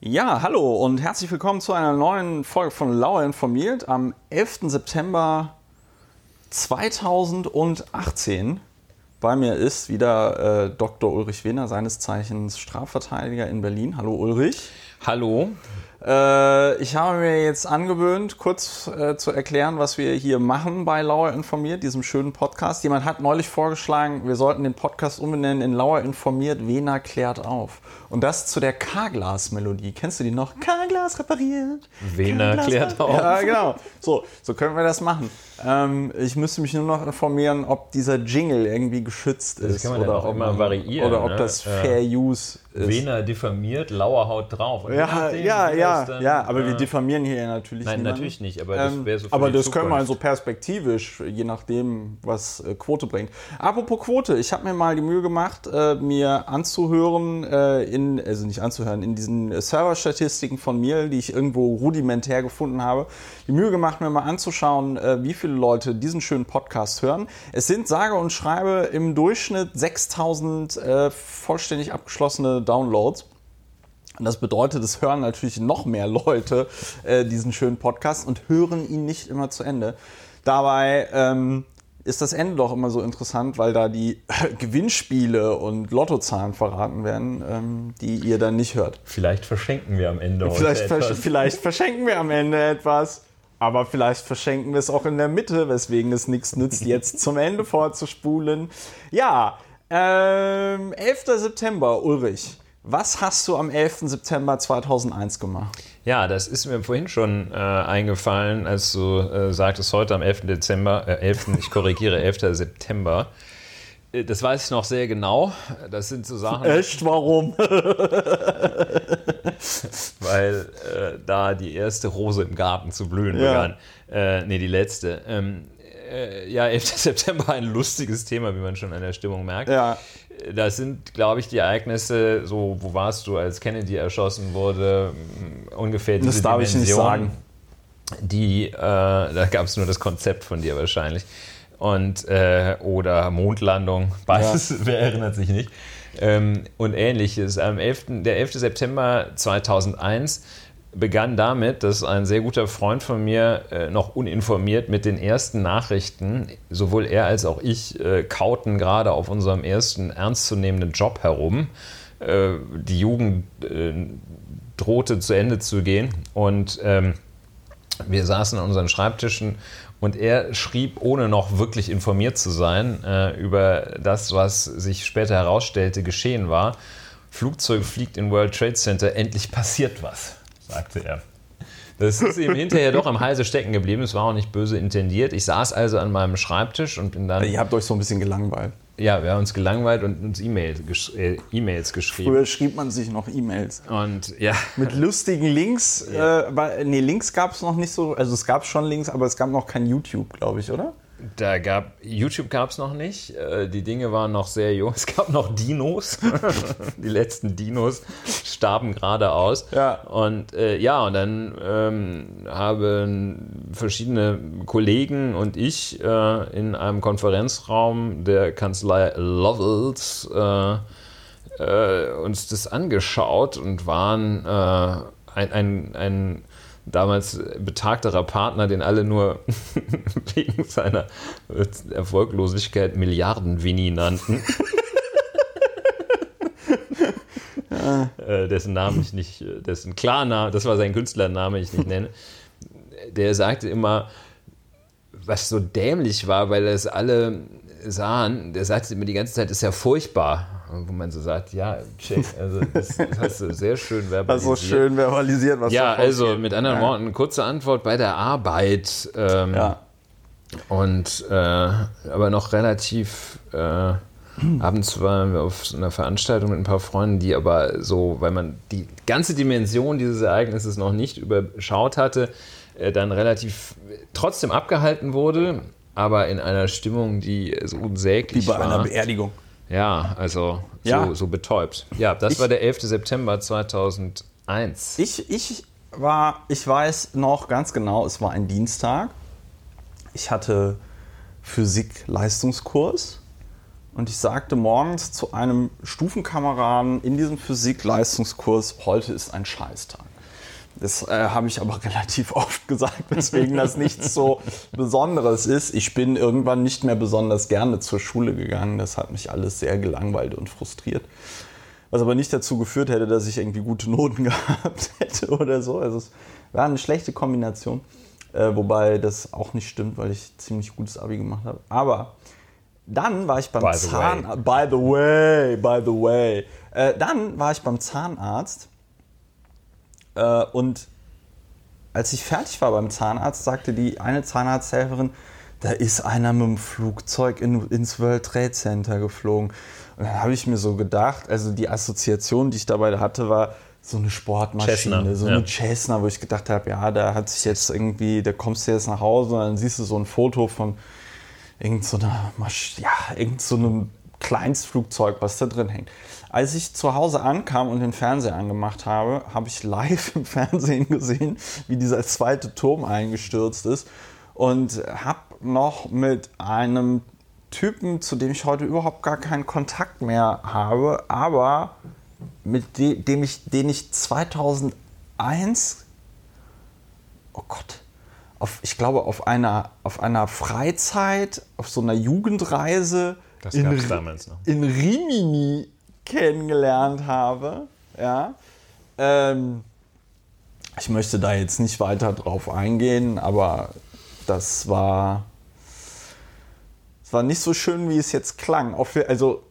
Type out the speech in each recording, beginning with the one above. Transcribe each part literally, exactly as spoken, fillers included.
Ja, hallo und herzlich willkommen zu einer neuen Folge von Lauer informiert am elften September zweitausendachtzehn. Bei mir ist wieder äh, Doktor Ulrich Wehner, seines Zeichens Strafverteidiger in Berlin. Hallo Ulrich. Hallo. Äh, ich habe mir jetzt angewöhnt, kurz äh, zu erklären, was wir hier machen bei Lauer informiert, diesem schönen Podcast. Jemand hat neulich vorgeschlagen, wir sollten den Podcast umbenennen in Lauer informiert, Wehner klärt auf. Und das zu der K-Glas-Melodie. Kennst du die noch? K-Glas repariert. Wehner klärt auf. Ja, genau. So, so können wir das machen. Ähm, ich müsste mich nur noch informieren, ob dieser Jingle irgendwie geschützt ist. Das kann man oder auch ob immer man, variieren. Oder ob ne? das Fair äh, Use ist. Wehner diffamiert, Lauer haut drauf. Und ja, nachdem, ja, ja, dann, ja, aber äh, wir diffamieren hier natürlich Nein, niemanden. natürlich nicht, aber das wäre so für Aber die das können wir Zukunft. so perspektivisch, je nachdem, was äh, Quote bringt. Apropos Quote, ich habe mir mal die Mühe gemacht, äh, mir anzuhören, äh, in, also nicht anzuhören, in diesen Serverstatistiken von mir, die ich irgendwo rudimentär gefunden habe, die Mühe gemacht, mir mal anzuschauen, äh, wie viele Leute diesen schönen Podcast hören. Es sind sage und schreibe im Durchschnitt sechstausend äh, vollständig abgeschlossene Downloads. Und das bedeutet, es hören natürlich noch mehr Leute äh, diesen schönen Podcast und hören ihn nicht immer zu Ende. Dabei ähm, ist das Ende doch immer so interessant, weil da die äh, Gewinnspiele und Lottozahlen verraten werden, ähm, die ihr dann nicht hört. Vielleicht verschenken wir am Ende heute Vielleicht, etwas. versch- vielleicht verschenken wir am Ende etwas, aber vielleicht verschenken wir es auch in der Mitte, weswegen es nichts nützt, jetzt zum Ende vorzuspulen. Ja, ähm, elften September, Ulrich. Was hast du am elften September zweitausendeins gemacht? Ja, das ist mir vorhin schon äh, eingefallen, als du äh, sagtest, heute am elften Dezember, äh, elften ich korrigiere, elften September. Äh, das weiß ich noch sehr genau. Das sind so Sachen... Echt? Warum? Weil äh, da die erste Rose im Garten zu blühen Ja. begann. Äh, nee, die letzte. Ähm, äh, ja, elften September, ein lustiges Thema, wie man schon an der Stimmung merkt. Ja. Das sind, glaube ich, die Ereignisse, so, wo warst du, als Kennedy erschossen wurde, ungefähr diese Das darf ich nicht sagen. Die, äh, da gab es nur das Konzept von dir wahrscheinlich. Und, äh, oder Mondlandung, beides, ja. Wer erinnert sich nicht. Ähm, und ähnliches. Am elften Der elften September zweitausendeins begann damit, dass ein sehr guter Freund von mir äh, noch uninformiert mit den ersten Nachrichten, sowohl er als auch ich, äh, kauten gerade auf unserem ersten ernstzunehmenden Job herum. Äh, die Jugend äh, drohte zu Ende zu gehen und ähm, wir saßen an unseren Schreibtischen und er schrieb, ohne noch wirklich informiert zu sein, äh, über das, was sich später herausstellte, geschehen war. Flugzeug fliegt in World Trade Center, endlich passiert was, sagte er. Das ist ihm hinterher doch am Halse stecken geblieben. Es war auch nicht böse intendiert. Ich saß also an meinem Schreibtisch und bin dann... Ihr habt euch so ein bisschen gelangweilt. Ja, wir haben uns gelangweilt und uns E-Mails, gesch- äh, E-Mails geschrieben. Früher schrieb man sich noch E-Mails. Und ja. Mit lustigen Links. Ja. Äh, weil, nee, Links gab es noch nicht so. Also es gab schon Links, aber es gab noch kein YouTube, glaube ich, oder? Da gab, YouTube gab es noch nicht. Die Dinge waren noch sehr jung. Es gab noch Dinos. Die letzten Dinos starben gerade aus. Ja. Und äh, ja, und dann ähm, haben verschiedene Kollegen und ich äh, in einem Konferenzraum der Kanzlei Lovells äh, äh, uns das angeschaut und waren äh, ein, ein, ein damals betagterer Partner, den alle nur wegen seiner Erfolglosigkeit Milliarden-Winnie nannten. Ja. Äh, dessen Namen ich nicht, dessen Klarname, das war sein Künstlername, ich nicht nenne. Der sagte immer, was so dämlich war, weil das alle sahen, der sagte immer die ganze Zeit, ist ja furchtbar. Wo man so sagt, ja, check, also das, das hast du sehr schön verbalisiert. Also schön verbalisiert, was Ja, da also vorgeht. mit anderen Ja. Worten, kurze Antwort bei der Arbeit. Ähm, Ja. Und äh, aber noch relativ äh, abends waren wir auf so einer Veranstaltung mit ein paar Freunden, die aber so, weil man die ganze Dimension dieses Ereignisses noch nicht überschaut hatte, äh, dann relativ trotzdem abgehalten wurde, aber in einer Stimmung, die so unsäglich Wie bei war. einer Beerdigung. Ja, also so, Ja. so betäubt. Ja, das Ich- war der elften September zweitausendeins. Ich, ich war, ich weiß noch ganz genau, es war ein Dienstag. Ich hatte Physik-Leistungskurs und ich sagte morgens zu einem Stufenkameraden in diesem Physik-Leistungskurs, heute ist ein Scheißtag. Das äh, habe ich aber relativ oft gesagt, weswegen das nichts so Besonderes ist. Ich bin irgendwann nicht mehr besonders gerne zur Schule gegangen. Das hat mich alles sehr gelangweilt und frustriert. Was aber nicht dazu geführt hätte, dass ich irgendwie gute Noten gehabt hätte oder so. Also es war eine schlechte Kombination. Äh, wobei das auch nicht stimmt, weil ich ziemlich gutes Abi gemacht habe. Aber dann war ich beim By the Zahnarzt. By the way, by the way. Äh, dann war ich beim Zahnarzt. Äh, und als ich fertig war beim Zahnarzt, sagte die eine Zahnarzthelferin, da ist einer mit dem Flugzeug in, ins World Trade Center geflogen. Und dann habe ich mir so gedacht, also die Assoziation, die ich dabei hatte, war so eine Sportmaschine, Cessna, so ja. eine Cessna, wo ich gedacht habe, ja, da hat sich jetzt irgendwie, da kommst du jetzt nach Hause und dann siehst du so ein Foto von irgend so einer Masch- ja, irgend so einem Kleinstflugzeug, was da drin hängt. Als ich zu Hause ankam und den Fernseher angemacht habe, habe ich live im Fernsehen gesehen, wie dieser zweite Turm eingestürzt ist und habe noch mit einem Typen, zu dem ich heute überhaupt gar keinen Kontakt mehr habe, aber mit de- dem ich, den ich zweitausendeins, oh Gott, auf, ich glaube auf einer, auf einer Freizeit, auf so einer Jugendreise Das in, gab's damals noch. in Rimini kennengelernt habe. Ja. Ähm, ich möchte da jetzt nicht weiter drauf eingehen, aber das war, das war nicht so schön, wie es jetzt klang. Auf, also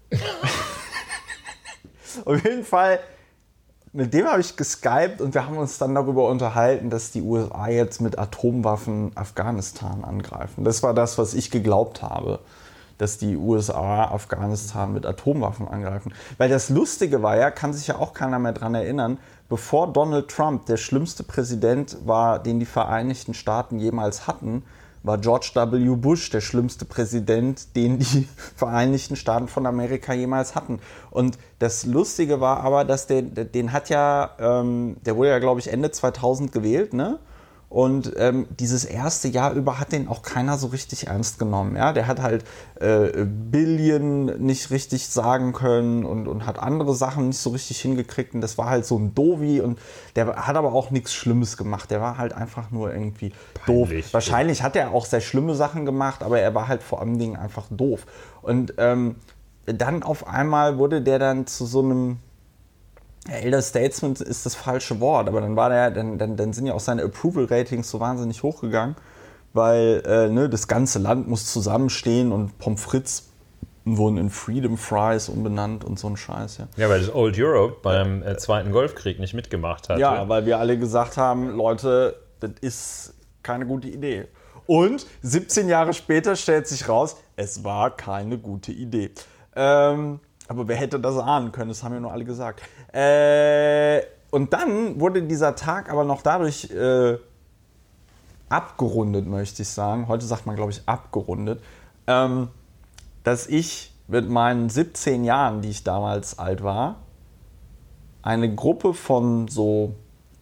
auf jeden Fall, mit dem habe ich geskypt und wir haben uns dann darüber unterhalten, dass die U S A jetzt mit Atomwaffen Afghanistan angreifen. Das war das, was ich geglaubt habe, dass die U S A Afghanistan mit Atomwaffen angreifen. Weil das Lustige war ja, kann sich ja auch keiner mehr dran erinnern, bevor Donald Trump der schlimmste Präsident war, den die Vereinigten Staaten jemals hatten, war George W. Bush der schlimmste Präsident, den die Vereinigten Staaten von Amerika jemals hatten. Und das Lustige war aber, dass der, den hat ja, ähm, der wurde ja, glaube ich, Ende zweitausend gewählt, ne? Und ähm, dieses erste Jahr über hat den auch keiner so richtig ernst genommen. Ja? Der hat halt äh, Billion nicht richtig sagen können und, und hat andere Sachen nicht so richtig hingekriegt. Und das war halt so ein Dovi und der hat aber auch nichts Schlimmes gemacht. Der war halt einfach nur irgendwie Peinlich. doof. Wahrscheinlich hat er auch sehr schlimme Sachen gemacht, aber er war halt vor allen Dingen einfach doof. Und ähm, dann auf einmal wurde der dann zu so einem... Ja, Elder Statesman ist das falsche Wort, aber dann war der, dann, dann, dann sind ja auch seine Approval-Ratings so wahnsinnig hochgegangen, weil äh, ne, das ganze Land muss zusammenstehen und Pommes frites wurden in Freedom Fries umbenannt und so ein Scheiß. Ja, Ja, weil das Old Europe beim äh, Zweiten Golfkrieg nicht mitgemacht hat. ja, weil wir alle gesagt haben, Leute, das ist keine gute Idee. Und siebzehn Jahre später stellt sich raus, es war keine gute Idee. Ähm, aber wer hätte das ahnen können? Das haben ja nur alle gesagt. Äh, und dann wurde dieser Tag aber noch dadurch äh, abgerundet, möchte ich sagen. Heute sagt man, glaube ich, abgerundet. Ähm, dass ich mit meinen siebzehn Jahren, die ich damals alt war, eine Gruppe von so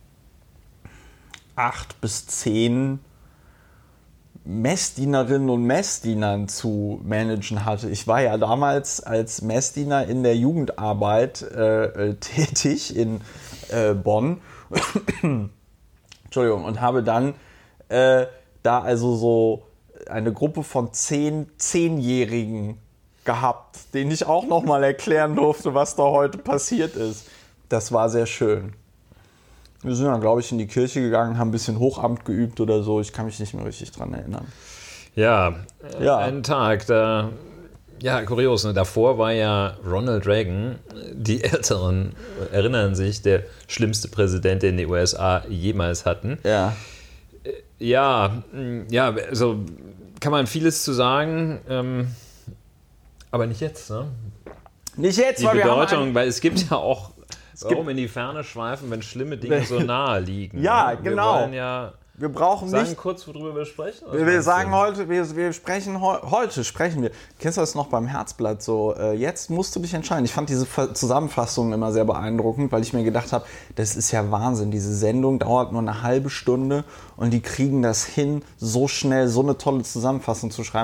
acht bis zehn Messdienerinnen und Messdienern zu managen hatte. Ich war ja damals als Messdiener in der Jugendarbeit äh, tätig in äh, Bonn. Entschuldigung, und habe dann äh, da also so eine Gruppe von zehn Zehnjährigen gehabt, denen ich auch nochmal erklären durfte, was da heute passiert ist. Das war sehr schön. Wir sind dann, glaube ich, in die Kirche gegangen, haben ein bisschen Hochamt geübt oder so. Ich kann mich nicht mehr richtig dran erinnern. Ja, äh, Ja. ein Tag, da, ja, kurios, ne? Davor war ja Ronald Reagan, die Älteren erinnern sich, der schlimmste Präsident, den die U S A jemals hatten. Ja. Ja, mh, ja, also kann man vieles zu sagen, ähm, aber nicht jetzt, ne? Nicht jetzt, Die weil wir haben Bedeutung, ein, weil es gibt ja auch, gibt- warum in die Ferne schweifen, wenn schlimme Dinge so nahe liegen. Ja, ne? genau. Wir wollen ja wir brauchen sagen nicht. kurz, worüber wir sprechen. Was Wir, wir meinst sagen du? heute, wir, wir sprechen heu, heute sprechen wir. Kennst du das noch beim Herzblatt so? Äh, jetzt musst du dich entscheiden. Ich fand diese Ver- Zusammenfassungen immer sehr beeindruckend, weil ich mir gedacht habe, das ist ja Wahnsinn. Diese Sendung dauert nur eine halbe Stunde und die kriegen das hin, so schnell so eine tolle Zusammenfassung zu schreiben.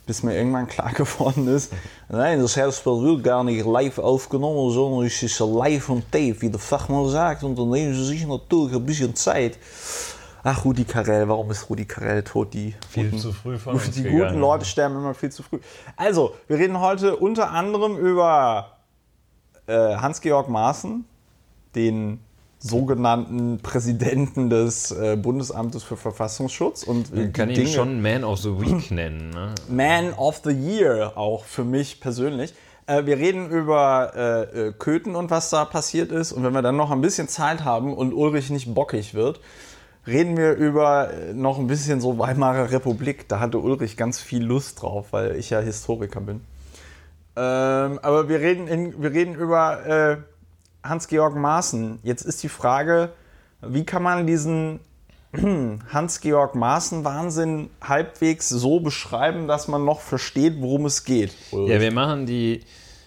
bis mir irgendwann klar geworden ist, nein, das Herstel wird gar nicht live aufgenommen, sondern es ist live on tape, wie der Fachmann sagt, und dann nehmen sie sich natürlich ein bisschen Zeit. Ach, Rudi Carrell, warum ist Rudi Carrell tot? Die viel guten, zu früh von uns Die gegangen. guten Leute sterben immer viel zu früh. Also, wir reden heute unter anderem über äh, Hans-Georg Maaßen, den sogenannten Präsidenten des äh, Bundesamtes für Verfassungsschutz. Und Man kann ihn Dinge, schon Man of the Week nennen. Ne? Man of the Year auch für mich persönlich. Äh, wir reden über äh, Köthen und was da passiert ist. Und wenn wir dann noch ein bisschen Zeit haben und Ulrich nicht bockig wird, reden wir über noch ein bisschen so Weimarer Republik. Da hatte Ulrich ganz viel Lust drauf, weil ich ja Historiker bin. Ähm, aber wir reden, in, wir reden über äh, Hans-Georg Maaßen. Jetzt ist die Frage, wie kann man diesen Hans-Georg Maaßen-Wahnsinn halbwegs so beschreiben, dass man noch versteht, worum es geht? Ulrich? Ja, wir machen die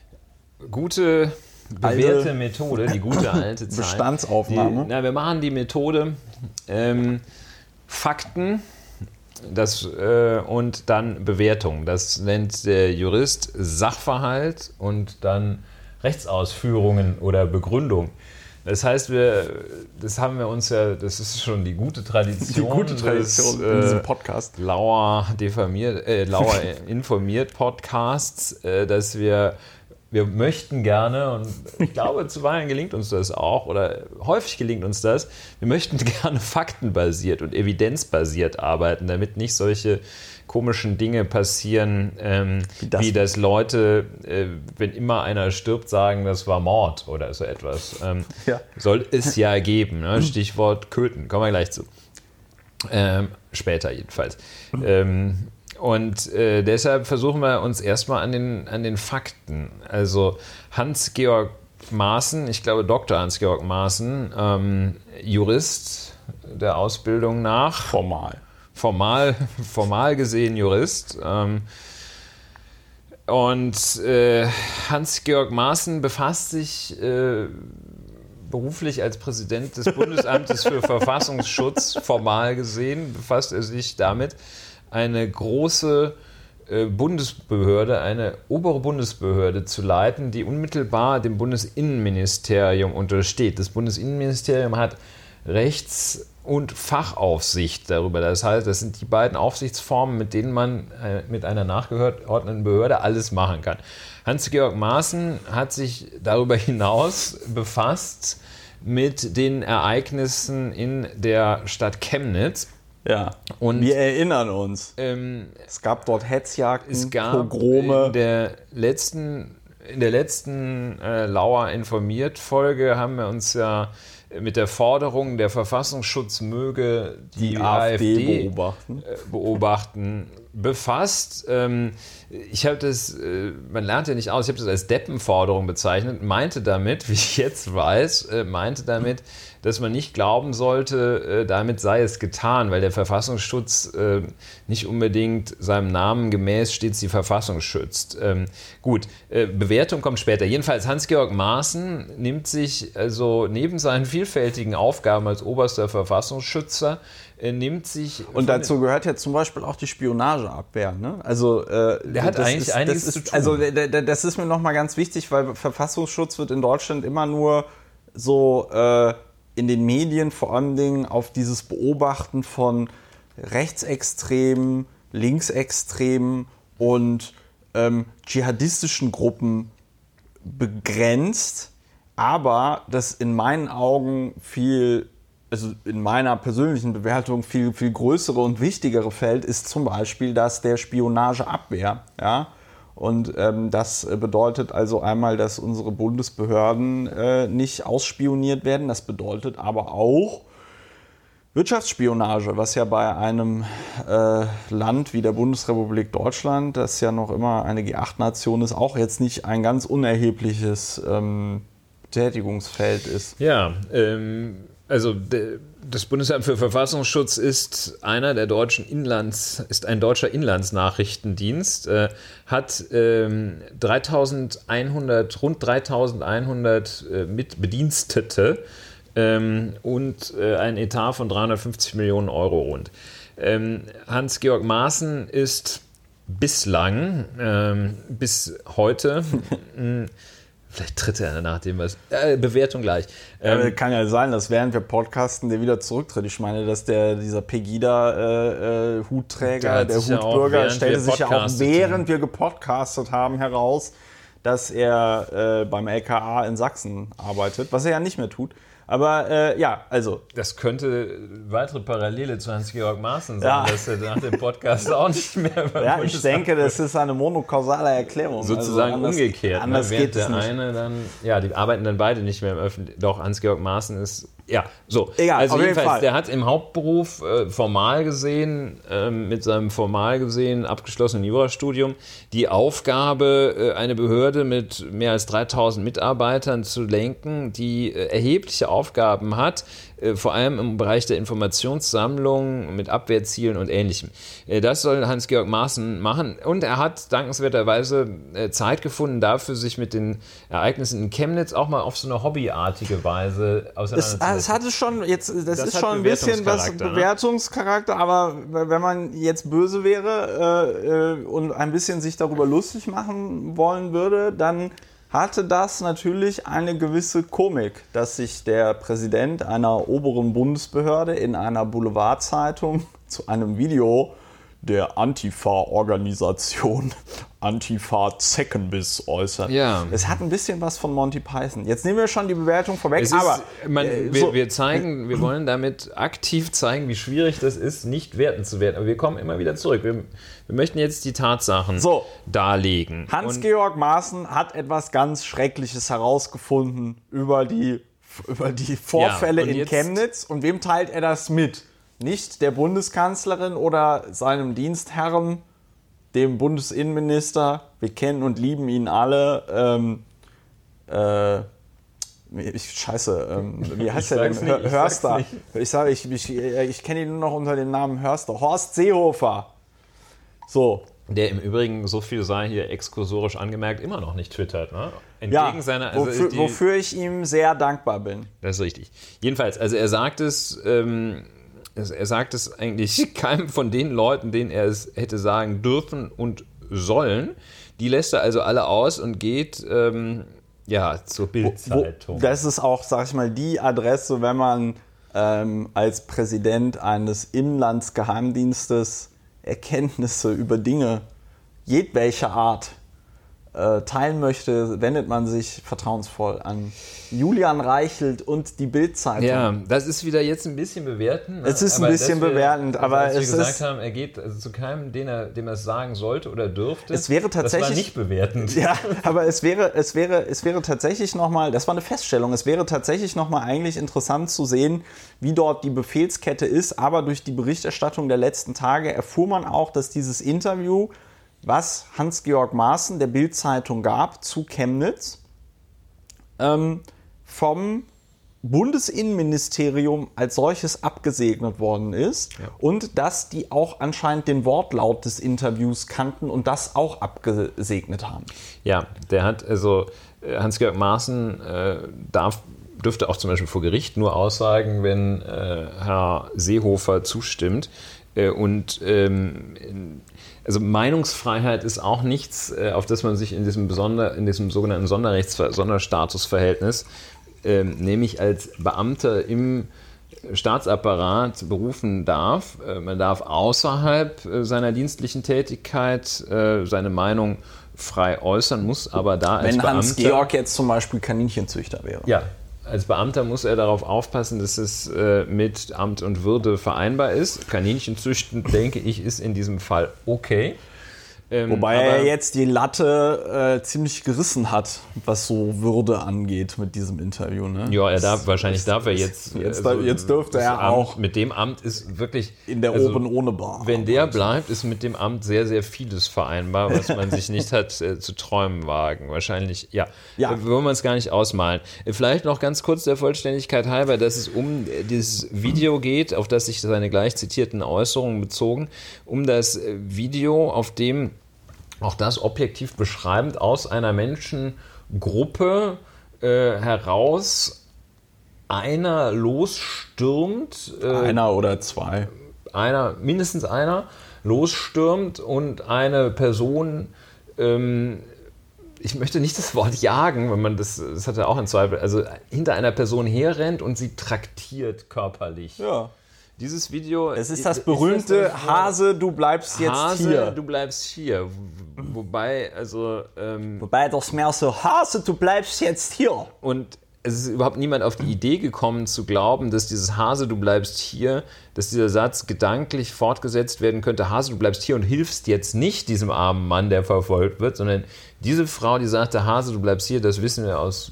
gute, bewährte alte Methode, die gute alte Zeit. Bestandsaufnahme. Die, na, wir machen die Methode ähm, Fakten das, äh, und dann Bewertung. Das nennt der Jurist Sachverhalt und dann Rechtsausführungen oder Begründung. Das heißt, wir, das haben wir uns ja, das ist schon die gute Tradition, die gute Tradition des, in diesem äh, Podcast. Lauer diffamiert, äh, Lauer informiert Podcasts, äh, dass wir Wir möchten gerne, und ich glaube, zuweilen gelingt uns das auch, oder häufig gelingt uns das, wir möchten gerne faktenbasiert und evidenzbasiert arbeiten, damit nicht solche komischen Dinge passieren, ähm, wie, das? wie dass Leute, äh, wenn immer einer stirbt, sagen, das war Mord oder so etwas. Ähm, ja. Soll es ja geben. Ne? Stichwort Köthen, kommen wir gleich zu. Ähm, später jedenfalls. Mhm. Ähm, Und äh, deshalb versuchen wir uns erstmal an den, an den Fakten. Also Hans-Georg Maaßen, ich glaube Doktor Hans-Georg Maaßen, ähm, Jurist der Ausbildung nach. Formal. Formal, formal gesehen Jurist. Ähm, und äh, Hans-Georg Maaßen befasst sich äh, beruflich als Präsident des Bundesamtes für Verfassungsschutz, formal gesehen, befasst er sich damit, eine große äh, Bundesbehörde, eine obere Bundesbehörde zu leiten, die unmittelbar dem Bundesinnenministerium untersteht. Das Bundesinnenministerium hat Rechts- und Fachaufsicht darüber. Das heißt, das sind die beiden Aufsichtsformen, mit denen man äh, mit einer nachgeordneten Behörde alles machen kann. Hans-Georg Maaßen hat sich darüber hinaus befasst mit den Ereignissen in der Stadt Chemnitz. Ja, und wir erinnern uns. Ähm, es gab dort Hetzjagden, es gab Pogrome. In der letzten, in der letzten äh, Lauer informiert-Folge haben wir uns ja mit der Forderung, der Verfassungsschutz möge die, die AfD beobachten, äh, beobachten befasst. Ähm, ich habe das, äh, man lernt ja nicht aus, ich habe das als Deppenforderung bezeichnet, meinte damit, wie ich jetzt weiß, äh, meinte damit, dass man nicht glauben sollte, äh, damit sei es getan, weil der Verfassungsschutz äh, nicht unbedingt seinem Namen gemäß stets die Verfassung schützt. Ähm, gut, äh, Bewertung kommt später. Jedenfalls Hans-Georg Maaßen nimmt sich also neben seinen vielfältigen Aufgaben als oberster Verfassungsschützer Er nimmt sich. Und dazu gehört ja zum Beispiel auch die Spionageabwehr. Ne? Also, äh, der hat eigentlich ist, einiges ist, zu tun. Also, das ist mir nochmal ganz wichtig, weil Verfassungsschutz wird in Deutschland immer nur so äh, in den Medien vor allen Dingen auf dieses Beobachten von Rechtsextremen, Linksextremen und ähm, dschihadistischen Gruppen begrenzt. Aber das in meinen Augen viel, also in meiner persönlichen Bewertung viel, viel größere und wichtigere Feld ist zum Beispiel das der Spionageabwehr. Ja? Und ähm, das bedeutet also einmal, dass unsere Bundesbehörden äh, nicht ausspioniert werden. Das bedeutet aber auch Wirtschaftsspionage, was ja bei einem äh, Land wie der Bundesrepublik Deutschland, das ja noch immer eine G acht Nation ist, auch jetzt nicht ein ganz unerhebliches ähm, Betätigungsfeld ist. Ja, ähm, also de, das Bundesamt für Verfassungsschutz ist einer der deutschen Inlands, ist ein deutscher Inlandsnachrichtendienst, äh, hat ähm, dreitausendeinhundert, rund dreitausendeinhundert äh, mit Bedienstete ähm, und äh, ein Etat von dreihundertfünfzig Millionen Euro rund. Ähm, Hans-Georg Maaßen ist bislang, ähm, bis heute, vielleicht tritt er nach dem was, äh, Bewertung gleich. Ähm, ja, kann ja sein, dass während wir podcasten, der wieder zurücktritt. Ich meine, dass der, dieser Pegida-Hutträger, äh, äh, der Hutbürger, ja stellte sich ja auch, während wir gepodcastet haben, heraus, dass er äh, beim L K A in Sachsen arbeitet, was er ja nicht mehr tut. Aber äh, ja, also. Das könnte weitere Parallele zu Hans-Georg Maaßen sein, ja. dass er nach dem Podcast auch nicht mehr über Ja, ich denke, das ist eine monokausale Erklärung. Sozusagen also anders, umgekehrt. Anders ne? geht der es nicht. eine dann, ja, die arbeiten dann beide nicht mehr im Öffentlichen. Doch, Hans-Georg Maaßen ist, ja, so. Egal, also auf jeden jedenfalls, Fall. Der hat im Hauptberuf äh, formal gesehen, äh, mit seinem formal gesehen abgeschlossenen Jurastudium, die Aufgabe, äh, eine Behörde mit mehr als dreitausend Mitarbeitern zu lenken, die äh, erhebliche Aufgaben hat, äh, vor allem im Bereich der Informationssammlung mit Abwehrzielen und Ähnlichem. Äh, das soll Hans-Georg Maaßen machen und er hat dankenswerterweise äh, Zeit gefunden, dafür sich mit den Ereignissen in Chemnitz auch mal auf so eine hobbyartige Weise auseinanderzusetzen. Es hatte schon, jetzt, das, Das ist hat schon ein bisschen was Bewertungscharakter, ne? Bewertungscharakter, aber wenn man jetzt böse wäre äh, und ein bisschen sich darüber lustig machen wollen würde, dann hatte das natürlich eine gewisse Komik, dass sich der Präsident einer oberen Bundesbehörde in einer Boulevardzeitung zu einem Video der Antifa-Organisation Antifa Zeckenbiss äußert. Ja. Es hat ein bisschen was von Monty Python. Jetzt nehmen wir schon die Bewertung vorweg, Es aber ist, man, äh, wir, so, wir zeigen, wir wollen damit aktiv zeigen, wie schwierig das ist, nicht werten zu werden. Aber wir kommen immer wieder zurück. Wir, wir möchten jetzt die Tatsachen So. darlegen. Hans-Georg Maaßen hat etwas ganz Schreckliches herausgefunden über die, über die Vorfälle Ja, und in jetzt- Chemnitz. Und wem teilt er das mit? Nicht der Bundeskanzlerin oder seinem Dienstherren, dem Bundesinnenminister. Wir kennen und lieben ihn alle. Ähm, äh, ich, scheiße, ähm, wie heißt Ich der denn? sag's nicht, ich Hörster. sag's Ich sage, ich, ich, ich kenne ihn nur noch unter dem Namen Hörster. Horst Seehofer. So. Der im Übrigen, so viel sei hier exkursorisch angemerkt, immer noch nicht twittert. Ne? Entgegen Ja, seiner, also wofür, die, wofür ich ihm sehr dankbar bin. Das ist richtig. Jedenfalls, also er sagt es, ähm, er sagt es eigentlich keinem von den Leuten, denen er es hätte sagen dürfen und sollen. Die lässt er also alle aus und geht ähm, ja, zur Bild-Zeitung. Das ist auch, sag ich mal, die Adresse, wenn man ähm, als Präsident eines Inlandsgeheimdienstes Erkenntnisse über Dinge jedwelcher Art äh, teilen möchte, wendet man sich vertrauensvoll an Julian Reichelt und die Bild-Zeitung. Ja, das ist wieder jetzt ein bisschen bewertend. Ne? Es ist ein Aber bisschen dass wir, bewertend, also aber als wir es gesagt ist- haben, er geht also zu keinem, den er, dem er es sagen sollte oder dürfte. Es wäre Das war tatsächlich- nicht bewertend. Ja, aber es wäre, es wäre, es wäre tatsächlich nochmal, das war eine Feststellung, es wäre tatsächlich nochmal eigentlich interessant zu sehen, wie dort die Befehlskette ist, aber durch die Berichterstattung der letzten Tage erfuhr man auch, dass dieses Interview, was Hans-Georg Maaßen der Bild-Zeitung gab zu Chemnitz, ähm, vom Bundesinnenministerium als solches abgesegnet worden ist und dass die auch anscheinend den Wortlaut des Interviews kannten und das auch abgesegnet haben. Ja, der hat also äh, Hans-Georg Maaßen äh, darf, dürfte auch zum Beispiel vor Gericht nur aussagen, wenn äh, Herr Seehofer zustimmt. Äh, und ähm, also Meinungsfreiheit ist auch nichts, äh, auf das man sich in diesem, Besonder, in diesem sogenannten Sonderrechts Sonderstatusverhältnis, äh, nämlich als Beamter im Staatsapparat berufen darf. Äh, man darf außerhalb äh, seiner dienstlichen Tätigkeit äh, seine Meinung frei äußern, muss aber da als Wenn Beamter... Hans-Georg jetzt zum Beispiel Kaninchenzüchter wäre. Ja, als Beamter muss er darauf aufpassen, dass es äh, mit Amt und Würde vereinbar ist. Kaninchenzüchten, denke ich, ist in diesem Fall okay. Ähm, Wobei aber- er jetzt die Latte äh, ziemlich gerissen hat, was so Würde angeht mit diesem Interview. Ne? Ja, er darf, wahrscheinlich darf er jetzt... Jetzt, also, jetzt dürfte das er Amt, auch Mit dem Amt ist wirklich... in der also, Oben ohne Bar. Wenn der bleibt, ist mit dem Amt sehr, sehr vieles vereinbar, was man sich nicht hat äh, zu träumen wagen. Wahrscheinlich, ja. Ja. Äh, wollen wir uns gar nicht ausmalen. Äh, Vielleicht noch ganz kurz der Vollständigkeit halber, dass es um äh, dieses Video geht, auf das sich seine gleich zitierten Äußerungen bezogen, um das äh, Video, auf dem auch das objektiv beschreibend aus einer Menschengruppe äh, heraus einer losstürmt, äh, Einer oder zwei. einer, mindestens einer, losstürmt und eine Person, ähm, ich möchte nicht das Wort jagen, wenn man das, das hat er auch in Zweifel, also hinter einer Person herrennt und sie traktiert körperlich. Ja. Dieses Video... Es ist das berühmte ist das Hase, du bleibst jetzt Hase, hier. du bleibst hier. Wobei, also... Ähm, Wobei das mehr so, Hase, du bleibst jetzt hier. Und es ist überhaupt niemand auf die Idee gekommen zu glauben, dass dieses Hase, du bleibst hier, dass dieser Satz gedanklich fortgesetzt werden könnte, Hase, du bleibst hier und hilfst jetzt nicht diesem armen Mann, der verfolgt wird, sondern diese Frau, die sagte, Hase, du bleibst hier, das wissen wir aus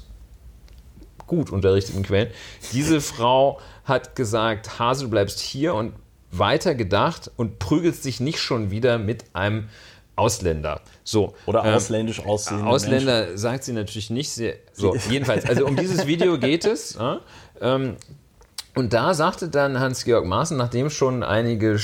gut unterrichteten Quellen. Diese Frau hat gesagt, Hase, du bleibst hier und weiter gedacht und prügelst dich nicht schon wieder mit einem Ausländer. So, Oder ähm, ausländisch aussehende Ausländer Menschen. sagt sie natürlich nicht sehr. So, jedenfalls, also um dieses Video geht es. Ja? Ähm, und da sagte dann Hans-Georg Maaßen, nachdem schon einige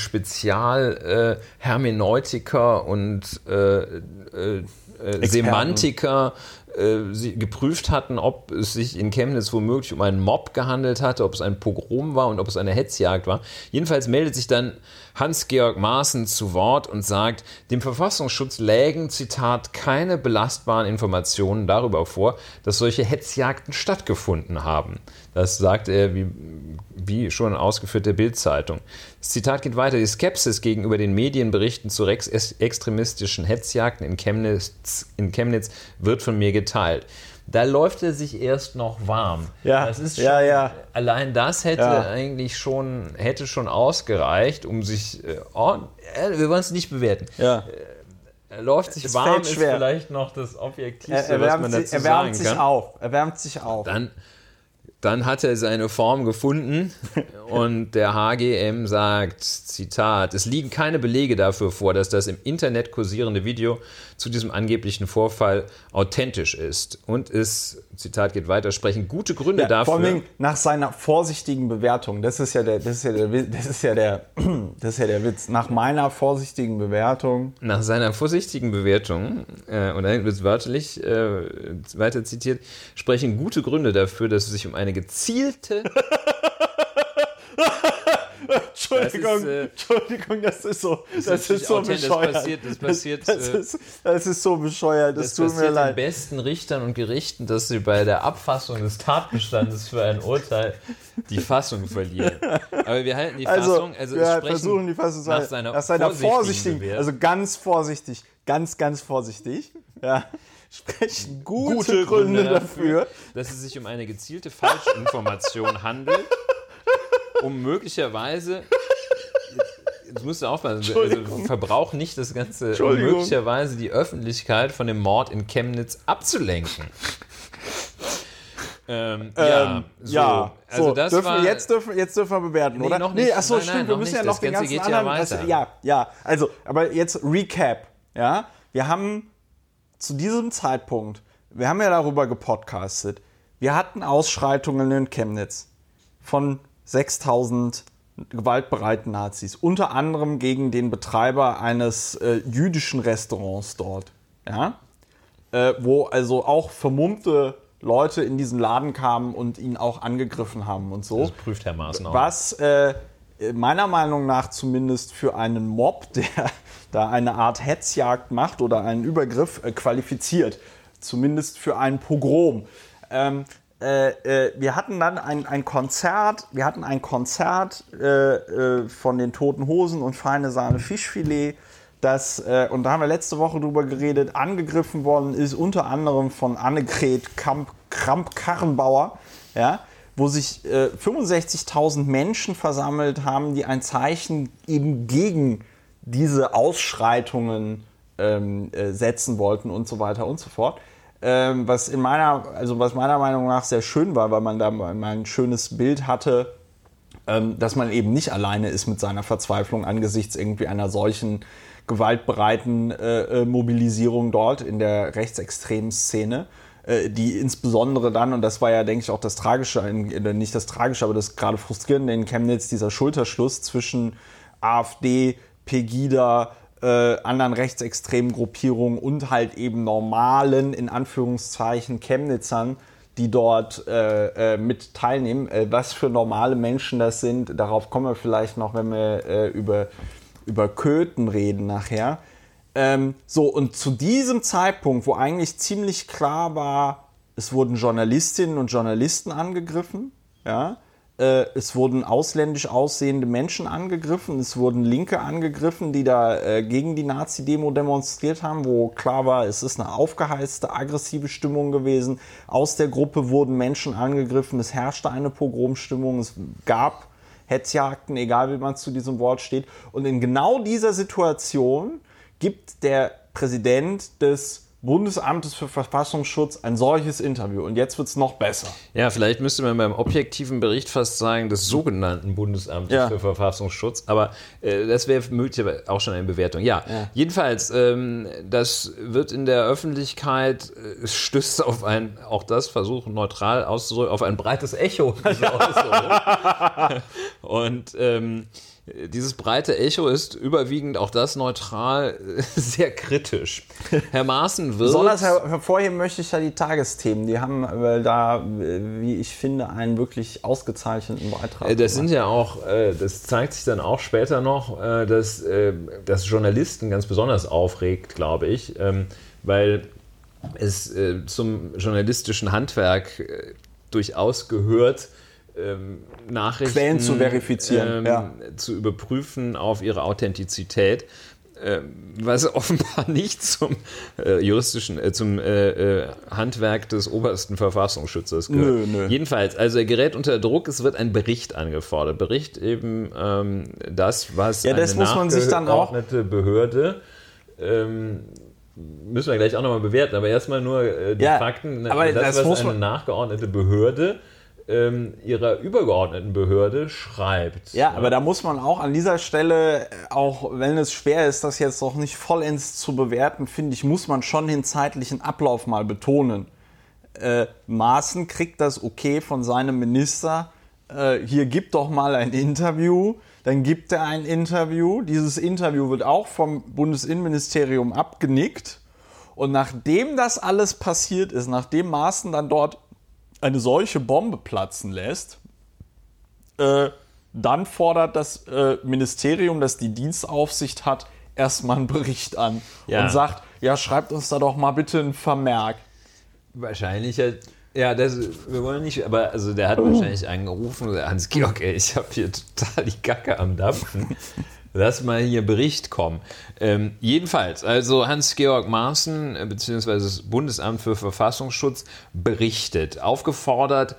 Spezial-Hermeneutiker äh, und äh, äh, äh, Semantiker äh, sie geprüft hatten, ob es sich in Chemnitz womöglich um einen Mob gehandelt hatte, ob es ein Pogrom war und ob es eine Hetzjagd war. Jedenfalls meldet sich dann Hans-Georg Maaßen zu Wort und sagt, dem Verfassungsschutz lägen, Zitat, keine belastbaren Informationen darüber vor, dass solche Hetzjagden stattgefunden haben. Das sagt er, wie, wie schon ausgeführt, der Bild-Zeitung. Das Zitat geht weiter. Die Skepsis gegenüber den Medienberichten zu rex- extremistischen Hetzjagden in Chemnitz, in Chemnitz wird von mir geteilt. Da läuft er sich erst noch warm. Ja, das ist schon, ja, ja. Allein das hätte ja. eigentlich schon, hätte schon ausgereicht, um sich, äh, oh, äh, wir wollen es nicht bewerten. Ja. Er läuft sich es warm, ist schwer. vielleicht noch das Objektivste, er, was man dazu sich, er sagen wärmt sich kann. auf. Er wärmt sich auf. Dann, dann hat er seine Form gefunden und der H G M sagt, Zitat, es liegen keine Belege dafür vor, dass das im Internet kursierende Video zu diesem angeblichen Vorfall authentisch ist. Und es, Zitat geht weiter, sprechen gute Gründe ja, dafür. Vor allem nach seiner vorsichtigen Bewertung, das ist ja der, das ist ja der, das ist ja der, das ist ja der Witz. Nach meiner vorsichtigen Bewertung. Nach seiner vorsichtigen Bewertung, äh, und dann wird es wörtlich äh, weiter zitiert, sprechen gute Gründe dafür, dass es sich um eine gezielte... Entschuldigung, das ist, äh, Entschuldigung, das ist so, das, das ist so authentisch, bescheuert. Das passiert, das passiert, das, äh, ist, das ist so bescheuert, das, das tut mir passiert den leid. besten Richtern und Gerichten, dass sie bei der Abfassung des Tatbestandes für ein Urteil die Fassung verlieren. Aber wir halten die Fassung, also, wir es sprechen versuchen die Fassung nach seiner, nach seiner vorsichtigen, vorsichtigen, Bewertung. also ganz vorsichtig, ganz, ganz vorsichtig, ja, sprechen gute, gute Gründe, Gründe dafür, dafür, dass es sich um eine gezielte Falschinformation handelt, um möglicherweise... Jetzt musst du aufpassen, also verbrauch nicht das Ganze, um möglicherweise die Öffentlichkeit von dem Mord in Chemnitz abzulenken. Ähm, ja, ähm, so. ja, Also so, das dürfen, war, jetzt, dürfen, jetzt dürfen wir bewerten, Nee, oder? noch nicht. Nee, achso, Nein, stimmt, nein, wir noch müssen nicht. ja noch Das den Ganze ganzen geht ja anderen... weiter. Das, ja, ja, also, aber jetzt Recap, ja, wir haben zu diesem Zeitpunkt, wir haben ja darüber gepodcastet, wir hatten Ausschreitungen in Chemnitz von sechstausend gewaltbereiten Nazis, unter anderem gegen den Betreiber eines äh, jüdischen Restaurants dort, ja, äh, wo also auch vermummte Leute in diesen Laden kamen und ihn auch angegriffen haben und so. Das prüft Herr Maaßen auch. Was äh, meiner Meinung nach zumindest für einen Mob, der da eine Art Hetzjagd macht oder einen Übergriff äh, qualifiziert, zumindest für einen Pogrom. Ähm, Äh, äh, wir hatten dann ein, ein Konzert, wir hatten ein Konzert äh, äh, von den Toten Hosen und Feine Sahne Fischfilet, das, äh, und da haben wir letzte Woche drüber geredet, angegriffen worden ist, unter anderem von Annegret Kramp-Karrenbauer, ja, wo sich äh, fünfundsechzigtausend Menschen versammelt haben, die ein Zeichen eben gegen diese Ausschreitungen ähm, äh, setzen wollten und so weiter und so fort. Ähm, was in meiner, also was meiner Meinung nach sehr schön war, weil man da mal ein schönes Bild hatte, ähm, dass man eben nicht alleine ist mit seiner Verzweiflung angesichts irgendwie einer solchen gewaltbereiten äh, Mobilisierung dort in der rechtsextremen Szene, äh, die insbesondere dann, und das war ja, denke ich, auch das Tragische, in, in, nicht das Tragische, aber das gerade Frustrierende in Chemnitz, dieser Schulterschluss zwischen AfD, Pegida, Äh, anderen rechtsextremen Gruppierungen und halt eben normalen, in Anführungszeichen, Chemnitzern, die dort äh, äh, mit teilnehmen. Äh, was für normale Menschen das sind, darauf kommen wir vielleicht noch, wenn wir äh, über über Köthen reden nachher. Ähm, so, und zu diesem Zeitpunkt, wo eigentlich ziemlich klar war, es wurden Journalistinnen und Journalisten angegriffen, ja, äh, es wurden ausländisch aussehende Menschen angegriffen, es wurden Linke angegriffen, die da äh, gegen die Nazi-Demo demonstriert haben, wo klar war, es ist eine aufgeheizte, aggressive Stimmung gewesen. Aus der Gruppe wurden Menschen angegriffen, es herrschte eine Pogromstimmung, es gab Hetzjagden, egal wie man zu diesem Wort steht. Und in genau dieser Situation gibt der Präsident des Bundesamtes für Verfassungsschutz ein solches Interview. Und jetzt wird es noch besser. Ja, vielleicht müsste man beim objektiven Bericht fast sagen, des sogenannten Bundesamtes ja. für Verfassungsschutz. Aber äh, das wäre möglicherweise auch schon eine Bewertung. Ja, ja. Jedenfalls, ähm, das wird in der Öffentlichkeit, äh, stößt auf ein, auch das versuchen neutral auszudrücken, auf ein breites Echo. Und ähm, dieses breite Echo ist überwiegend, auch das neutral, sehr kritisch. Herr Maaßen wird... Besonders hervorheben möchte ich ja die Tagesthemen. Die haben äh, da, wie ich finde, einen wirklich ausgezeichneten Beitrag gemacht. Das sind ja auch, äh, das zeigt sich dann auch später noch, äh, dass äh, das Journalisten ganz besonders aufregt, glaube ich, ähm, weil es äh, zum journalistischen Handwerk äh, durchaus gehört, Ähm, Nachrichten Quellen zu verifizieren, ähm, ja. zu überprüfen auf ihre Authentizität, ähm, was offenbar nicht zum äh, juristischen, äh, zum äh, äh, Handwerk des obersten Verfassungsschützers gehört. Nö, nö. Jedenfalls, also er gerät unter Druck, es wird ein Bericht angefordert. Bericht eben ähm, das, was ja, das eine muss man sich dann auch nachgeordnete Behörde ähm, müssen wir gleich auch nochmal bewerten, aber erstmal nur äh, die ja, Fakten, aber das, das was muss eine man nachgeordnete Behörde Ähm, ihrer übergeordneten Behörde schreibt. Ja, aber da muss man auch an dieser Stelle, auch wenn es schwer ist, das jetzt noch nicht vollends zu bewerten, finde ich, muss man schon den zeitlichen Ablauf mal betonen. Äh, Maaßen kriegt das okay von seinem Minister, äh, hier gib doch mal ein Interview, dann gibt er ein Interview, dieses Interview wird auch vom Bundesinnenministerium abgenickt und nachdem das alles passiert ist, nachdem Maaßen dann dort eine solche Bombe platzen lässt, äh, dann fordert das äh, Ministerium, das die Dienstaufsicht hat, erstmal einen Bericht an ja. und sagt, ja, schreibt uns da doch mal bitte einen Vermerk. Wahrscheinlich, ja, das, wir wollen nicht, aber also der hat oh. wahrscheinlich angerufen, Hans-Georg, ey, ich habe hier total die Kacke am Dampfen. Lass mal hier Bericht kommen. Ähm, jedenfalls, also Hans-Georg Maaßen äh, bzw. das Bundesamt für Verfassungsschutz berichtet, aufgefordert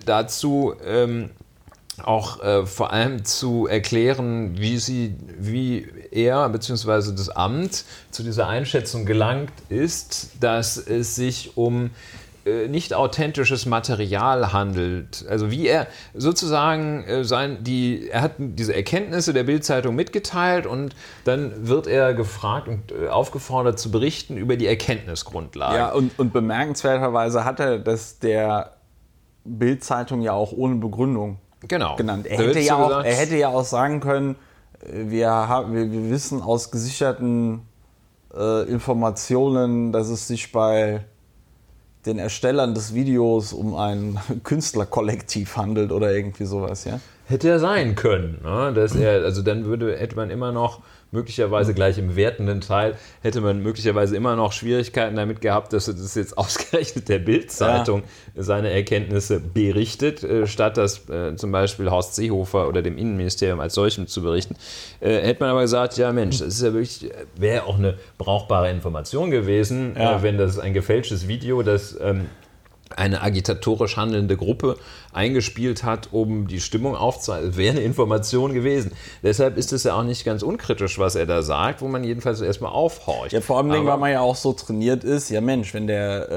dazu, ähm, auch äh, vor allem zu erklären, wie sie, wie er bzw. das Amt zu dieser Einschätzung gelangt ist, dass es sich um nicht authentisches Material handelt. Also wie er sozusagen äh, sein, die, er hat diese Erkenntnisse der Bild-Zeitung mitgeteilt und dann wird er gefragt und äh, aufgefordert zu berichten über die Erkenntnisgrundlagen. Ja, und, und bemerkenswerterweise hat er das der Bild-Zeitung ja auch ohne Begründung genau. genannt. Er hätte, ja auch, er hätte ja auch sagen können, wir, haben, wir, wir wissen aus gesicherten äh, Informationen, dass es sich bei den Erstellern des Videos um ein Künstlerkollektiv handelt oder irgendwie sowas, ja? Hätte ja sein können, ne? Dass er, also dann würde, hätte man immer noch möglicherweise gleich im wertenden Teil, hätte man möglicherweise immer noch Schwierigkeiten damit gehabt, dass das jetzt ausgerechnet der Bild-Zeitung ja. seine Erkenntnisse berichtet, äh, statt das äh, zum Beispiel Horst Seehofer oder dem Innenministerium als solchem zu berichten. Äh, hätte man aber gesagt, ja Mensch, das ist ja wirklich, wäre auch eine brauchbare Information gewesen, ja. äh, wenn das ein gefälschtes Video, das ähm, eine agitatorisch handelnde Gruppe eingespielt hat, um die Stimmung aufzuhalten, wäre eine Information gewesen. Deshalb ist es ja auch nicht ganz unkritisch, was er da sagt, wo man jedenfalls erstmal aufhorcht. Ja, vor allem, weil man ja auch so trainiert ist, ja Mensch, wenn der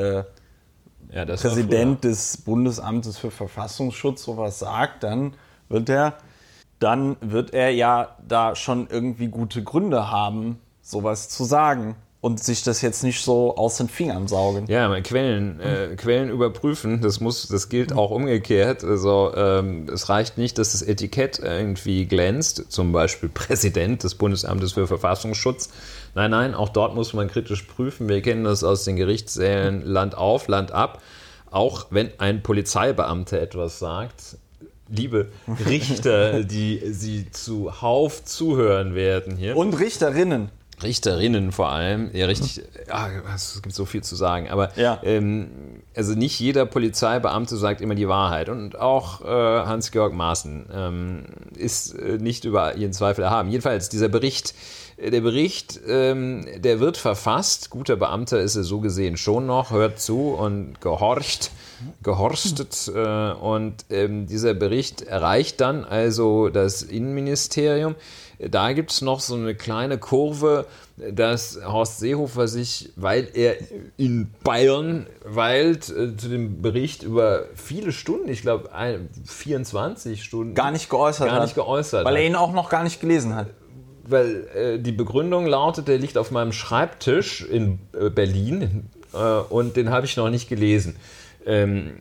äh, ja, Präsident des Bundesamtes für Verfassungsschutz sowas sagt, dann wird er, dann wird er ja da schon irgendwie gute Gründe haben, sowas zu sagen. Und sich das jetzt nicht so aus den Fingern saugen. Ja, mal Quellen, äh, Quellen überprüfen, das muss, das gilt auch umgekehrt. Also ähm, es reicht nicht, dass das Etikett irgendwie glänzt, zum Beispiel Präsident des Bundesamtes für Verfassungsschutz. Nein, nein, auch dort muss man kritisch prüfen. Wir kennen das aus den Gerichtssälen Land auf, Land ab. Auch wenn ein Polizeibeamter etwas sagt, liebe Richter, die Sie zuhauf zuhören werden hier. Und Richterinnen. Richterinnen vor allem, ja richtig, ja, es gibt so viel zu sagen, aber ja. ähm, also nicht jeder Polizeibeamte sagt immer die Wahrheit und auch äh, Hans-Georg Maaßen ähm, ist äh, nicht über jeden Zweifel erhaben. Jedenfalls dieser Bericht, der Bericht, ähm, der wird verfasst, guter Beamter ist er so gesehen schon noch, hört zu und gehorcht, gehorstet äh, und ähm, dieser Bericht erreicht dann also das Innenministerium. Da gibt es noch so eine kleine Kurve, dass Horst Seehofer sich, weil er in Bayern weilt, äh, zu dem Bericht über viele Stunden, ich glaube vierundzwanzig Stunden, gar nicht geäußert gar hat. Nicht geäußert weil hat. er ihn auch noch gar nicht gelesen hat. Weil äh, die Begründung lautet, der liegt auf meinem Schreibtisch in äh, Berlin äh, und den habe ich noch nicht gelesen. Ähm,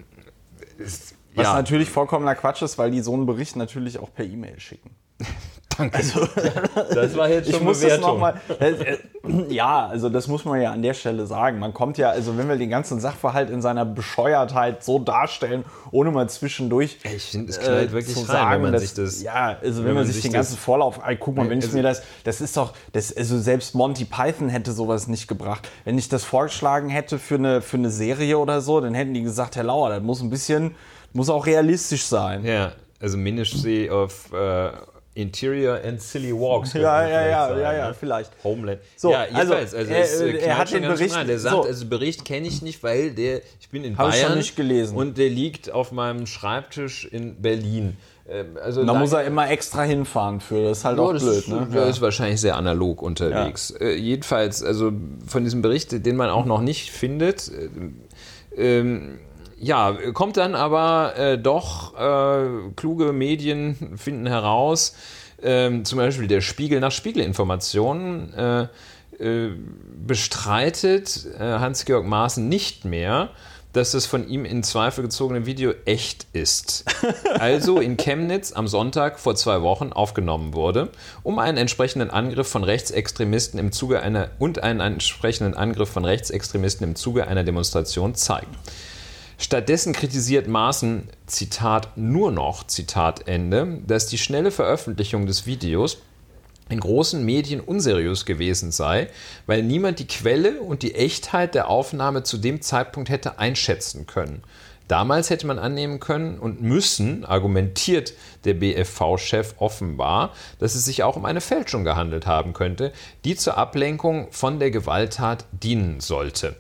ist, Was ja. natürlich vollkommener Quatsch ist, weil die so einen Bericht natürlich auch per E-Mail schicken. Danke. Also, das war jetzt schon ich muss Bewertung. Das noch mal, äh, ja, also das muss man ja an der Stelle sagen. Man kommt ja, also wenn wir den ganzen Sachverhalt in seiner Bescheuertheit so darstellen, ohne mal zwischendurch ich finde, es knallt äh, wirklich zu rein, sagen, wenn man dass, sich das... Ja, also wenn, wenn man man sich sich den das, ganzen Vorlauf... Ey, guck mal, wenn also, ich mir das... Das ist doch... Das, also selbst Monty Python hätte sowas nicht gebracht. Wenn ich das vorgeschlagen hätte für eine, für eine Serie oder so, dann hätten die gesagt, Herr Lauer, das muss ein bisschen... Muss auch realistisch sein. Ja, also Ministry of... Uh, Interior and Silly Walks. Ja, ja, ja, sein, ja, ja, ne? vielleicht. Homeland. So, ja, jedenfalls. Also, also, es, er, er hat den Bericht. Rein. Der sagt, so. also Bericht kenne ich nicht, weil der, ich bin in Hab Bayern ich schon nicht gelesen. Und der liegt auf meinem Schreibtisch in Berlin. Also da muss er immer extra hinfahren für. Das ist halt ja, auch das blöd. Ist, Ne? Der ja. ist wahrscheinlich sehr analog unterwegs. Ja. Äh, jedenfalls, also von diesem Bericht, den man auch noch nicht findet, äh, ähm, ja, kommt dann aber äh, doch, äh, kluge Medien finden heraus, äh, zum Beispiel der Spiegel nach Spiegelinformationen äh, äh, bestreitet äh, Hans-Georg Maaßen nicht mehr, dass das von ihm in Zweifel gezogene Video echt ist. Also in Chemnitz am Sonntag vor zwei Wochen aufgenommen wurde, um einen entsprechenden Angriff von Rechtsextremisten im Zuge einer und einen entsprechenden Angriff von Rechtsextremisten im Zuge einer Demonstration zeigt. Stattdessen kritisiert Maaßen, Zitat, nur noch, Zitat Ende, dass die schnelle Veröffentlichung des Videos in großen Medien unseriös gewesen sei, weil niemand die Quelle und die Echtheit der Aufnahme zu dem Zeitpunkt hätte einschätzen können. Damals hätte man annehmen können und müssen, argumentiert der B F V-Chef offenbar, dass es sich auch um eine Fälschung gehandelt haben könnte, die zur Ablenkung von der Gewalttat dienen sollte.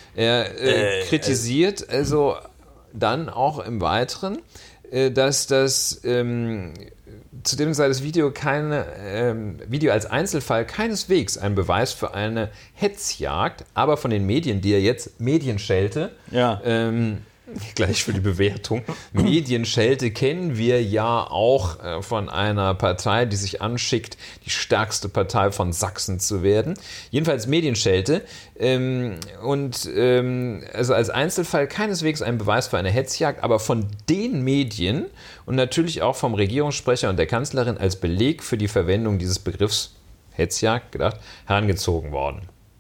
Er äh, äh, kritisiert also dann auch im Weiteren, äh, dass das ähm, zudem sei das Video, keine, ähm, Video als Einzelfall keineswegs ein Beweis für eine Hetzjagd, aber von den Medien, die er jetzt Medienschelte, ja. ähm, gleich für die Bewertung, Medienschelte kennen wir ja auch äh, von einer Partei, die sich anschickt, die stärkste Partei von Sachsen zu werden. Jedenfalls Medienschelte. Ähm, und ähm, also als Einzelfall keineswegs ein Beweis für eine Hetzjagd, aber von den Medien und natürlich auch vom Regierungssprecher und der Kanzlerin als Beleg für die Verwendung dieses Begriffs Hetzjagd gedacht, herangezogen worden.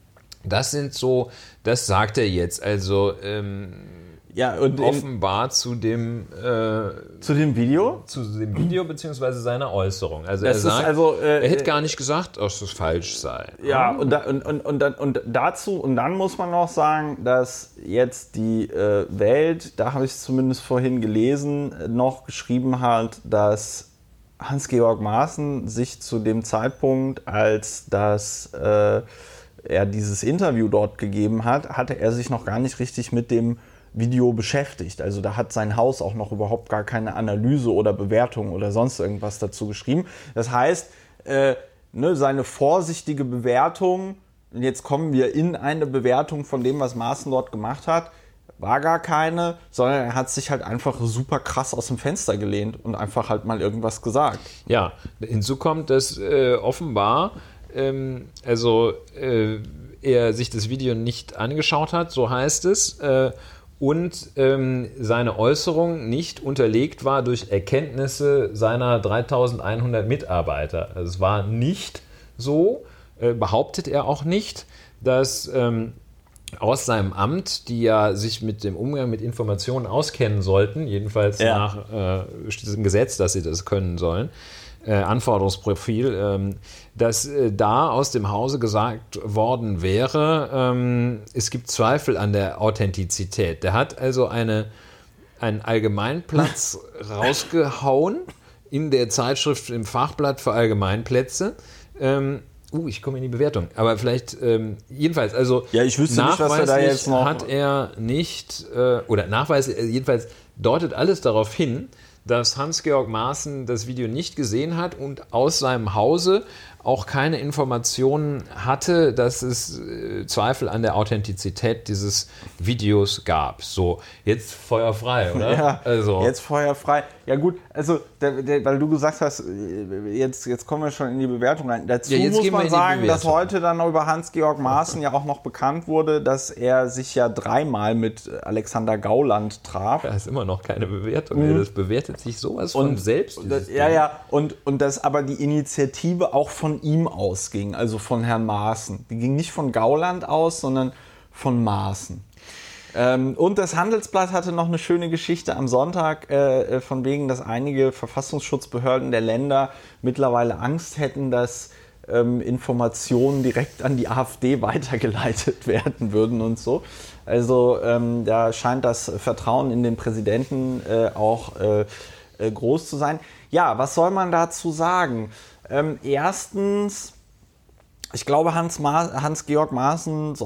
Das sind so, das sagt er jetzt, also ähm, ja, und offenbar zu dem äh, zu dem Video? Zu dem Video beziehungsweise seiner Äußerung. Also das er sagt, also, äh, er hätte gar nicht gesagt, dass das falsch sei. Ja, und, da, und, und, und, dann, und dazu, und dann muss man noch sagen, dass jetzt die äh, Welt, da habe ich es zumindest vorhin gelesen, noch geschrieben hat, dass Hans-Georg Maaßen sich zu dem Zeitpunkt, als das äh, er dieses Interview dort gegeben hat, hatte er sich noch gar nicht richtig mit dem Video beschäftigt. Also da hat sein Haus auch noch überhaupt gar keine Analyse oder Bewertung oder sonst irgendwas dazu geschrieben. Das heißt, äh, ne, seine vorsichtige Bewertung, und jetzt kommen wir in eine Bewertung von dem, was Maaßen dort gemacht hat, war gar keine, sondern er hat sich halt einfach super krass aus dem Fenster gelehnt und einfach halt mal irgendwas gesagt. Ja, hinzu kommt, dass äh, offenbar ähm, also äh, er sich das Video nicht angeschaut hat, so heißt es, äh, und ähm, seine Äußerung nicht unterlegt war durch Erkenntnisse seiner dreitausendeinhundert Mitarbeiter. Also es war nicht so, äh, behauptet er auch nicht, dass ähm, aus seinem Amt, die ja sich mit dem Umgang mit Informationen auskennen sollten, jedenfalls ja. nach äh, diesem Gesetz, dass sie das können sollen, äh, Anforderungsprofil, ähm, dass äh, da aus dem Hause gesagt worden wäre, ähm, es gibt Zweifel an der Authentizität. Der hat also eine, einen Allgemeinplatz rausgehauen in der Zeitschrift im Fachblatt für Allgemeinplätze. Ähm, Uh, ich komme in die Bewertung. Aber vielleicht, ähm, jedenfalls, also ja, ich wüsste nicht, was wir da jetzt noch hat er nicht, äh, oder nachweislich, jedenfalls deutet alles darauf hin, dass Hans-Georg Maaßen das Video nicht gesehen hat und aus seinem Hause auch keine Informationen hatte, dass es äh, Zweifel an der Authentizität dieses Videos gab. So, jetzt feuerfrei, oder? Ja, also. jetzt feuerfrei. Ja gut, also, der, der, weil du gesagt hast, jetzt, jetzt kommen wir schon in die Bewertung rein. Dazu ja, muss man sagen, dass heute dann über Hans-Georg Maaßen ja auch noch bekannt wurde, dass er sich ja dreimal mit Alexander Gauland traf. Da ist immer noch keine Bewertung. Mhm. Das bewertet sich sowas von und, selbst. Das, ja, ja, und, und dass aber die Initiative auch von ihm ausging, also von Herrn Maaßen. Die ging nicht von Gauland aus, sondern von Maaßen. Ähm, und das Handelsblatt hatte noch eine schöne Geschichte am Sonntag, äh, von wegen, dass einige Verfassungsschutzbehörden der Länder mittlerweile Angst hätten, dass ähm, Informationen direkt an die AfD weitergeleitet werden würden und so. Also ähm, da scheint das Vertrauen in den Präsidenten äh, auch äh, äh, groß zu sein. Ja, was soll man dazu sagen? Ähm, erstens, ich glaube, Hans Ma- Hans-Georg Maaßen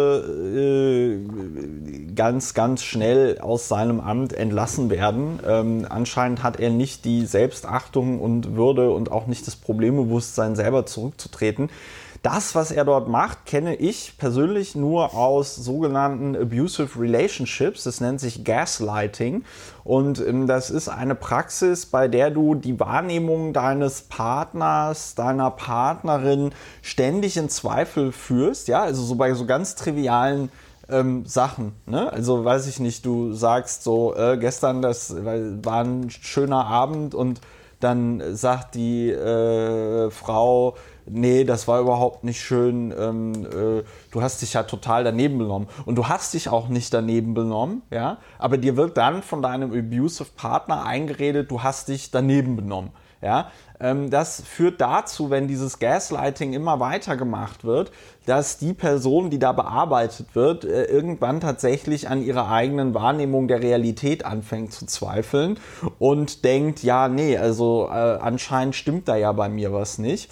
sollte äh, ganz, ganz schnell aus seinem Amt entlassen werden. Ähm, anscheinend hat er nicht die Selbstachtung und Würde und auch nicht das Problembewusstsein, selber zurückzutreten. Das, was er dort macht, kenne ich persönlich nur aus sogenannten Abusive Relationships. Das nennt sich Gaslighting. Und ähm, das ist eine Praxis, bei der du die Wahrnehmung deines Partners, deiner Partnerin ständig in Zweifel führst. Ja, also so bei so ganz trivialen ähm, Sachen. Ne? Also weiß ich nicht, du sagst so, äh, gestern, das war ein schöner Abend und dann sagt die äh, Frau, nee, das war überhaupt nicht schön, ähm, äh, du hast dich ja total daneben benommen. Und du hast dich auch nicht daneben benommen, ja, aber dir wird dann von deinem abusive Partner eingeredet, du hast dich daneben benommen. Ja, ähm, das führt dazu, wenn dieses Gaslighting immer weiter gemacht wird, dass die Person, die da bearbeitet wird, äh, irgendwann tatsächlich an ihrer eigenen Wahrnehmung der Realität anfängt zu zweifeln und denkt, ja, nee, also äh, anscheinend stimmt da ja bei mir was nicht.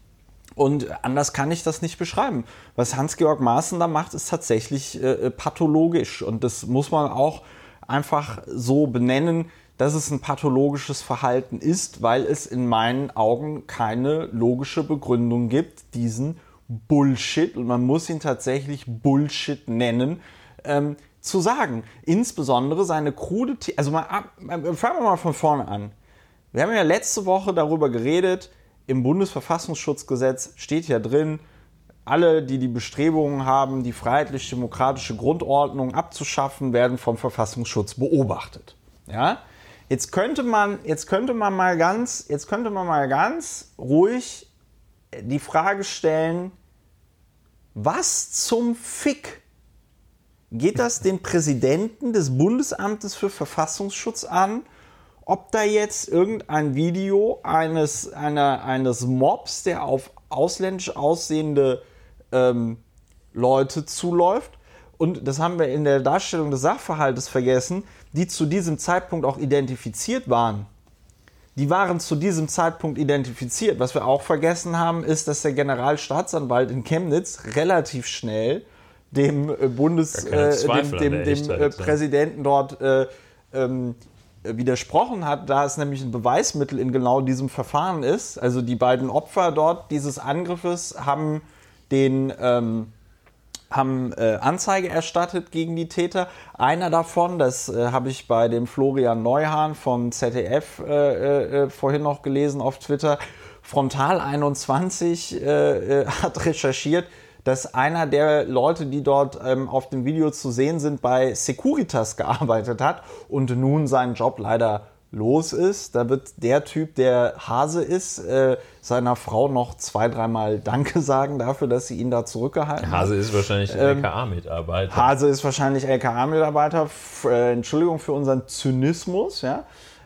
Und anders kann ich das nicht beschreiben. Was Hans-Georg Maaßen da macht, ist tatsächlich äh, pathologisch. Und das muss man auch einfach so benennen, dass es ein pathologisches Verhalten ist, weil es in meinen Augen keine logische Begründung gibt, diesen Bullshit, und man muss ihn tatsächlich Bullshit nennen, ähm, zu sagen. Insbesondere seine krude... The- also mal ab, fangen wir mal von vorne an. Wir haben ja letzte Woche darüber geredet, im Bundesverfassungsschutzgesetz steht ja drin, alle, die die Bestrebungen haben, die freiheitlich-demokratische Grundordnung abzuschaffen, werden vom Verfassungsschutz beobachtet. Ja? Jetzt könnte man, jetzt könnte man mal ganz, jetzt könnte man mal ganz ruhig die Frage stellen, was zum Fick geht das den Präsidenten des Bundesamtes für Verfassungsschutz an, ob da jetzt irgendein Video eines, einer, eines Mobs, der auf ausländisch aussehende ähm, Leute zuläuft, und das haben wir in der Darstellung des Sachverhaltes vergessen, die zu diesem Zeitpunkt auch identifiziert waren. Die waren zu diesem Zeitpunkt identifiziert. Was wir auch vergessen haben, ist, dass der Generalstaatsanwalt in Chemnitz relativ schnell dem äh, Bundes, äh, dem, dem, dem äh, Präsidenten dort äh, ähm, widersprochen hat, da es nämlich ein Beweismittel in genau diesem Verfahren ist. Also die beiden Opfer dort dieses Angriffes haben den ähm, haben äh, Anzeige erstattet gegen die Täter. Einer davon, das äh, habe ich bei dem Florian Neuhahn vom Z D F äh, äh, vorhin noch gelesen auf Twitter, Frontal einundzwanzig äh, äh, hat recherchiert, dass einer der Leute, die dort ähm, auf dem Video zu sehen sind, bei Securitas gearbeitet hat und nun seinen Job leider los ist. Da wird der Typ, der Hase ist, äh, seiner Frau noch zwei, dreimal Danke sagen dafür, dass sie ihn da zurückgehalten hat. Hase ist wahrscheinlich ein ähm, L K A-Mitarbeiter. Hase ist wahrscheinlich L K A-Mitarbeiter. F- äh, Entschuldigung für unseren Zynismus. Ja?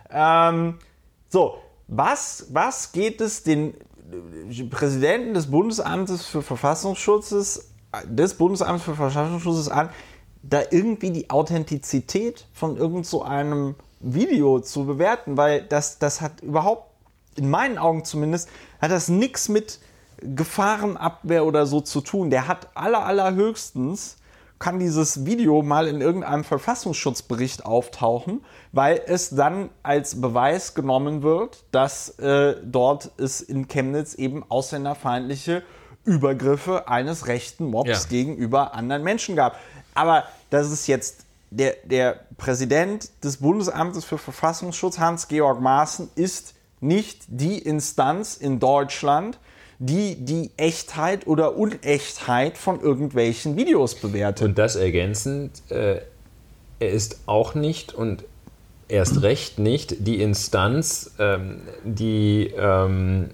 Ähm, so, was, was geht es den Präsidenten des Bundesamtes für Verfassungsschutzes, des Bundesamtes für Verfassungsschutzes an, da irgendwie die Authentizität von irgend so einem Video zu bewerten, weil das, das hat überhaupt, in meinen Augen zumindest, hat das nichts mit Gefahrenabwehr oder so zu tun. Der hat aller, allerhöchstens, kann dieses Video mal in irgendeinem Verfassungsschutzbericht auftauchen, weil es dann als Beweis genommen wird, dass äh, dort es in Chemnitz eben ausländerfeindliche Übergriffe eines rechten Mobs ja. gegenüber anderen Menschen gab. Aber das ist jetzt der, der Präsident des Bundesamtes für Verfassungsschutz, Hans-Georg Maaßen, ist nicht die Instanz in Deutschland, die die Echtheit oder Unechtheit von irgendwelchen Videos bewertet. Und das ergänzend, äh, er ist auch nicht und erst recht nicht die Instanz, ähm, die ähm,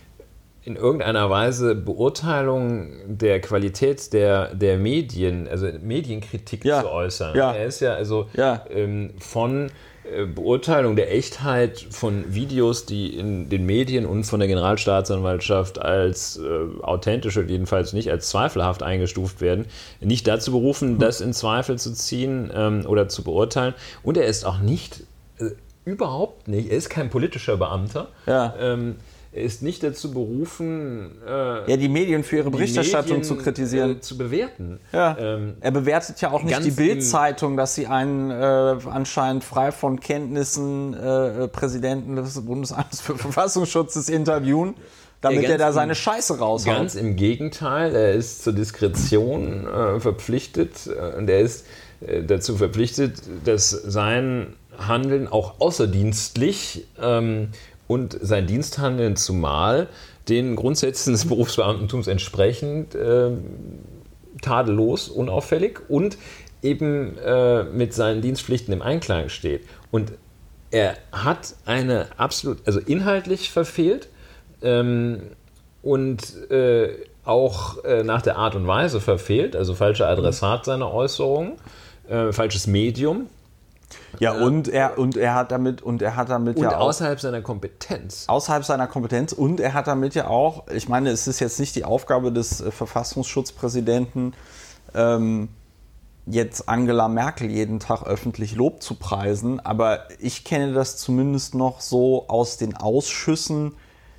in irgendeiner Weise Beurteilung der Qualität der, der Medien, also Medienkritik ja. zu äußern. Ja. Er ist ja also ja. Ähm, von äh, Beurteilung der Echtheit von Videos, die in den Medien und von der Generalstaatsanwaltschaft als äh, authentisch oder jedenfalls nicht als zweifelhaft eingestuft werden, nicht dazu berufen, hm. das in Zweifel zu ziehen ähm, oder zu beurteilen. Und er ist auch nicht, äh, überhaupt nicht, er ist kein politischer Beamter. Ja. Ähm, Er ist nicht dazu berufen, äh, ja, die Medien für ihre Berichterstattung zu kritisieren. Äh, zu bewerten. Ja. Ähm, er bewertet ja auch nicht die Bild-Zeitung, dass sie einen äh, anscheinend frei von Kenntnissen äh, Präsidenten des Bundesamtes für Verfassungsschutzes interviewen, damit ja, er da seine im, Scheiße raushaut. Ganz im Gegenteil, er ist zur Diskretion äh, verpflichtet äh, und er ist äh, dazu verpflichtet, dass sein Handeln auch außerdienstlich ähm, und sein Diensthandeln zumal den Grundsätzen des Berufsbeamtentums entsprechend äh, tadellos, unauffällig und eben äh, mit seinen Dienstpflichten im Einklang steht. Und er hat eine absolut, also inhaltlich verfehlt ähm, und äh, auch äh, nach der Art und Weise verfehlt, also falscher Adressat seiner Äußerungen, äh, falsches Medium. Ja, und er, und er hat damit, und er hat damit und ja auch. Außerhalb seiner Kompetenz. Außerhalb seiner Kompetenz. Und er hat damit ja auch, ich meine, es ist jetzt nicht die Aufgabe des äh, Verfassungsschutzpräsidenten, ähm, jetzt Angela Merkel jeden Tag öffentlich Lob zu preisen, aber ich kenne das zumindest noch so aus den Ausschüssen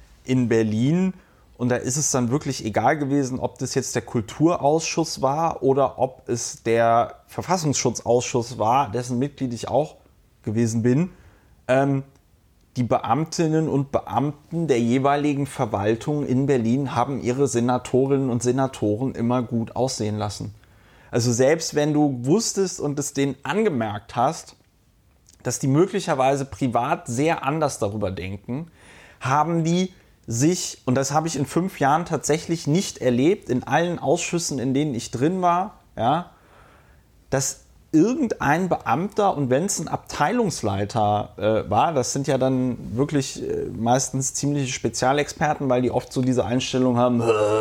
in Berlin. Und da ist es dann wirklich egal gewesen, ob das jetzt der Kulturausschuss war oder ob es der Verfassungsschutzausschuss war, dessen Mitglied ich auch gewesen bin. Ähm, die Beamtinnen und Beamten der jeweiligen Verwaltung in Berlin haben ihre Senatorinnen und Senatoren immer gut aussehen lassen. Also selbst wenn du wusstest und es denen angemerkt hast, dass die möglicherweise privat sehr anders darüber denken, haben die sich, und das habe ich in fünf Jahren tatsächlich nicht erlebt, in allen Ausschüssen, in denen ich drin war, ja, dass irgendein Beamter, und wenn es ein Abteilungsleiter äh, war, das sind ja dann wirklich äh, meistens ziemliche Spezialexperten, weil die oft so diese Einstellung haben,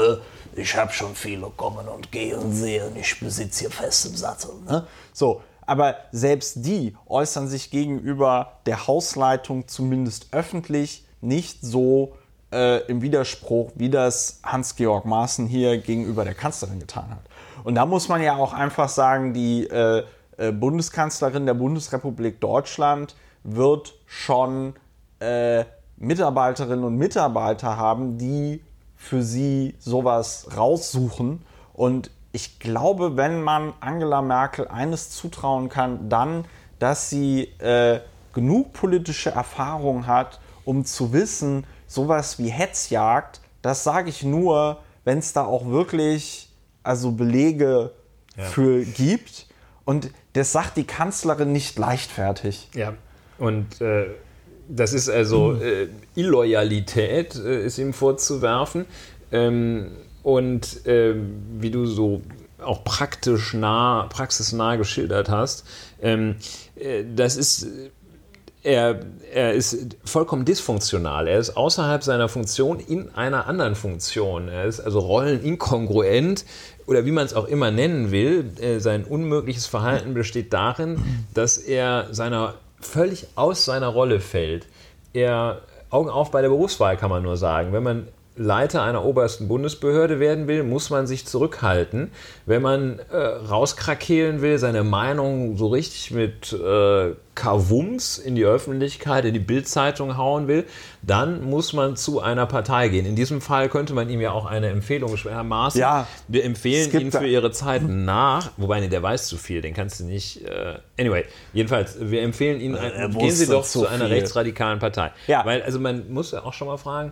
ich habe schon viele kommen und gehen sehen, ich besitze hier fest im Sattel. Ne? So, aber selbst die äußern sich gegenüber der Hausleitung zumindest öffentlich nicht so Äh, im Widerspruch, wie das Hans-Georg Maaßen hier gegenüber der Kanzlerin getan hat. Und da muss man ja auch einfach sagen, die äh, äh, Bundeskanzlerin der Bundesrepublik Deutschland wird schon äh, Mitarbeiterinnen und Mitarbeiter haben, die für sie sowas raussuchen. Und ich glaube, wenn man Angela Merkel eines zutrauen kann, dann, dass sie äh, genug politische Erfahrung hat, um zu wissen, sowas wie Hetzjagd, das sage ich nur, wenn es da auch wirklich also Belege ja. für gibt. Und das sagt die Kanzlerin nicht leichtfertig. Ja, und äh, das ist also äh, Illoyalität äh, ist ihm vorzuwerfen. Ähm, und äh, wie du so auch praktisch nah, praxisnah geschildert hast, ähm, äh, das ist er, er ist vollkommen dysfunktional. Er ist außerhalb seiner Funktion in einer anderen Funktion. Er ist also rolleninkongruent oder wie man es auch immer nennen will. Sein unmögliches Verhalten besteht darin, dass er seiner völlig aus seiner Rolle fällt. Er, Augen auf bei der Berufswahl, kann man nur sagen. Wenn man Leiter einer obersten Bundesbehörde werden will, muss man sich zurückhalten. Wenn man äh, rauskrakehlen will, seine Meinung so richtig mit äh, Kavums in die Öffentlichkeit, in die Bild-Zeitung hauen will, dann muss man zu einer Partei gehen. In diesem Fall könnte man ihm ja auch eine Empfehlung schwer Maaßen. Ja, wir empfehlen ihn für ihre Zeit nach, wobei nee, der weiß zu viel, den kannst du nicht. Äh, anyway, jedenfalls, wir empfehlen ihn, äh, gehen Sie doch zu einer viel. rechtsradikalen Partei. Ja. Weil, also man muss ja auch schon mal fragen,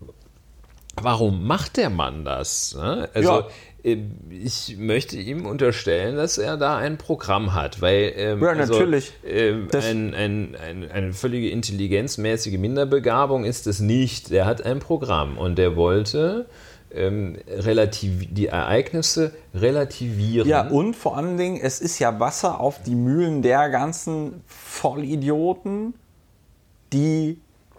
warum macht der Mann das? Also ja. ich möchte ihm unterstellen, dass er da ein Programm hat, weil ähm, ja, natürlich. Also, ähm, ein, ein, ein, eine völlige intelligenzmäßige Minderbegabung ist es nicht. Der hat ein Programm und der wollte ähm, relativ, die Ereignisse relativieren. Ja, und vor allen Dingen, es ist ja Wasser auf die Mühlen der ganzen Vollidioten, die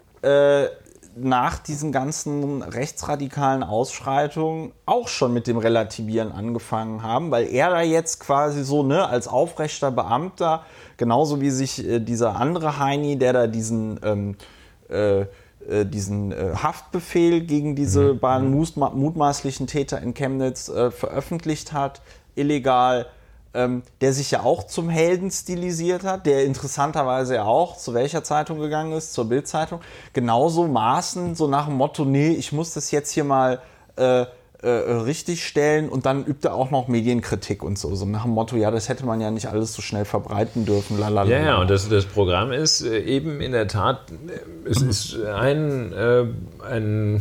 äh, nach diesen ganzen rechtsradikalen Ausschreitungen auch schon mit dem Relativieren angefangen haben, weil er da jetzt quasi so, ne, als aufrechter Beamter, genauso wie sich äh, dieser andere Heini, der da diesen, ähm, äh, äh, diesen äh, Haftbefehl gegen diese mhm. beiden mutmaßlichen Täter in Chemnitz äh, veröffentlicht hat, illegal, Ähm, der sich ja auch zum Helden stilisiert hat, der interessanterweise ja auch zu welcher Zeitung gegangen ist, zur Bild-Zeitung, genauso Maaßen, so nach dem Motto, nee, ich muss das jetzt hier mal äh, äh, richtig stellen und dann übt er auch noch Medienkritik und so, so nach dem Motto, ja, das hätte man ja nicht alles so schnell verbreiten dürfen, lalala. Ja, ja, und das, das Programm ist äh, eben in der Tat, es ist ein, äh, ein,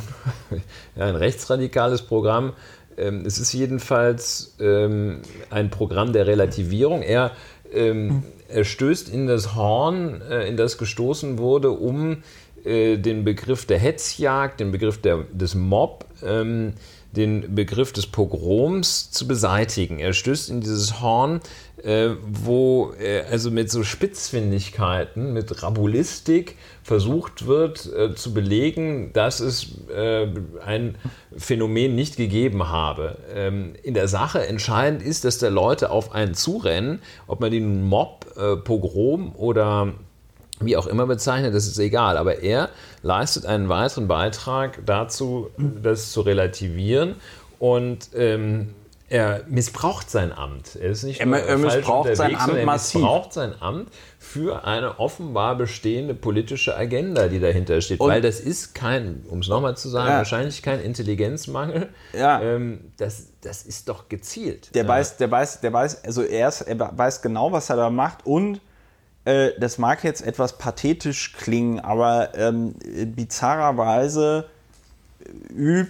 ja, ein rechtsradikales Programm. Es ist jedenfalls ähm, ein Programm der Relativierung. Er, ähm, er stößt in das Horn, äh, in das gestoßen wurde, um äh, den Begriff der Hetzjagd, den Begriff der, des Mob, ähm, den Begriff des Pogroms zu beseitigen. Er stößt in dieses Horn, äh, wo äh, also mit so Spitzfindigkeiten, mit Rabulistik versucht wird äh, zu belegen, dass es äh, ein Phänomen nicht gegeben habe. Ähm, in der Sache entscheidend ist, dass da Leute auf einen zurennen, ob man den Mob, äh, Pogrom oder wie auch immer bezeichnet, das ist egal. Aber er leistet einen weiteren Beitrag dazu, das zu relativieren und ähm, er missbraucht sein Amt. Er ist nicht nur er, er falsch missbraucht unterwegs, sein Amt er massiv. missbraucht sein Amt für eine offenbar bestehende politische Agenda, die dahinter steht. Und weil das ist kein, um es nochmal zu sagen, ja. wahrscheinlich kein Intelligenzmangel. Ja. Ähm, das, das ist doch gezielt. Der ja. weiß, der weiß, der weiß, also er, ist, er weiß genau, was er da macht und äh, das mag jetzt etwas pathetisch klingen, aber ähm, bizarrerweise übt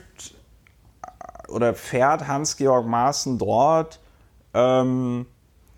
oder fährt Hans-Georg Maaßen dort ähm,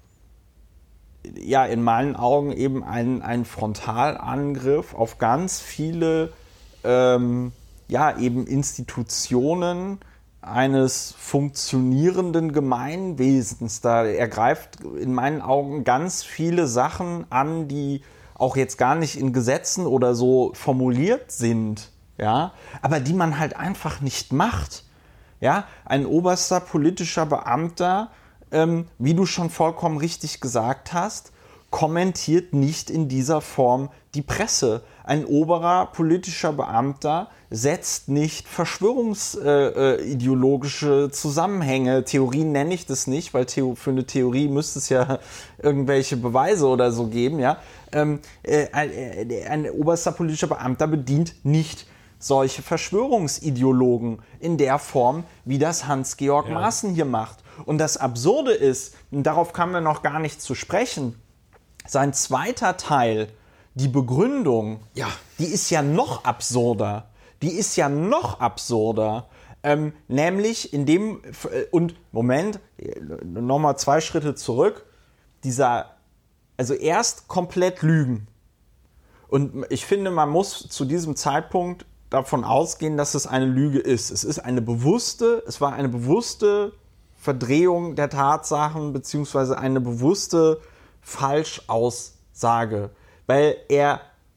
ja in meinen Augen eben einen, einen Frontalangriff auf ganz viele ähm, ja eben Institutionen eines funktionierenden Gemeinwesens. Da er greift in meinen Augen ganz viele Sachen an, die auch jetzt gar nicht in Gesetzen oder so formuliert sind, ja, aber die man halt einfach nicht macht. Ja, ein oberster politischer Beamter, ähm, wie du schon vollkommen richtig gesagt hast, kommentiert nicht in dieser Form die Presse. Ein oberer politischer Beamter setzt nicht verschwörungsideologische äh, Zusammenhänge. Theorien nenne ich das nicht, weil Theo- für eine Theorie müsste es ja irgendwelche Beweise oder so geben. Ja? Ähm, äh, ein, äh, ein oberster politischer Beamter bedient nicht solche Verschwörungsideologen in der Form, wie das Hans-Georg ja. Maaßen hier macht. Und das Absurde ist, und darauf kamen wir noch gar nicht zu sprechen, sein zweiter Teil, die Begründung, ja. die ist ja noch absurder. Die ist ja noch absurder. Ähm, nämlich in dem, und Moment, nochmal zwei Schritte zurück, dieser, also erst komplett lügen. Und ich finde, man muss zu diesem Zeitpunkt davon ausgehen, dass es eine Lüge ist. Es ist eine bewusste, es war eine bewusste Verdrehung der Tatsachen, beziehungsweise eine bewusste Falschaussage. Weil er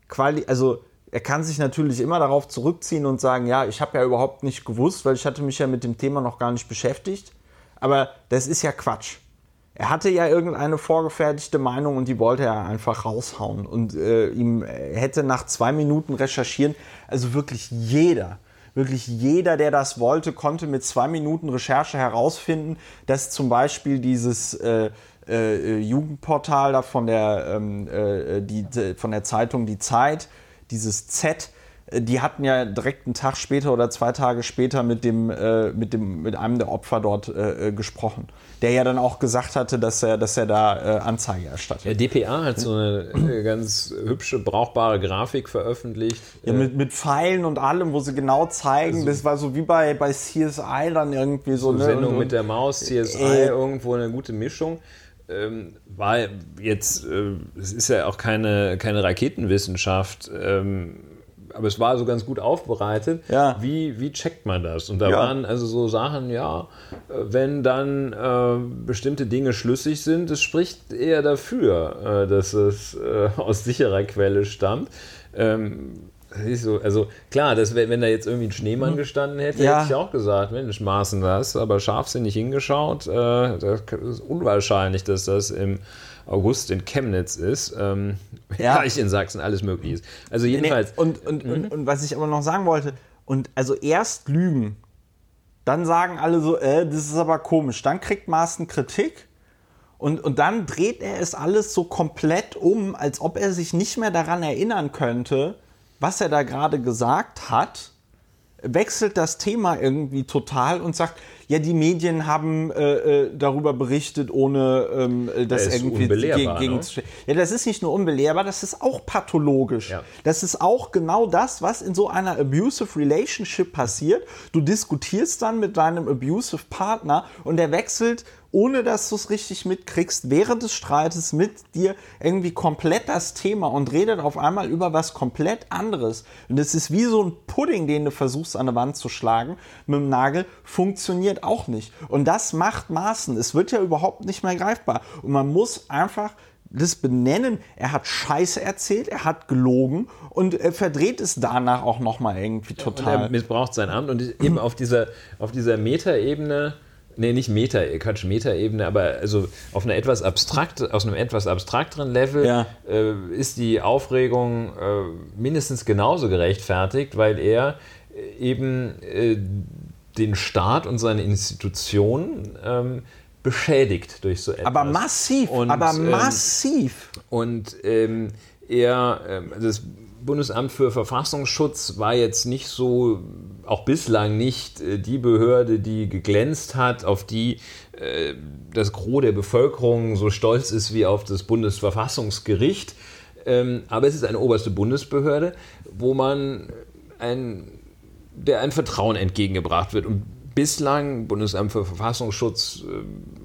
quali- also er kann sich natürlich immer darauf zurückziehen und sagen, ja, ich habe ja überhaupt nicht gewusst, weil ich hatte mich ja mit dem Thema noch gar nicht beschäftigt. Aber das ist ja Quatsch. Er hatte ja irgendeine vorgefertigte Meinung und die wollte er einfach raushauen. Und äh, ihm hätte nach zwei Minuten recherchieren, also wirklich jeder, wirklich jeder, der das wollte, konnte mit zwei Minuten Recherche herausfinden, dass zum Beispiel dieses äh, äh, Jugendportal da von der, ähm, äh, die, von der Zeitung Die Zeit, dieses Z, die hatten ja direkt einen Tag später oder zwei Tage später mit dem, äh, mit dem, mit einem der Opfer dort äh, gesprochen, der ja dann auch gesagt hatte, dass er, dass er da äh, Anzeige erstattet. Der D P A hat so eine ganz hübsche, brauchbare Grafik veröffentlicht. Ja, mit, mit Pfeilen und allem, wo sie genau zeigen, also, das war so wie bei, bei C S I dann irgendwie so. so eine Sendung und, mit der Maus, C S I, äh, irgendwo eine gute Mischung. Ähm, war jetzt, äh, es ist ja auch keine, keine Raketenwissenschaft, ähm, aber es war so ganz gut aufbereitet. Ja. Wie, wie checkt man das? Und da ja. waren also so Sachen, ja, wenn dann äh, bestimmte Dinge schlüssig sind, es spricht eher dafür, äh, dass es äh, aus sicherer Quelle stammt. Ähm, So, also klar, das, wenn da jetzt irgendwie ein Schneemann gestanden hätte, ja. hätte ich auch gesagt, Mensch, maßen das, aber scharfsinnig hingeschaut, äh, das ist unwahrscheinlich, dass das im August in Chemnitz ist, ähm, ja. gleich in Sachsen alles möglich ist. Also jedenfalls. Nee, und, und, mhm. und, und was ich aber noch sagen wollte, und also erst lügen, dann sagen alle so, äh, das ist aber komisch, dann kriegt Maaßen Kritik. Und, und dann dreht er es alles so komplett um, als ob er sich nicht mehr daran erinnern könnte, was er da gerade gesagt hat, wechselt das Thema irgendwie total und sagt, ja, die Medien haben äh, darüber berichtet, ohne ähm, das irgendwie gegen, gegen zu stehen. Ja, das ist nicht nur unbelehrbar, das ist auch pathologisch. Ja. Das ist auch genau das, was in so einer abusive Relationship passiert. Du diskutierst dann mit deinem abusive Partner und der wechselt, ohne dass du es richtig mitkriegst, während des Streites mit dir irgendwie komplett das Thema und redet auf einmal über was komplett anderes. Und das ist wie so ein Pudding, den du versuchst an der Wand zu schlagen mit dem Nagel, funktioniert auch nicht. Und das macht Maaßen. Es wird ja überhaupt nicht mehr greifbar. Und man muss einfach das benennen. Er hat Scheiße erzählt, er hat gelogen und er verdreht es danach auch nochmal irgendwie total. Und er missbraucht sein Amt und eben auf dieser, auf dieser Metaebene, nee, nicht Meta, Quatsch, Metaebene, aber also auf einer etwas abstrakt, aus einem etwas abstrakteren Level ja. äh, ist die Aufregung äh, mindestens genauso gerechtfertigt, weil er äh, eben äh, den Staat und seine Institutionen ähm, beschädigt durch so etwas. Aber massiv, und, aber ähm, massiv. Und ähm, er, ähm, das Bundesamt für Verfassungsschutz war jetzt nicht so, auch bislang nicht äh, die Behörde, die geglänzt hat, auf die äh, das Gros der Bevölkerung so stolz ist wie auf das Bundesverfassungsgericht. Ähm, aber es ist eine oberste Bundesbehörde, wo man ein, der ein Vertrauen entgegengebracht wird. Und bislang, Bundesamt für Verfassungsschutz äh,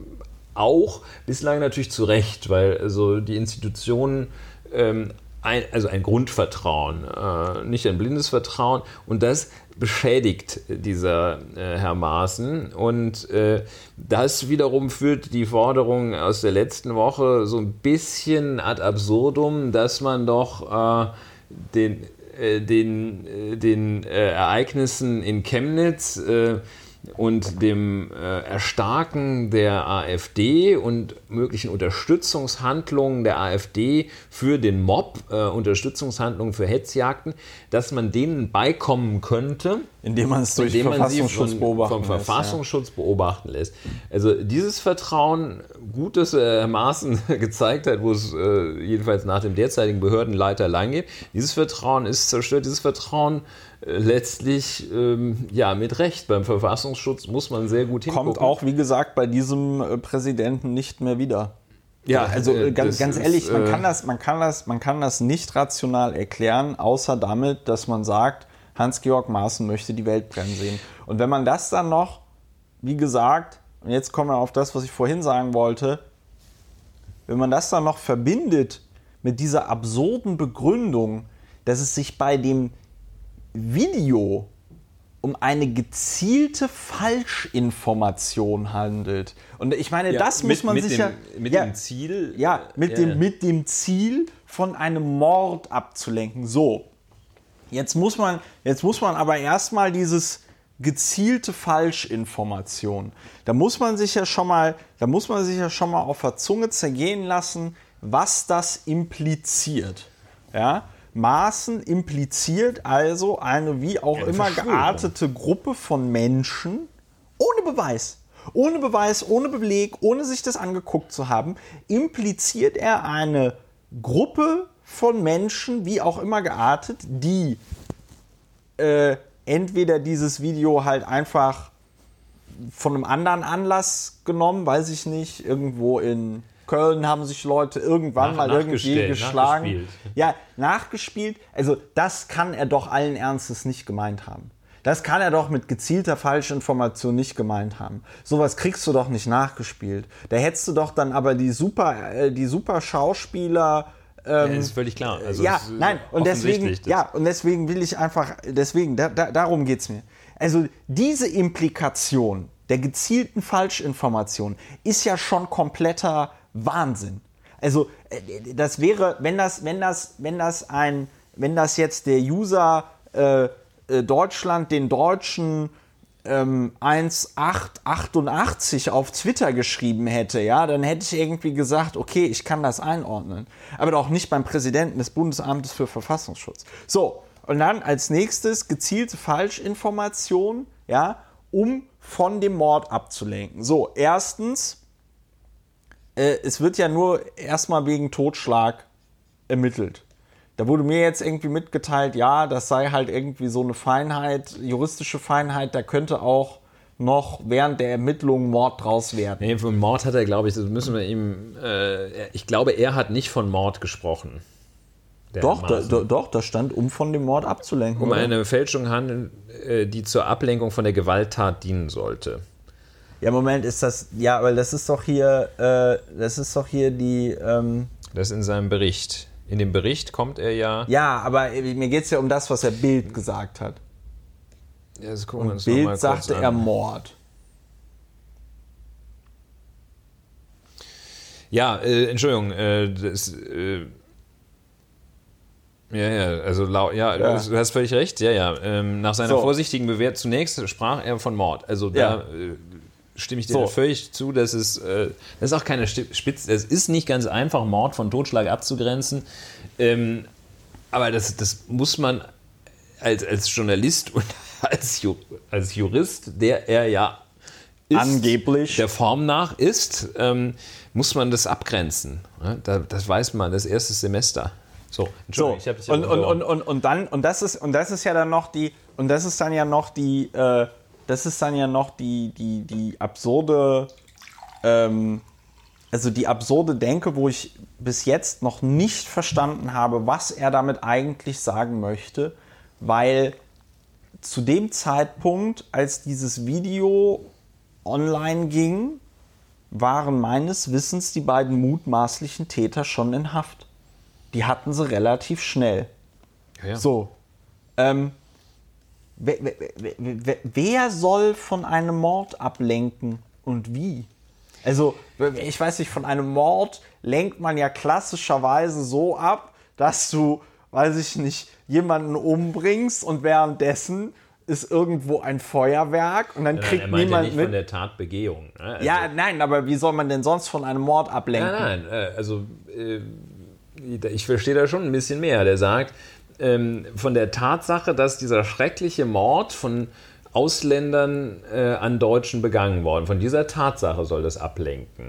auch, bislang natürlich zu Recht, weil also die Institutionen ähm, Ein, also ein Grundvertrauen, äh, nicht ein blindes Vertrauen. Und das beschädigt dieser äh, Herr Maaßen. Und äh, das wiederum führt die Forderung aus der letzten Woche so ein bisschen ad absurdum, dass man doch äh, den, äh, den, äh, den äh, Ereignissen in Chemnitz äh, und dem äh, Erstarken der AfD und möglichen Unterstützungshandlungen der AfD für den Mob, äh, Unterstützungshandlungen für Hetzjagden, dass man denen beikommen könnte, indem man es durch den Verfassungsschutz von, beobachten vom lässt, Verfassungsschutz ja. beobachten lässt. Also dieses Vertrauen, gut, dass Herr Maaßen gezeigt hat, wo es äh, jedenfalls nach dem derzeitigen Behördenleiter lang geht, dieses Vertrauen ist zerstört, dieses Vertrauen letztlich, ähm, ja, mit Recht. Beim Verfassungsschutz muss man sehr gut hingucken. Kommt auch, wie gesagt, bei diesem äh, Präsidenten nicht mehr wieder. Ja, also äh, ganz, ganz ehrlich, ist, man, kann das, man, kann das, man kann das nicht rational erklären, außer damit, dass man sagt, Hans-Georg Maaßen möchte die Welt brennen sehen. Und wenn man das dann noch, wie gesagt, und jetzt kommen wir auf das, was ich vorhin sagen wollte, wenn man das dann noch verbindet mit dieser absurden Begründung, dass es sich bei dem Video um eine gezielte Falschinformation handelt. Und ich meine, ja, das mit, muss man mit sich dem, ja... Mit ja, dem Ziel... Ja, mit, ja, dem, ja. mit dem Ziel, von einem Mord abzulenken. So, jetzt muss man, jetzt muss man aber erstmal dieses gezielte Falschinformation. Da muss man sich ja schon mal, da muss man sich ja schon mal auf der Zunge zergehen lassen, was das impliziert. Ja? Maaßen impliziert also eine wie auch eine immer geartete Gruppe von Menschen ohne Beweis, ohne Beweis, ohne Beleg, ohne sich das angeguckt zu haben, impliziert er eine Gruppe von Menschen, wie auch immer geartet, die äh, entweder dieses Video halt einfach von einem anderen Anlass genommen, weiß ich nicht, irgendwo in Köln haben sich Leute irgendwann Nach, mal irgendwie geschlagen. Nachgespielt. Ja, nachgespielt. Also das kann er doch allen Ernstes nicht gemeint haben. Das kann er doch mit gezielter Falschinformation nicht gemeint haben. Sowas kriegst du doch nicht nachgespielt. Da hättest du doch dann aber die super, äh, die super Schauspieler... Ähm, ja, ist völlig klar. Also ja, nein, und deswegen, ja, und deswegen will ich einfach, deswegen, da, da, darum geht's mir. Also diese Implikation der gezielten Falschinformation ist ja schon kompletter Wahnsinn. Also das wäre, wenn das, wenn das, wenn das ein, wenn das jetzt der User äh, Deutschland den Deutschen ähm, eins acht achtundachtzig auf Twitter geschrieben hätte, ja, dann hätte ich irgendwie gesagt, okay, ich kann das einordnen. Aber doch nicht beim Präsidenten des Bundesamtes für Verfassungsschutz. So, und dann als nächstes gezielte Falschinformation, ja, um von dem Mord abzulenken. So, erstens, äh, es wird ja nur erstmal wegen Totschlag ermittelt. Da wurde mir jetzt irgendwie mitgeteilt, ja, das sei halt irgendwie so eine Feinheit, juristische Feinheit, da könnte auch noch während der Ermittlungen Mord draus werden. Nee, von Mord hat er, glaube ich, das müssen wir ihm, äh, ich glaube, er hat nicht von Mord gesprochen. Doch, da, da, doch, da stand, um von dem Mord abzulenken. Um oder? eine Fälschung handeln, äh, die zur Ablenkung von der Gewalttat dienen sollte. Ja, Moment, ist das, ja, aber das ist doch hier, äh, das ist doch hier die, ähm Das ist in seinem Bericht. In dem Bericht kommt er ja... Ja, aber mir geht es ja um das, was er Bild gesagt hat. Ja, das gucken wir uns Bild noch mal sagte kurz an. er Mord. Ja, äh, Entschuldigung, äh, das... Äh, ja, ja, also ja, ja, du hast völlig recht. Ja, ja. Ähm, nach seiner so. vorsichtigen Bewertung zunächst sprach er von Mord. Also da... Ja. Äh, stimme ich dir so. völlig zu, dass es äh, das ist auch keine Spitze, es ist nicht ganz einfach, Mord von Totschlag abzugrenzen, ähm, aber das, das muss man als, als Journalist und als, Ju, als Jurist, der er ja ist, angeblich der Form nach ist, ähm, muss man das abgrenzen. Ja, da, das weiß man, das erste Semester. So, Entschuldigung, so. ich habe dich ja und, und, und, und, und dann und das ist und das ist ja dann noch die und das ist dann ja noch die äh, Das ist dann ja noch die, die, die absurde, ähm, also die absurde Denke, wo ich bis jetzt noch nicht verstanden habe, was er damit eigentlich sagen möchte, weil zu dem Zeitpunkt, als dieses Video online ging, waren meines Wissens die beiden mutmaßlichen Täter schon in Haft. Die hatten sie relativ schnell. Ja, ja. So, ähm, Wer, wer, wer, wer soll von einem Mord ablenken und wie? Also, ich weiß nicht, von einem Mord lenkt man ja klassischerweise so ab, dass du, weiß ich nicht, jemanden umbringst und währenddessen ist irgendwo ein Feuerwerk und dann kriegt ja, nein, er niemand ja nicht mit. Von der Tatbegehung. Ne? Also, ja, nein, aber wie soll man denn sonst von einem Mord ablenken? Nein, nein, also äh, ich verstehe da schon ein bisschen mehr. Der sagt, Ähm, von der Tatsache, dass dieser schreckliche Mord von Ausländern äh, an Deutschen begangen worden, von dieser Tatsache soll das ablenken.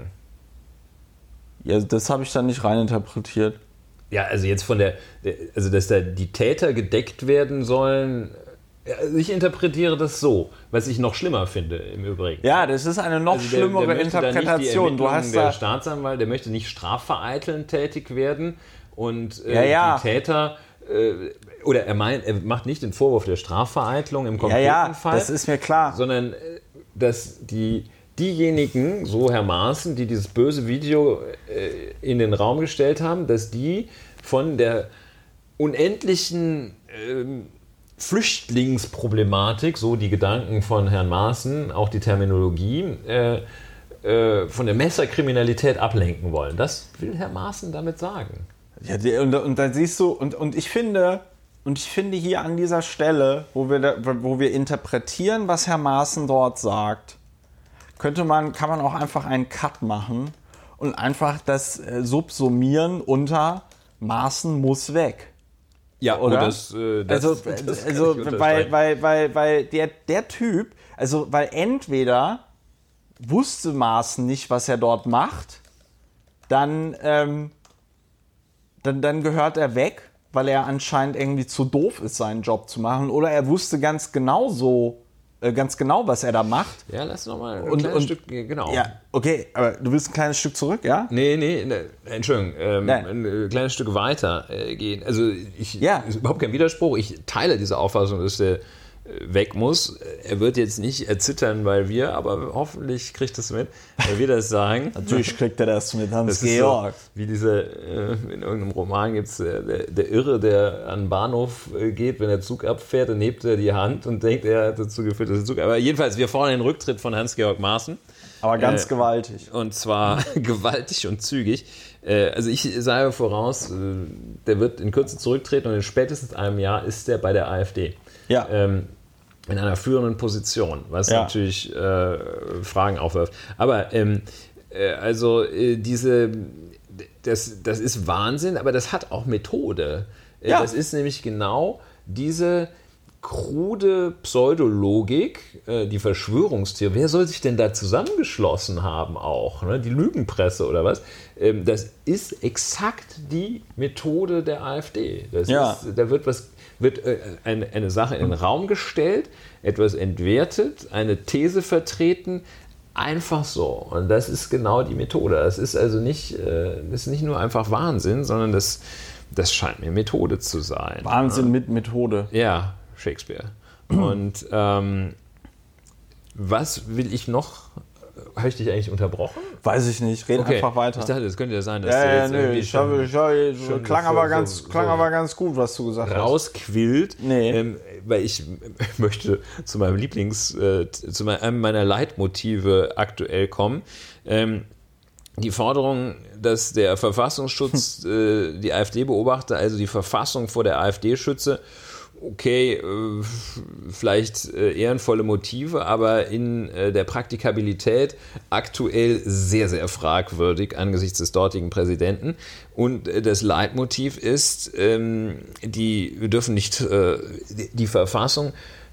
Ja, das habe ich dann nicht reininterpretiert. Ja, also jetzt von der, also dass da die Täter gedeckt werden sollen, also ich interpretiere das so, was ich noch schlimmer finde im Übrigen. Ja, das ist eine noch also der, schlimmere der Interpretation. Du hast der Staatsanwalt, der möchte nicht strafvereitelnd tätig werden und äh, ja, ja. die Täter oder er meint, er macht nicht den Vorwurf der Strafvereitelung im konkreten ja, ja, Fall, das ist mir klar, sondern dass die diejenigen, so Herr Maaßen, die dieses böse Video äh, in den Raum gestellt haben, dass die von der unendlichen äh, Flüchtlingsproblematik, so die Gedanken von Herrn Maaßen, auch die Terminologie, äh, äh, von der Messerkriminalität ablenken wollen. Das will Herr Maaßen damit sagen. Ja, die, und, und da siehst du, und, und ich finde, und ich finde hier an dieser Stelle, wo wir, da, wo wir interpretieren, was Herr Maaßen dort sagt, könnte man, kann man auch einfach einen Cut machen und einfach das äh, subsumieren unter Maaßen muss weg. Ja, oder? Oh, das, äh, das, also, das also weil, weil, weil, weil der, der Typ, also weil entweder wusste Maaßen nicht, was er dort macht, dann, ähm, dann, dann gehört er weg, weil er anscheinend irgendwie zu doof ist, seinen Job zu machen, oder er wusste ganz genau so, äh, ganz genau, was er da macht. Ja, lass noch mal ein und, kleines und, Stück, genau. Ja, okay, aber du willst ein kleines Stück zurück, ja? Nee, nee, nee Entschuldigung, ähm, ein kleines Stück weiter äh, gehen. Also ich, ja. ist überhaupt kein Widerspruch. Ich teile diese Auffassung, dass der weg muss. Er wird jetzt nicht erzittern, weil wir, aber hoffentlich kriegt das mit, weil wir das sagen. Natürlich kriegt er das mit, Hans das Georg. So, wie diese, äh, in irgendeinem Roman gibt es der, der Irre, der an den Bahnhof geht, wenn der Zug abfährt, dann hebt er die Hand und denkt, er hat dazu geführt, dass der Zug... Aber jedenfalls, wir fordern den Rücktritt von Hans-Georg Maaßen. Aber ganz äh, gewaltig. Und zwar gewaltig und zügig. Äh, also ich sage voraus, äh, der wird in Kürze zurücktreten und in spätestens einem Jahr ist er bei der AfD. Ja. Ähm, in einer führenden Position, was ja. natürlich äh, Fragen aufwirft. Aber ähm, äh, also äh, diese, das, das ist Wahnsinn, aber das hat auch Methode. Äh, ja. Das ist nämlich genau diese krude Pseudologik, äh, die Verschwörungstheorie. Wer soll sich denn da zusammengeschlossen haben auch? Ne? Die Lügenpresse oder was? Ähm, das ist exakt die Methode der AfD. Das ja. ist, da wird was wird äh, eine, eine Sache in den Raum gestellt, etwas entwertet, eine These vertreten, einfach so. Und das ist genau die Methode. Das ist also nicht, äh, das ist nicht nur einfach Wahnsinn, sondern das, das scheint mir Methode zu sein. Wahnsinn ja. mit Methode. Ja, Shakespeare. Und ähm, was will ich noch... Habe ich dich eigentlich unterbrochen? Weiß ich nicht, red okay. einfach weiter. Ich dachte, das könnte ja sein, dass ja, du ja, jetzt nö, irgendwie ich schon, habe, ich habe, schon klang, so, aber ganz, so, klang so aber ganz gut, was du gesagt rausquillt, hast. Nee. Ähm, weil ich möchte zu meinem Lieblings, äh, zu einem meiner Leitmotive aktuell kommen. Ähm, die Forderung, dass der Verfassungsschutz äh, die AfD beobachte, also die Verfassung vor der AfD schütze, okay, äh, vielleicht äh, ehrenvolle Motive, aber in äh, der Praktikabilität aktuell sehr, sehr fragwürdig angesichts des dortigen Präsidenten. Und äh, das Leitmotiv ist, ähm, die, wir dürfen nicht, äh, die, die Verfassung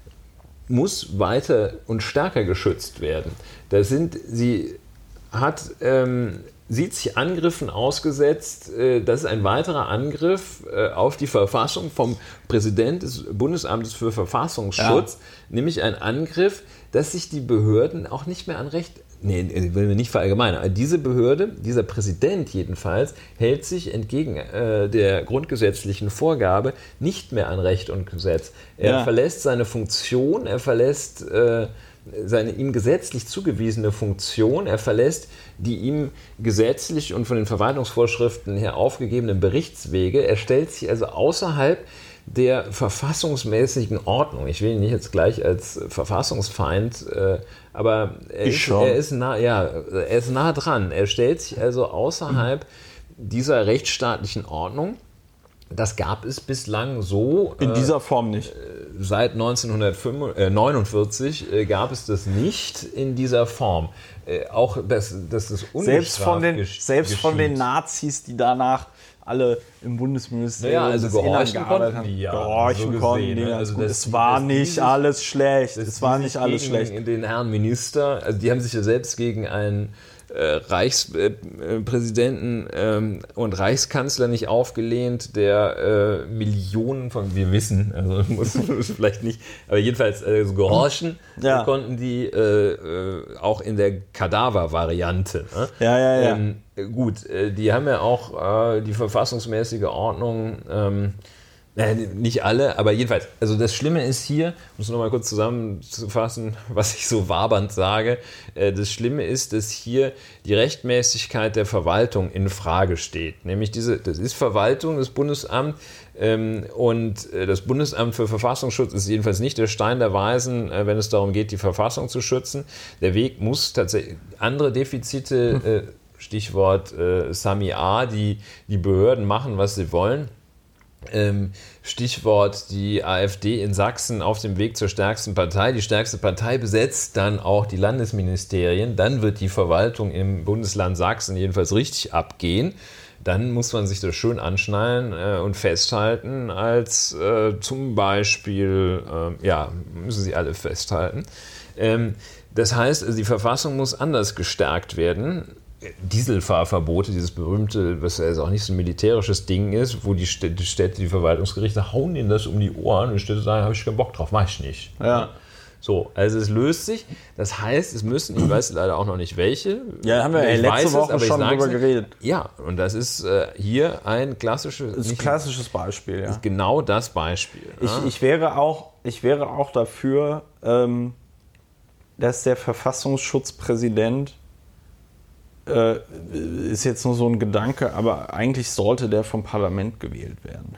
muss weiter und stärker geschützt werden. Da sind, sie hat... Ähm, sieht sich Angriffen ausgesetzt. Das ist ein weiterer Angriff auf die Verfassung vom Präsident des Bundesamtes für Verfassungsschutz, ja. nämlich ein Angriff, dass sich die Behörden auch nicht mehr an Recht, nee, will wir nicht verallgemeinern, aber diese Behörde, dieser Präsident jedenfalls, hält sich entgegen äh, der grundgesetzlichen Vorgabe nicht mehr an Recht und Gesetz. Er ja. verlässt seine Funktion, er verlässt äh, seine ihm gesetzlich zugewiesene Funktion, er verlässt die ihm gesetzlich und von den Verwaltungsvorschriften her aufgegebenen Berichtswege. Er stellt sich also außerhalb der verfassungsmäßigen Ordnung. Ich will ihn nicht jetzt gleich als Verfassungsfeind, äh, aber er ist, er, ist nah, ja, er ist nah dran. Er stellt sich also außerhalb dieser rechtsstaatlichen Ordnung. Das gab es bislang so. In dieser Form nicht. Seit neunzehnhundertneunundvierzig äh, gab es das nicht in dieser Form. Äh, auch, dass, dass das ungestraft Selbst von den, gesch- selbst geschieht. von den Nazis, die danach alle im Bundesministerium naja, also des Innern gearbeitet haben. Die, ja, gehorchen so konnten gesehen, die. ne? Also es war nicht dieses, alles schlecht. Es war nicht alles schlecht. Den Herrn Minister, also die haben sich ja selbst gegen einen äh, Reichspräsidenten ähm, und Reichskanzler nicht aufgelehnt, der äh, Millionen von, wir wissen, also muss vielleicht nicht, aber jedenfalls äh, so gehorchen ja. konnten die äh, äh, auch in der Kadaver-Variante. Ne? Ja, ja, ja. Ähm, gut, äh, die haben ja auch äh, die verfassungsmäßige Ordnung ähm, Nein, nicht alle, aber jedenfalls. Also das Schlimme ist hier, um es nochmal kurz zusammenzufassen, was ich so wabernd sage, das Schlimme ist, dass hier die Rechtmäßigkeit der Verwaltung in Frage steht. Nämlich diese, das ist Verwaltung, das Bundesamt, und das Bundesamt für Verfassungsschutz ist jedenfalls nicht der Stein der Weisen, wenn es darum geht, die Verfassung zu schützen. Der Weg muss tatsächlich andere Defizite, Stichwort Sami A, die, die Behörden machen, was sie wollen. Ähm, Stichwort die AfD in Sachsen auf dem Weg zur stärksten Partei. Die stärkste Partei besetzt dann auch die Landesministerien. Dann wird die Verwaltung im Bundesland Sachsen jedenfalls richtig abgehen. Dann muss man sich das schön anschnallen äh, und festhalten, als äh, zum Beispiel, äh, ja, müssen sie alle festhalten. Ähm, das heißt, also die Verfassung muss anders gestärkt werden. Dieselfahrverbote, dieses berühmte, was also auch nicht so ein militärisches Ding ist, wo die Städte, die, Städte, die Verwaltungsgerichte hauen ihnen das um die Ohren und die Städte sagen, habe ich keinen Bock drauf, mach ich nicht. Ja. So, also es löst sich. Das heißt, es müssen, ich weiß leider auch noch nicht welche. Ja, haben wir ja letzte Woche es, schon drüber geredet. Ja, und das ist äh, hier ein klassisches, das ist ein klassisches Beispiel. Ja. Ist genau das Beispiel. Ich, ja. ich, wäre, auch, ich wäre auch dafür, ähm, dass der Verfassungsschutzpräsident, äh, ist jetzt nur so ein Gedanke, aber eigentlich sollte der vom Parlament gewählt werden.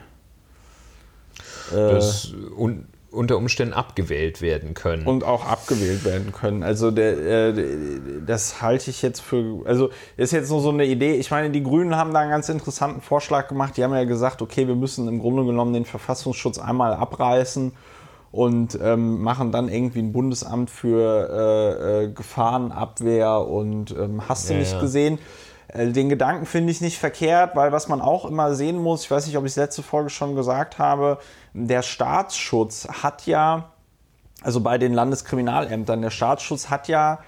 Äh, das un, unter Umständen abgewählt werden können. Und auch abgewählt werden können. Also der, äh, das halte ich jetzt für, also ist jetzt nur so eine Idee. Ich meine, die Grünen haben da einen ganz interessanten Vorschlag gemacht. Die haben ja gesagt, okay, wir müssen im Grunde genommen den Verfassungsschutz einmal abreißen und ähm, machen dann irgendwie ein Bundesamt für äh, äh, Gefahrenabwehr und ähm, hast du ja, nicht ja. gesehen. Äh, den Gedanken finde ich nicht verkehrt, weil was man auch immer sehen muss, ich weiß nicht, ob ich es letzte Folge schon gesagt habe, der Staatsschutz hat ja, also bei den Landeskriminalämtern, der Staatsschutz hat ja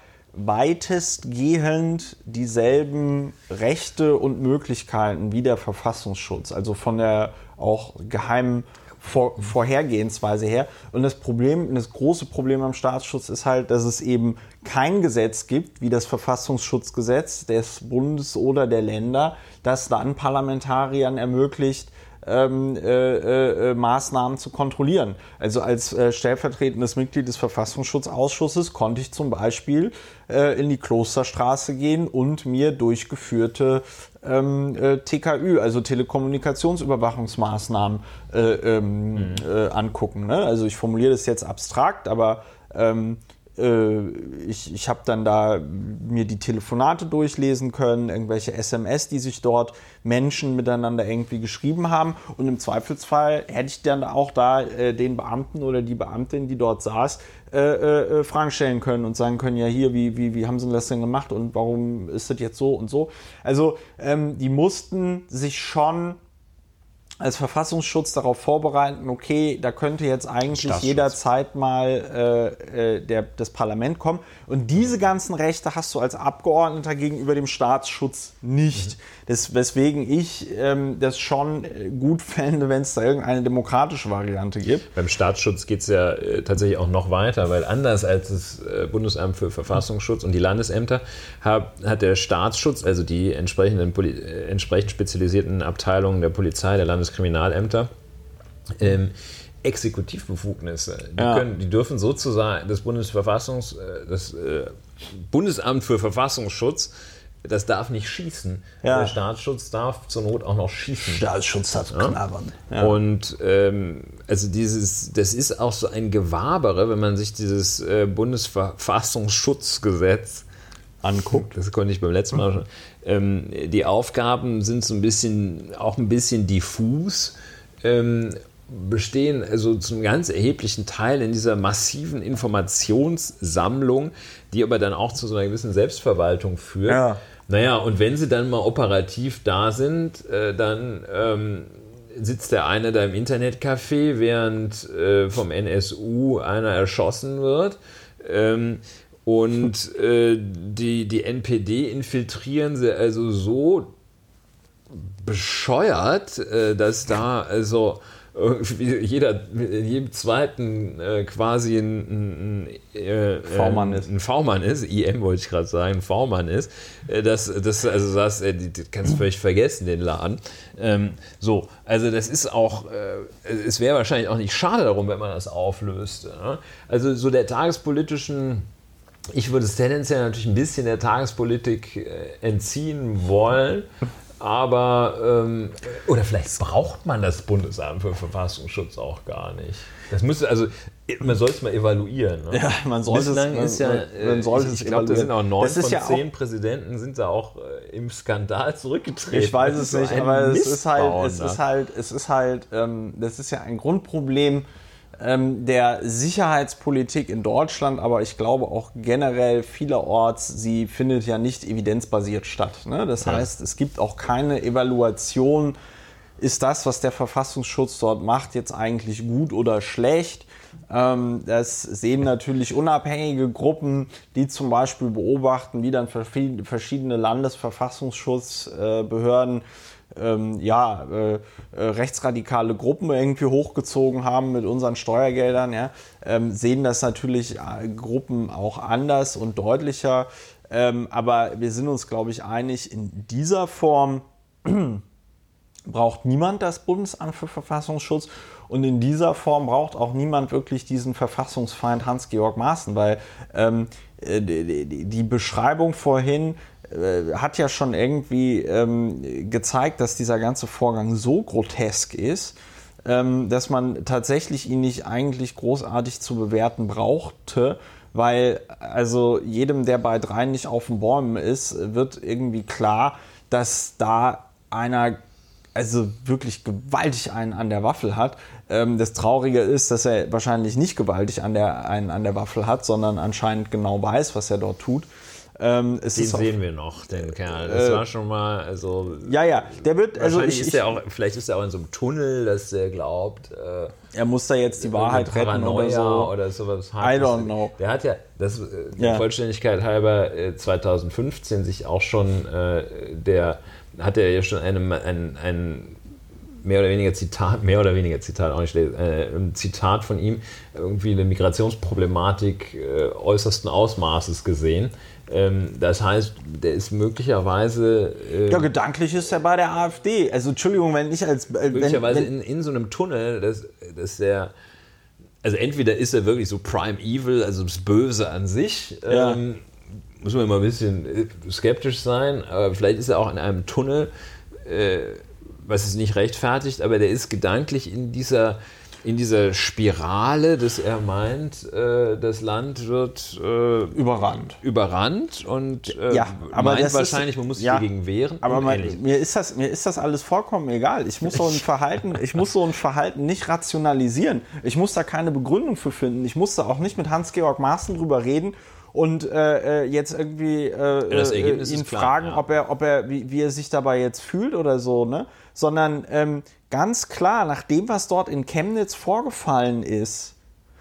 weitestgehend dieselben Rechte und Möglichkeiten wie der Verfassungsschutz, also von der auch geheimen Vor- Vorhergehensweise her. Und das Problem, das große Problem am Staatsschutz ist halt, dass es eben kein Gesetz gibt, wie das Verfassungsschutzgesetz des Bundes oder der Länder, das dann Parlamentariern ermöglicht, ähm, äh, äh, Maßnahmen zu kontrollieren. Also als äh, stellvertretendes Mitglied des Verfassungsschutzausschusses konnte ich zum Beispiel äh, in die Klosterstraße gehen und mir durchgeführte ähm, äh, T K Ü, also Telekommunikationsüberwachungsmaßnahmen, äh, ähm, mhm. äh, angucken. Ne? Also ich formuliere das jetzt abstrakt, aber ähm, Ich, ich habe dann da mir die Telefonate durchlesen können, irgendwelche S M S, die sich dort Menschen miteinander irgendwie geschrieben haben. Und im Zweifelsfall hätte ich dann auch da äh, den Beamten oder die Beamtin, die dort saß, äh, äh, Fragen stellen können und sagen können, ja hier, wie, wie, wie haben sie das denn gemacht und warum ist das jetzt so und so. Also ähm, die mussten sich schon als Verfassungsschutz darauf vorbereiten, okay, da könnte jetzt eigentlich jederzeit mal äh, der, das Parlament kommen. Und diese ganzen Rechte hast du als Abgeordneter gegenüber dem Staatsschutz nicht. Mhm. Das, weswegen ich ähm, das schon gut fände, wenn es da irgendeine demokratische Variante gibt. Beim Staatsschutz geht es ja äh, tatsächlich auch noch weiter, weil anders als das äh, Bundesamt für Verfassungsschutz und die Landesämter hat, hat der Staatsschutz, also die entsprechenden Poli- äh, entsprechend spezialisierten Abteilungen der Polizei, der Landeskriminalämter, ähm, Exekutivbefugnisse. Die, ja. können, die dürfen sozusagen das Bundesverfassungs, das äh, Bundesamt für Verfassungsschutz, das darf nicht schießen. Ja. Der Staatsschutz darf zur Not auch noch schießen. Staatsschutz hat ja? knabbern. Ja. Und ähm, also dieses, das ist auch so ein Gewabere, wenn man sich dieses äh, Bundesverfassungsschutzgesetz anguckt. Das konnte ich beim letzten Mal schon. Ähm, die Aufgaben sind so ein bisschen, auch ein bisschen diffus. Ähm, bestehen also zum ganz erheblichen Teil in dieser massiven Informationssammlung, die aber dann auch zu so einer gewissen Selbstverwaltung führt. Ja. Naja, und wenn sie dann mal operativ da sind, äh, dann ähm, sitzt der eine da im Internetcafé, während äh, vom N S U einer erschossen wird. Ähm, und äh, die, die N P D infiltrieren sie also so bescheuert, äh, dass da also jeder, in jedem zweiten äh, quasi ein, ein, äh, V-Mann ist. ein V-Mann ist, I M wollte ich gerade sagen, ein V-Mann ist, äh, das, das, also sagst, äh, das kannst du völlig vergessen, den Laden. Ähm, so, also das ist auch, äh, es wäre wahrscheinlich auch nicht schade darum, wenn man das auflöst. Ja? Also so der tagespolitischen, ich würde es tendenziell natürlich ein bisschen der Tagespolitik äh, entziehen wollen, aber, ähm, oder vielleicht braucht man das Bundesamt für Verfassungsschutz auch gar nicht. Das müsste, also, man soll es mal evaluieren. Ne? Ja, man sollte es, man, ist ja, man, man sollte ich, es ich glaube, da sind auch neun von ja zehn auch, Präsidenten sind da auch äh, im Skandal zurückgetreten. Ich weiß es so nicht, aber es ist halt, es da. ist halt, es ist halt, ähm, das ist ja ein Grundproblem ähm, der Sicherheitspolitik in Deutschland, aber ich glaube auch generell vielerorts, sie findet ja nicht evidenzbasiert statt. Ne? Das Ja. heißt, es gibt auch keine Evaluation, ist das, was der Verfassungsschutz dort macht, jetzt eigentlich gut oder schlecht. Ähm, das sehen natürlich unabhängige Gruppen, die zum Beispiel beobachten, wie dann verschiedene Landesverfassungsschutzbehörden ähm, ja, äh, äh, rechtsradikale Gruppen irgendwie hochgezogen haben mit unseren Steuergeldern, ja, ähm, sehen das natürlich äh, Gruppen auch anders und deutlicher. Ähm, aber wir sind uns, glaube ich, einig, in dieser Form braucht niemand das Bundesamt für Verfassungsschutz und in dieser Form braucht auch niemand wirklich diesen Verfassungsfeind Hans-Georg Maaßen, weil ähm, die, die, die Beschreibung vorhin äh, hat ja schon irgendwie ähm, gezeigt, dass dieser ganze Vorgang so grotesk ist, ähm, dass man tatsächlich ihn nicht eigentlich großartig zu bewerten brauchte, weil also jedem, der bei drei nicht auf den Bäumen ist, wird irgendwie klar, dass da einer also wirklich gewaltig einen an der Waffel hat. Ähm, das Traurige ist, dass er wahrscheinlich nicht gewaltig an der, einen an der Waffel hat, sondern anscheinend genau weiß, was er dort tut. Ähm, es Den ist sehen auch, wir noch, den Kerl. Das äh, war schon mal, also... Ja, ja, der wird... Also wahrscheinlich ich, ist der auch, vielleicht ist er auch in so einem Tunnel, dass der glaubt... Äh, er muss da jetzt die Wahrheit retten oder so. Oder sowas. I don't know. Der hat ja, das, äh, der Ja. Vollständigkeit halber, äh, zwanzig fünfzehn sich auch schon, äh, der hat er ja schon eine, ein, ein mehr oder weniger Zitat, mehr oder weniger Zitat, auch nicht schlecht, äh, ein Zitat von ihm, irgendwie eine Migrationsproblematik äh, äußersten Ausmaßes gesehen. Ähm, das heißt, der ist möglicherweise... Äh, Ja, gedanklich ist er bei der AfD. Also Entschuldigung, wenn ich als... Äh, möglicherweise wenn, wenn, in, in so einem Tunnel, dass, dass der... Also entweder ist er wirklich so Prime Evil, also das Böse an sich, Ja. ähm, muss man immer ein bisschen skeptisch sein, aber vielleicht ist er auch in einem Tunnel, äh, was es nicht rechtfertigt, aber der ist gedanklich in dieser, in dieser Spirale, dass er meint, äh, das Land wird äh, überrannt. überrannt und äh, Ja, aber meint das wahrscheinlich, ist, man muss sich ja, dagegen wehren. Aber und mein, ähnlich. mir, ist das, mir ist das alles vollkommen egal. Ich muss so ein Verhalten, ich muss so ein Verhalten nicht rationalisieren. Ich muss da keine Begründung für finden. Ich muss da auch nicht mit Hans-Georg Maaßen drüber reden und äh, jetzt irgendwie äh, das Ergebnis ihn ist klar, fragen, ja. ob er, ob er, wie, wie er sich dabei jetzt fühlt oder so, ne? Sondern ähm, ganz klar, nach dem, was dort in Chemnitz vorgefallen ist,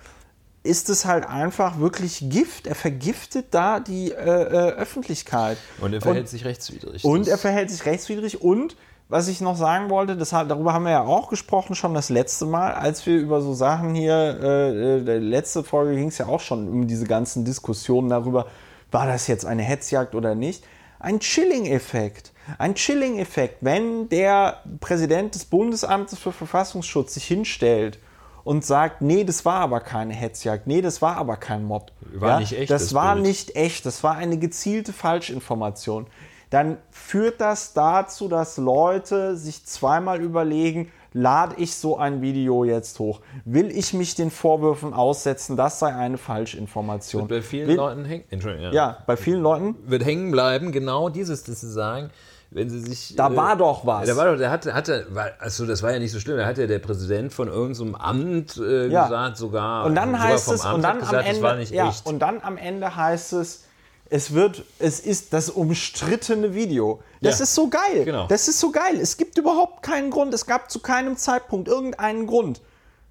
ist es halt einfach wirklich Gift. Er vergiftet da die äh, äh, Öffentlichkeit. Und er verhält sich rechtswidrig. Und Das- er verhält sich rechtswidrig. Und was ich noch sagen wollte, das, hat- darüber haben wir ja auch gesprochen schon das letzte Mal, als wir über so Sachen hier, äh, äh, der letzte Folge ging es ja auch schon um diese ganzen Diskussionen darüber, war das jetzt eine Hetzjagd oder nicht? Ein Chilling-Effekt. Ein Chilling-Effekt, wenn der Präsident des Bundesamtes für Verfassungsschutz sich hinstellt und sagt, nee, das war aber keine Hetzjagd, nee, das war aber kein Mob. War nicht echt, Das, das war Bild. nicht echt, das war eine gezielte Falschinformation. Dann führt das dazu, dass Leute sich zweimal überlegen, lade ich so ein Video jetzt hoch? Will ich mich den Vorwürfen aussetzen, das sei eine Falschinformation? Wird bei vielen Will, Leuten hängen. Entschuldigung, ja, bei vielen Leuten. Wird hängen bleiben, genau dieses, das zu sagen, wenn sie sich... Da war doch was. Da war doch, der hatte, hatte war, also das war ja nicht so schlimm, da hat ja der Präsident von irgendeinem Amt äh, Ja. gesagt, sogar... Und dann sogar heißt vom es, Amt und dann hat am gesagt, das Ende, war nicht ja, echt. und dann am Ende heißt es, es wird, es ist das umstrittene Video. Das Ja. ist so geil. Genau. Das ist so geil. Es gibt überhaupt keinen Grund. Es gab zu keinem Zeitpunkt irgendeinen Grund,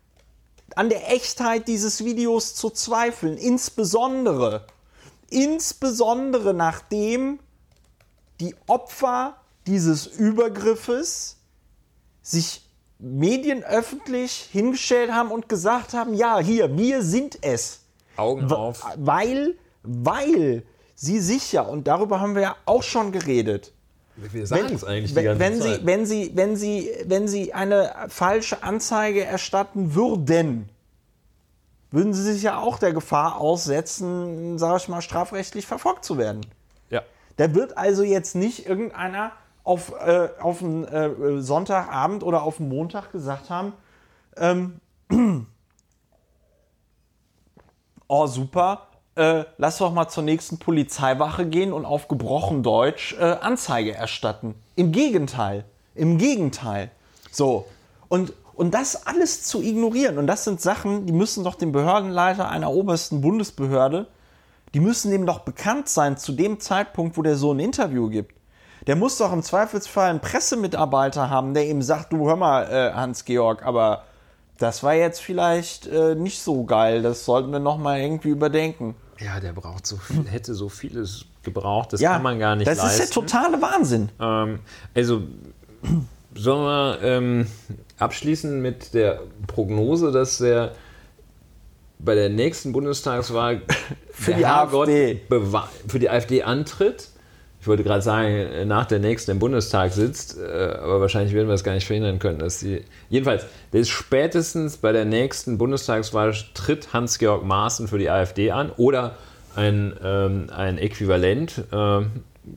an der Echtheit dieses Videos zu zweifeln. Insbesondere, insbesondere nachdem die Opfer dieses Übergriffes sich Medien öffentlich hingestellt haben und gesagt haben, ja, hier, wir sind es. Augen auf. Weil, weil sie sich ja, und darüber haben wir ja auch schon geredet, wir sagen es eigentlich die wenn, ganze wenn Zeit. Sie, wenn, sie, wenn, sie, wenn Sie eine falsche Anzeige erstatten würden, würden Sie sich ja auch der Gefahr aussetzen, sage ich mal, strafrechtlich verfolgt zu werden. Ja. Da wird also jetzt nicht irgendeiner auf, äh, auf einen äh, Sonntagabend oder auf einen Montag gesagt haben, ähm, oh super, äh, lass doch mal zur nächsten Polizeiwache gehen und auf gebrochen Deutsch äh, Anzeige erstatten. Im Gegenteil, im Gegenteil. So, und, und das alles zu ignorieren, und das sind Sachen, die müssen doch dem Behördenleiter einer obersten Bundesbehörde, die müssen dem doch bekannt sein zu dem Zeitpunkt, wo der so ein Interview gibt. Der muss doch im Zweifelsfall einen Pressemitarbeiter haben, der ihm sagt, du hör mal, äh, Hans-Georg, aber das war jetzt vielleicht äh, nicht so geil, das sollten wir nochmal irgendwie überdenken. Ja, der braucht so viel, hätte so vieles gebraucht, das ja, kann man gar nicht das leisten. Das ist der totale Wahnsinn. Ähm, also, sollen wir ähm, abschließen mit der Prognose, dass der bei der nächsten Bundestagswahl für die AfD für die AfD antritt? Ich wollte gerade sagen, nach der nächsten im Bundestag sitzt, aber wahrscheinlich werden wir es gar nicht verhindern können, dass die. Jedenfalls, bis spätestens bei der nächsten Bundestagswahl tritt Hans-Georg Maaßen für die AfD an oder ein, ähm, ein Äquivalent ähm,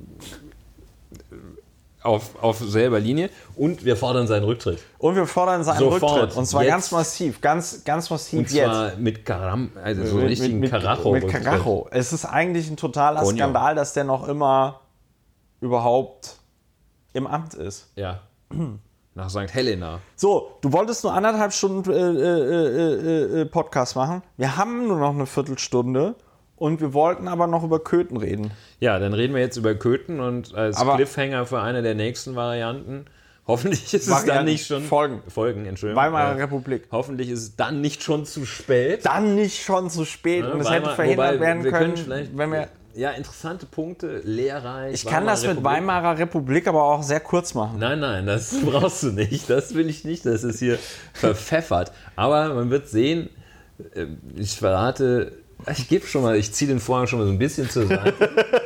auf, auf selber Linie, und wir fordern seinen Rücktritt. Und wir fordern seinen Sofort. Rücktritt. Und zwar Jetzt. ganz massiv, ganz, ganz massiv und jetzt. zwar mit Karam, also so mit, richtigen mit, Karacho. Mit Karacho. Es ist eigentlich ein totaler Konio. Skandal, dass der noch immer überhaupt im Amt ist. Ja. Nach Sankt Helena. So, du wolltest nur anderthalb Stunden äh, äh, äh, Podcast machen. Wir haben nur noch eine Viertelstunde und wir wollten aber noch über Köthen reden. Ja, dann reden wir jetzt über Köthen und als aber Cliffhanger für eine der nächsten Varianten. Hoffentlich ist Varianten, es dann nicht schon. Folgen. Folgen, Entschuldigung. Weimarer äh, Republik. Hoffentlich ist es dann nicht schon zu spät. Dann nicht schon zu spät. Ja, und es Weimar, hätte verhindert wobei, werden wir können, vielleicht, wenn wir. Ja, interessante Punkte, lehrreich. Ich kann das mit Republik. Weimarer Republik aber auch sehr kurz machen. Nein, nein, das brauchst du nicht. Das will ich nicht, das ist hier verpfeffert. Aber man wird sehen, ich verrate, ich gebe schon mal, ich ziehe den Vorhang schon mal so ein bisschen zur Seite.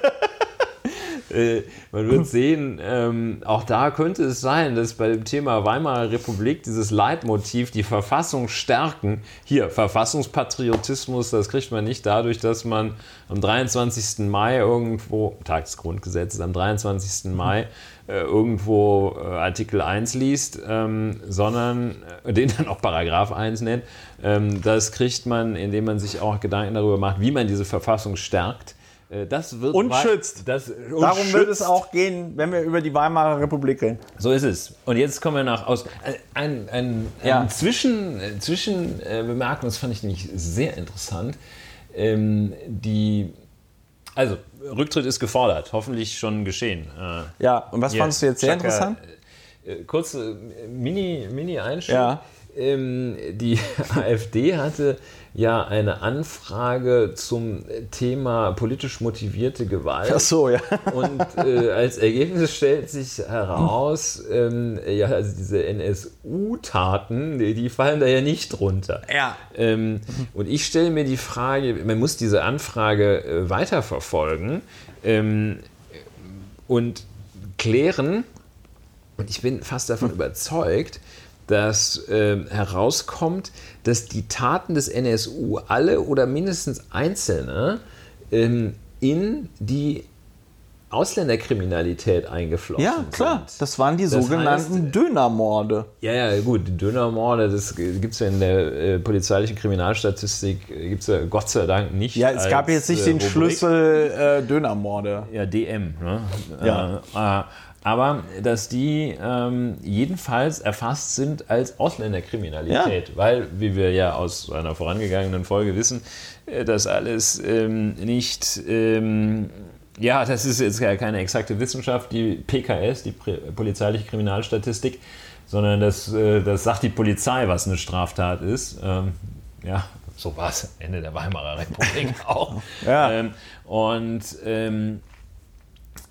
Man wird sehen, ähm, auch da könnte es sein, dass bei dem Thema Weimarer Republik dieses Leitmotiv, die Verfassung stärken, hier, Verfassungspatriotismus, das kriegt man nicht dadurch, dass man am dreiundzwanzigsten Mai irgendwo, Tag des Grundgesetzes, am dreiundzwanzigsten Mai äh, irgendwo äh, Artikel eins liest, ähm, sondern äh, den dann auch Paragraph eins nennt. Ähm, das kriegt man, indem man sich auch Gedanken darüber macht, wie man diese Verfassung stärkt. Das wird und schützt. Das, und Darum schützt. wird es auch gehen, wenn wir über die Weimarer Republik reden. So ist es. Und jetzt kommen wir nach aus. Ein, ein, ja. ein Zwischen, Zwischenbemerkung, das fand ich nämlich sehr interessant. Ähm, die, also, Rücktritt ist gefordert, hoffentlich schon geschehen. Äh, ja, und was hier, fandest du jetzt sehr Chaka, interessant? Äh, kurze Mini, Mini-Einschub. Ja. Ähm, die AfD hatte ja eine Anfrage zum Thema politisch motivierte Gewalt. Ach so, ja. Und äh, als Ergebnis stellt sich heraus, ähm, ja, also diese N S U-Taten, die, die fallen da ja nicht drunter. Ja. Ähm, und ich stelle mir die Frage, man muss diese Anfrage äh, weiterverfolgen ähm, und klären, und ich bin fast davon überzeugt, dass äh, herauskommt, dass die Taten des N S U alle oder mindestens einzelne ähm, in die Ausländerkriminalität eingeflossen Ja, klar. sind. Das waren die Das sogenannten heißt, Dönermorde. Ja, ja, gut. Die Dönermorde, das gibt es ja in der äh, polizeilichen Kriminalstatistik, gibt es ja Gott sei Dank nicht. Ja, es als, gab jetzt nicht äh, den Rubrik. Schlüssel äh, Dönermorde. Ja, D M. Ne? Ja. Äh, äh, aber dass die ähm, jedenfalls erfasst sind als Ausländerkriminalität, Ja. weil, wie wir ja aus einer vorangegangenen Folge wissen, äh, das alles ähm, nicht, ähm, ja, das ist jetzt ja keine exakte Wissenschaft, die P K S, die Pri- polizeiliche Kriminalstatistik, sondern das, äh, das sagt die Polizei, was eine Straftat ist. Ähm, ja, so war es Ende der Weimarer Republik auch. Ja. Ähm, und ähm,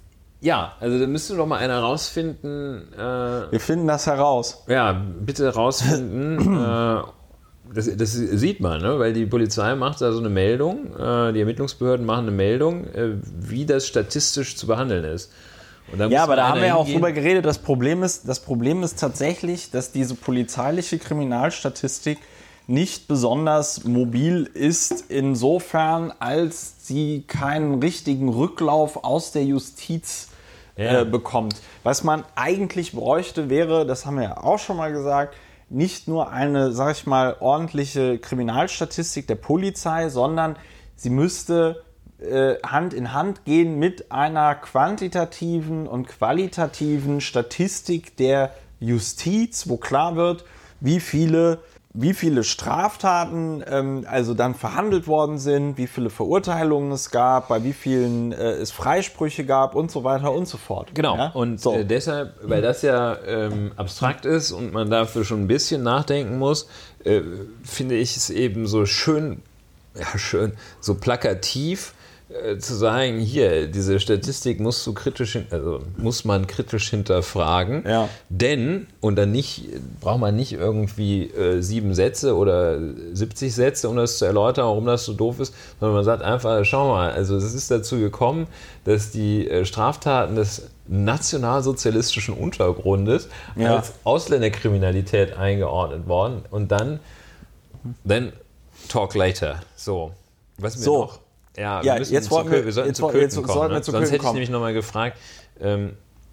Ja, also da müsste doch mal einer rausfinden. Äh, Wir finden das heraus. Ja, bitte rausfinden. äh, das, das sieht man, ne? Weil die Polizei macht da so eine Meldung, äh, die Ermittlungsbehörden machen eine Meldung, äh, wie das statistisch zu behandeln ist. Und da ja, aber da haben wir ja auch hingehen. drüber geredet. Das Problem ist, das Problem ist tatsächlich, dass diese polizeiliche Kriminalstatistik nicht besonders mobil ist, insofern, als sie keinen richtigen Rücklauf aus der Justiz Ja. äh, bekommt. Was man eigentlich bräuchte, wäre, das haben wir ja auch schon mal gesagt, nicht nur eine, sag ich mal, ordentliche Kriminalstatistik der Polizei, sondern sie müsste äh, Hand in Hand gehen mit einer quantitativen und qualitativen Statistik der Justiz, wo klar wird, wie viele wie viele Straftaten ähm, also dann verhandelt worden sind, wie viele Verurteilungen es gab, bei wie vielen äh, es Freisprüche gab und so weiter und so fort. Genau, ja? und so. äh, deshalb, weil das ja ähm, abstrakt ist und man dafür schon ein bisschen nachdenken muss, äh, finde ich es eben so schön, ja schön, so plakativ, äh, zu sagen, hier, diese Statistik musst du kritisch, hin- also muss man kritisch hinterfragen, Ja. denn, und dann nicht, braucht man nicht irgendwie äh, sieben Sätze oder siebzig Sätze, um das zu erläutern, warum das so doof ist, sondern man sagt einfach, schau mal, also es ist dazu gekommen, dass die äh, Straftaten des nationalsozialistischen Untergrundes Ja. als Ausländerkriminalität eingeordnet worden und dann, then talk later. So, was wir So. noch... Ja, Ja, wir, müssen jetzt zu wollten Kö- wir- wir sollten jetzt zu woll- Köthen jetzt kommen. sollten wir Ne? zu Sonst Köthen hätte ich kommen. nämlich nochmal gefragt, ähm,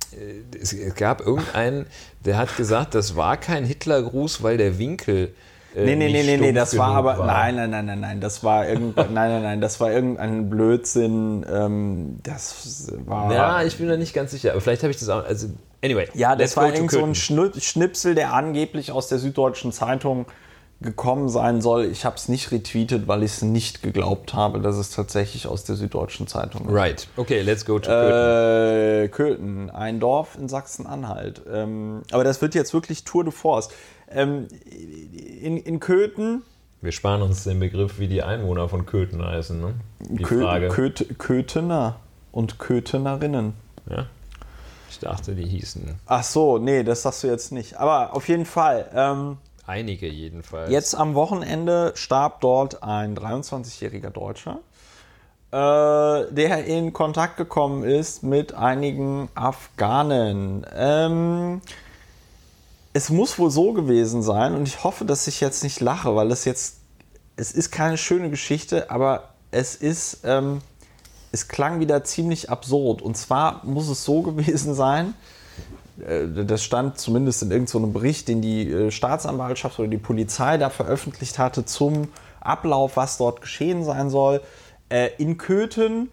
es gab irgendeinen, der hat gesagt, das war kein Hitlergruß, weil der Winkel äh, Nee, nee, nicht nee, nee, nee, stumpf das war genug aber, war. nein, nein, nein, nein, nein, das war irgend, nein, nein, nein, das war irgendein Blödsinn, ähm, das war... Ja, ich bin da nicht ganz sicher, aber vielleicht habe ich das auch, also, anyway. Ja, let's das war go to irgend so ein Köthen. Schnu- Schnipsel, der angeblich aus der Süddeutschen Zeitung gekommen sein soll. Ich habe es nicht retweetet, weil ich es nicht geglaubt habe, dass es tatsächlich aus der Süddeutschen Zeitung ist. Right, okay, let's go to Köthen. Äh, Köthen, ein Dorf in Sachsen-Anhalt. Ähm, aber das wird jetzt wirklich Tour de Force. Ähm, in, in Köthen... Wir sparen uns den Begriff, wie die Einwohner von Köthen heißen, ne? Die Kö- Frage. Köth- Köthener und Köthenerinnen. Ja? Ich dachte, die hießen Ach so, nee, das sagst du jetzt nicht. Aber auf jeden Fall. Ähm, einige jedenfalls. Jetzt am Wochenende starb dort ein dreiundzwanzigjähriger Deutscher, äh, der in Kontakt gekommen ist mit einigen Afghanen. Ähm, es muss wohl so gewesen sein, und ich hoffe, dass ich jetzt nicht lache, weil es jetzt, es ist keine schöne Geschichte, aber es ist, ähm, es klang wieder ziemlich absurd. Und zwar muss es so gewesen sein, das stand zumindest in irgendeinem so Bericht, den die Staatsanwaltschaft oder die Polizei da veröffentlicht hatte zum Ablauf, was dort geschehen sein soll. In Köthen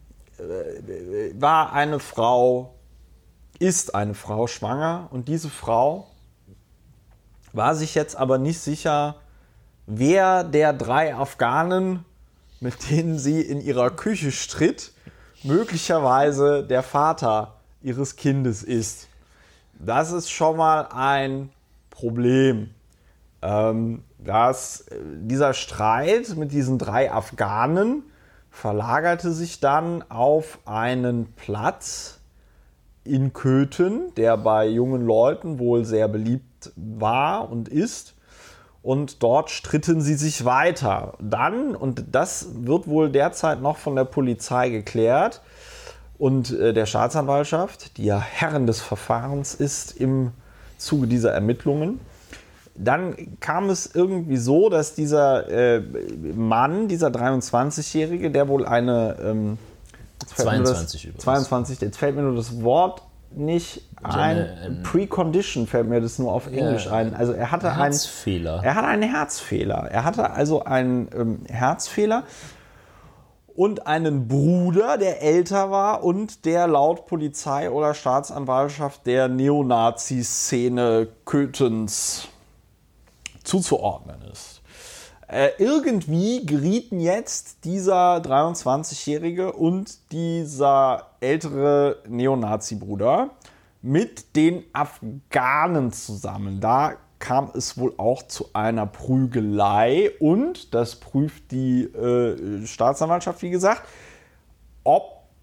war eine Frau, ist eine Frau schwanger, und diese Frau war sich jetzt aber nicht sicher, wer der drei Afghanen, mit denen sie in ihrer Küche stritt, möglicherweise der Vater ihres Kindes ist. Das ist schon mal ein Problem. Ähm, dass dieser Streit mit diesen drei Afghanen verlagerte sich dann auf einen Platz in Köthen, der bei jungen Leuten wohl sehr beliebt war und ist. Und dort stritten sie sich weiter. Dann, und das wird wohl derzeit noch von der Polizei geklärt, und äh, der Staatsanwaltschaft, die ja Herrin des Verfahrens ist im Zuge dieser Ermittlungen. Dann kam es irgendwie so, dass dieser äh, Mann, dieser dreiundzwanzigjährige, der wohl eine... Ähm, jetzt fällt mir nur zweiundzwanzig das, übrigens. zweiundzwanzig, jetzt fällt mir nur das Wort nicht ein. eine, ein- Precondition fällt mir das nur auf Englisch Ja, ein. Also er hatte einen... Herzfehler. Er hatte einen Herzfehler. Er hatte also einen ähm, Herzfehler und einen Bruder, der älter war und der laut Polizei oder Staatsanwaltschaft der Neonazi-Szene Köthens zuzuordnen ist. Äh, irgendwie gerieten jetzt dieser dreiundzwanzigjährige und dieser ältere Neonazi-Bruder mit den Afghanen zusammen. Da kam es wohl auch zu einer Prügelei, und das prüft die äh, Staatsanwaltschaft, wie gesagt, ob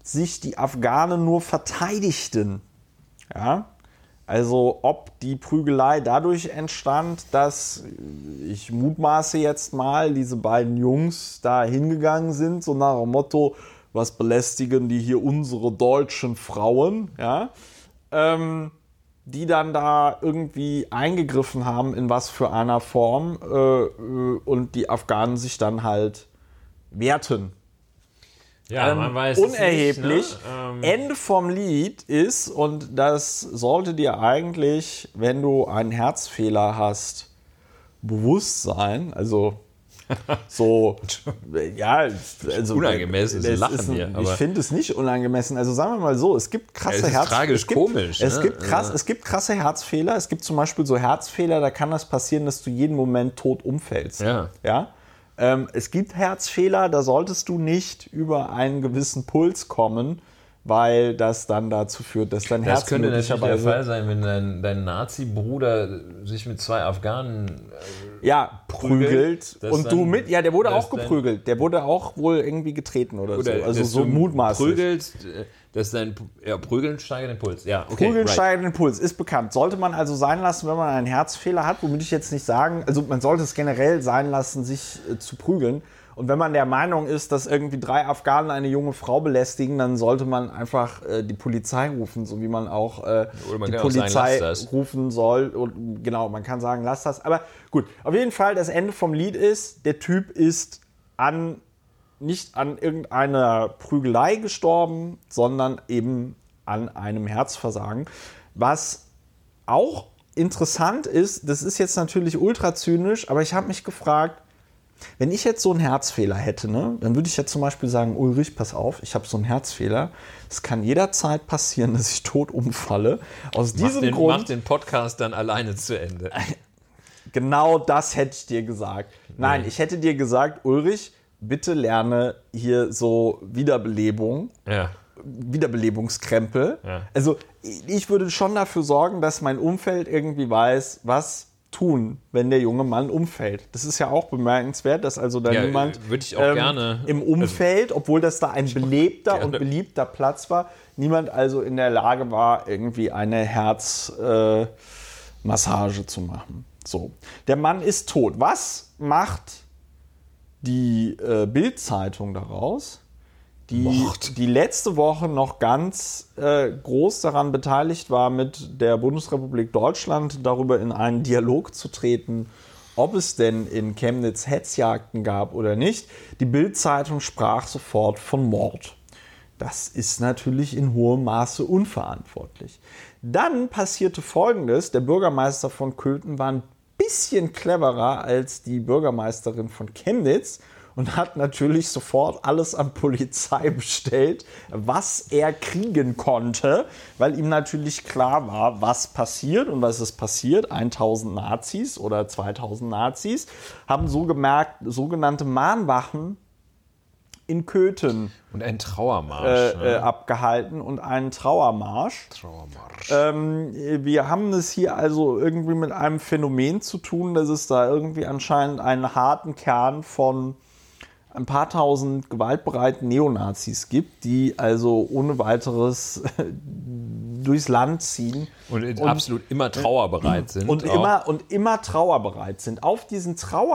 sich die Afghanen nur verteidigten. Ja? Also ob die Prügelei dadurch entstand, dass, ich mutmaße jetzt mal, diese beiden Jungs da hingegangen sind, so nach dem Motto, was belästigen die hier unsere deutschen Frauen, ja, ähm, die dann da irgendwie eingegriffen haben, in was für einer Form, äh, und die Afghanen sich dann halt wehrten. Ja, ähm, man weiß unerheblich. es nicht, ne? ähm. Ende vom Lied ist, und das sollte dir eigentlich, wenn du einen Herzfehler hast, bewusst sein, also so, ja, also unangemessen, es Lachen ist ein, hier. Ich finde es nicht unangemessen. Also sagen wir mal so, es gibt krasse ja, es ist Herz, tragisch es gibt, komisch. Es ne? gibt krass, ja. es gibt krasse Herzfehler. Es gibt zum Beispiel so Herzfehler, da kann das passieren, dass du jeden Moment tot umfällst. Ja. Ja. Ähm, es gibt Herzfehler, da solltest du nicht über einen gewissen Puls kommen, weil das dann dazu führt, dass dein Herz Das könnte natürlich der möglicherweise... Fall sein, wenn dein, dein Nazi-Bruder sich mit zwei Afghanen äh, ja, prügelt, dass und dann- du mit, ja, der wurde dass auch geprügelt, der wurde auch wohl irgendwie getreten oder, oder so, also dass so du mutmaßlich. prügelst, äh, dass dein ja, Prügeln steigert den Puls. Ja, okay, Prügeln right. steigert den Puls, ist bekannt. Sollte man also sein lassen, wenn man einen Herzfehler hat, womit ich jetzt nicht sagen, also man sollte es generell sein lassen, sich äh, zu prügeln. Und wenn man der Meinung ist, dass irgendwie drei Afghanen eine junge Frau belästigen, dann sollte man einfach äh, die Polizei rufen, so wie man auch äh, Oder man die kann auch sagen, Polizei lass das. rufen soll. Und genau, man kann sagen, lass das. Aber gut, auf jeden Fall, das Ende vom Lied ist, der Typ ist an, nicht an irgendeiner Prügelei gestorben, sondern eben an einem Herzversagen. Was auch interessant ist, das ist jetzt natürlich ultra zynisch, aber ich habe mich gefragt, wenn ich jetzt so einen Herzfehler hätte, ne, dann würde ich jetzt zum Beispiel sagen, Ulrich, pass auf, ich habe so einen Herzfehler. Es kann jederzeit passieren, dass ich tot umfalle. Aus Mach diesem den, Grund, mach den Podcast dann alleine zu Ende. genau das hätte ich dir gesagt. Nein, Nee. ich hätte dir gesagt, Ulrich, bitte lerne hier so Wiederbelebung. Ja. Wiederbelebungskrempel. Ja. Also ich würde schon dafür sorgen, dass mein Umfeld irgendwie weiß, was tun, wenn der junge Mann umfällt. Das ist ja auch bemerkenswert, dass also da Ja, niemand würde ich auch gerne. im Umfeld, obwohl das da ein belebter gerne. und beliebter Platz war, niemand also in der Lage war, irgendwie eine Herzmassage äh, zu machen. So. Der Mann ist tot. Was macht die äh, Bild-Zeitung daraus? Die, Mord. die letzte Woche noch ganz äh, groß daran beteiligt war, mit der Bundesrepublik Deutschland darüber in einen Dialog zu treten, ob es denn in Chemnitz Hetzjagden gab oder nicht. Die Bild-Zeitung sprach sofort von Mord. Das ist natürlich in hohem Maße unverantwortlich. Dann passierte Folgendes: Der Bürgermeister von Köthen war ein bisschen cleverer als die Bürgermeisterin von Chemnitz und hat natürlich sofort alles an Polizei bestellt, was er kriegen konnte, weil ihm natürlich klar war, was passiert und was ist passiert. tausend Nazis oder zweitausend Nazis haben so gemerkt, sogenannte Mahnwachen in Köthen Und ein Trauermarsch. äh, ne? äh, abgehalten und einen Trauermarsch. Trauermarsch. Ähm, wir haben es hier also irgendwie mit einem Phänomen zu tun, dass es da irgendwie anscheinend einen harten Kern von ein paar tausend gewaltbereiten Neonazis gibt, die also ohne weiteres durchs Land ziehen. Und, und absolut immer trauerbereit sind. Und auch. immer, und immer trauerbereit sind. Auf diesen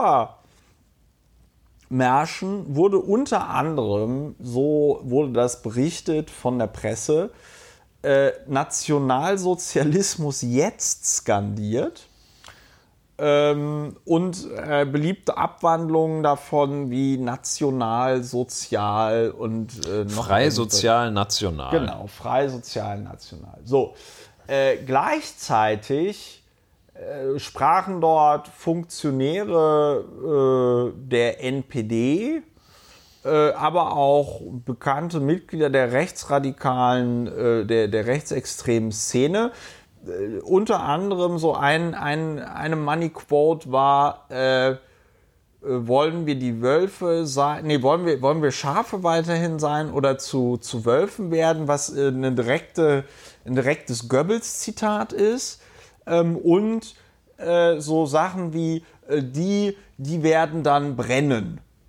Trauermärschen wurde unter anderem, so wurde das berichtet von der Presse, äh, Nationalsozialismus jetzt skandiert. Ähm, und äh, beliebte Abwandlungen davon wie national, sozial und äh, noch Frei, irgendwas. sozial, national. Genau, frei, sozial, national. So, äh, gleichzeitig äh, sprachen dort Funktionäre äh, der N P D, äh, aber auch bekannte Mitglieder der rechtsradikalen, äh, der, der rechtsextremen Szene. Äh, unter anderem so ein, ein, eine Money-Quote war, äh, wollen wir die Wölfe sein, nee, wollen wir, wollen wir Schafe weiterhin sein oder zu, zu Wölfen werden, was äh, eine direkte, ein direktes Goebbels-Zitat ist. Ähm, und äh, so Sachen wie, äh, die, die werden dann brennen.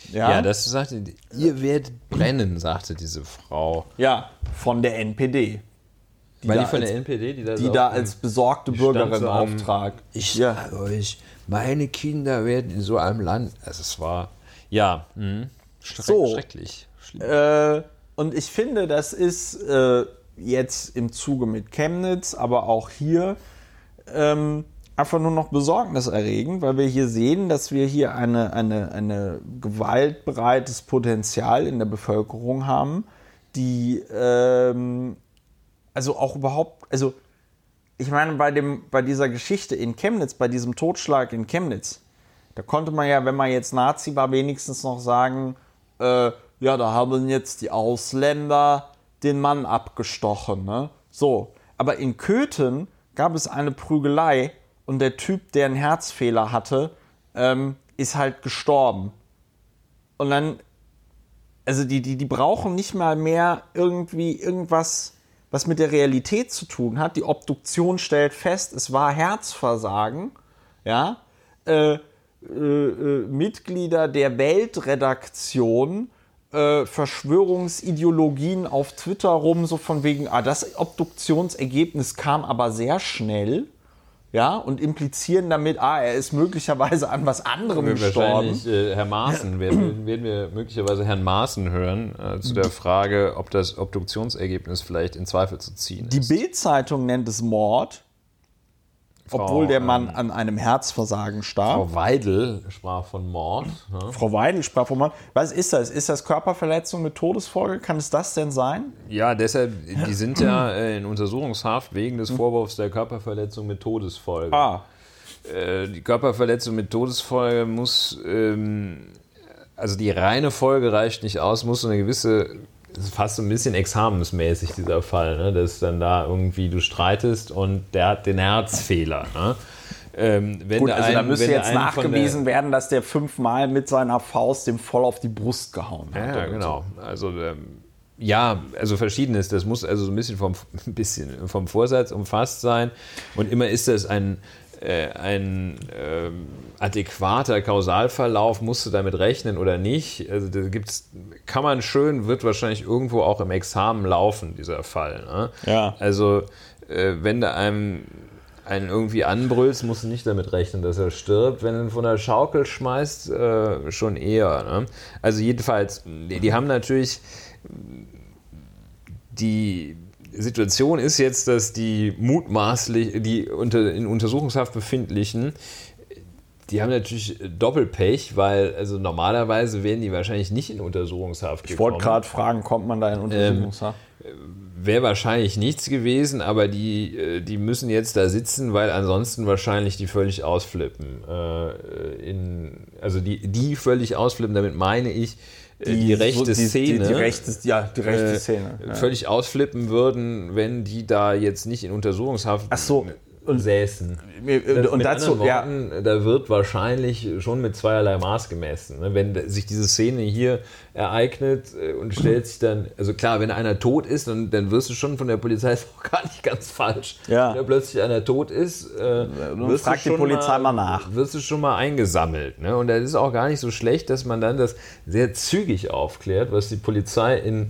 Ja, ja das sagte, ihr werdet brennen, sagte diese Frau. Ja, von der N P D. Die War die von als, der N P D? Die da, die da als besorgte Bürgerin so auftrat. Ich ja. sage euch, meine Kinder werden in so einem Land... Also es war, ja, mh, schreck, so, schrecklich. Äh, und ich finde, das ist äh, jetzt im Zuge mit Chemnitz, aber auch hier ähm, einfach nur noch besorgniserregend, weil wir hier sehen, dass wir hier eine, eine, eine gewaltbereites Potenzial in der Bevölkerung haben, die... Ähm, Also auch überhaupt, also ich meine, bei, dem, bei dieser Geschichte in Chemnitz, bei diesem Totschlag in Chemnitz, da konnte man ja, wenn man jetzt Nazi war, wenigstens noch sagen, äh, ja, da haben jetzt die Ausländer den Mann abgestochen, ne? So, aber in Köthen gab es eine Prügelei und der Typ, der einen Herzfehler hatte, ähm, ist halt gestorben. Und dann, also die, die, die brauchen nicht mal mehr irgendwie irgendwas... was mit der Realität zu tun hat. Die Obduktion stellt fest, es war Herzversagen. Ja? Äh, äh, äh, Mitglieder der Weltredaktion, äh, Verschwörungsideologien auf Twitter rum, so von wegen, ah, das Obduktionsergebnis kam aber sehr schnell. Ja, und implizieren damit, ah, er ist möglicherweise an was anderem gestorben. Wahrscheinlich äh, Herr Maaßen, werden, werden wir möglicherweise Herrn Maaßen hören, äh, zu der Frage, ob das Obduktionsergebnis vielleicht in Zweifel zu ziehen ist. Die Bild-Zeitung nennt es Mord, Frau, obwohl der Mann ähm, an einem Herzversagen starb. Frau Weidel sprach von Mord. Ne? Frau Weidel sprach von Mord. Was ist das? Ist das Körperverletzung mit Todesfolge? Kann es das denn sein? Ja, deshalb, die sind ja in Untersuchungshaft wegen des Vorwurfs der Körperverletzung mit Todesfolge. Ah. Äh, die Körperverletzung mit Todesfolge muss, ähm, also die reine Folge reicht nicht aus, muss so eine gewisse... Das ist fast so ein bisschen examensmäßig, dieser Fall, ne? Dass dann da irgendwie du streitest und der hat den Herzfehler. Ne? Ähm, wenn Gut, also einen, da müsste jetzt nachgewiesen der, werden, dass der fünfmal mit seiner Faust dem voll auf die Brust gehauen hat. Ja, genau. Also ähm, ja, also verschiedenes. Das muss also so ein bisschen vom, ein bisschen vom Vorsatz umfasst sein. Und immer ist das ein äh, ein äh, adäquater Kausalverlauf, musst du damit rechnen oder nicht. Also da gibt's, kann man schön, wird wahrscheinlich irgendwo auch im Examen laufen, dieser Fall. Ne? Ja. Also äh, wenn du einem einen irgendwie anbrüllst, musst du nicht damit rechnen, dass er stirbt. Wenn du ihn von der Schaukel schmeißt, äh, schon eher. Ne? Also jedenfalls, die, die haben natürlich die Situation ist jetzt, dass die mutmaßlich, die unter, in Untersuchungshaft befindlichen, die haben natürlich Doppelpech, weil also normalerweise wären die wahrscheinlich nicht in Untersuchungshaft gekommen. Ich wollte gerade fragen, kommt man da in Untersuchungshaft? Ähm, wäre wahrscheinlich nichts gewesen, aber die, die müssen jetzt da sitzen, weil ansonsten wahrscheinlich die völlig ausflippen. Äh, in, also die, die völlig ausflippen, damit meine ich, Die, die rechte so, die, Szene, die, die rechte, ja, die rechte äh, Szene ja. völlig ausflippen würden, wenn die da jetzt nicht in Untersuchungshaft Ach so. und säßen. Und, und dazu, Worten, ja. Da wird wahrscheinlich schon mit zweierlei Maß gemessen. Ne? Wenn sich diese Szene hier ereignet und stellt sich dann, also klar, wenn einer tot ist, dann, dann wirst du schon von der Polizei, ist auch gar nicht ganz falsch. Ja. Wenn da plötzlich einer tot ist, äh, wirst frag du die Polizei mal, mal nach. Wirst du schon mal eingesammelt. Ne? Und das ist auch gar nicht so schlecht, dass man dann das sehr zügig aufklärt, was die Polizei in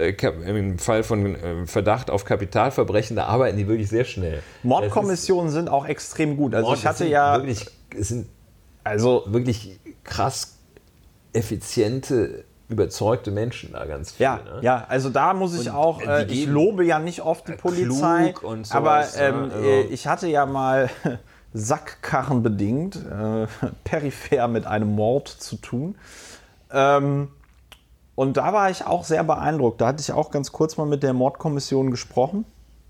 im Fall von Verdacht auf Kapitalverbrechen, da arbeiten die wirklich sehr schnell. Mordkommissionen sind auch extrem gut. Also ich hatte ja wirklich, es sind also wirklich krass effiziente, überzeugte Menschen da ganz viele. Ja, ne? Ja, also da muss ich und auch, äh, ich lobe ja nicht oft die Polizei, und sowas, aber ähm, also. ich hatte ja mal sackkarrenbedingt äh, peripher mit einem Mord zu tun. Ähm, Und da war ich auch sehr beeindruckt. Da hatte ich auch ganz kurz mal mit der Mordkommission gesprochen.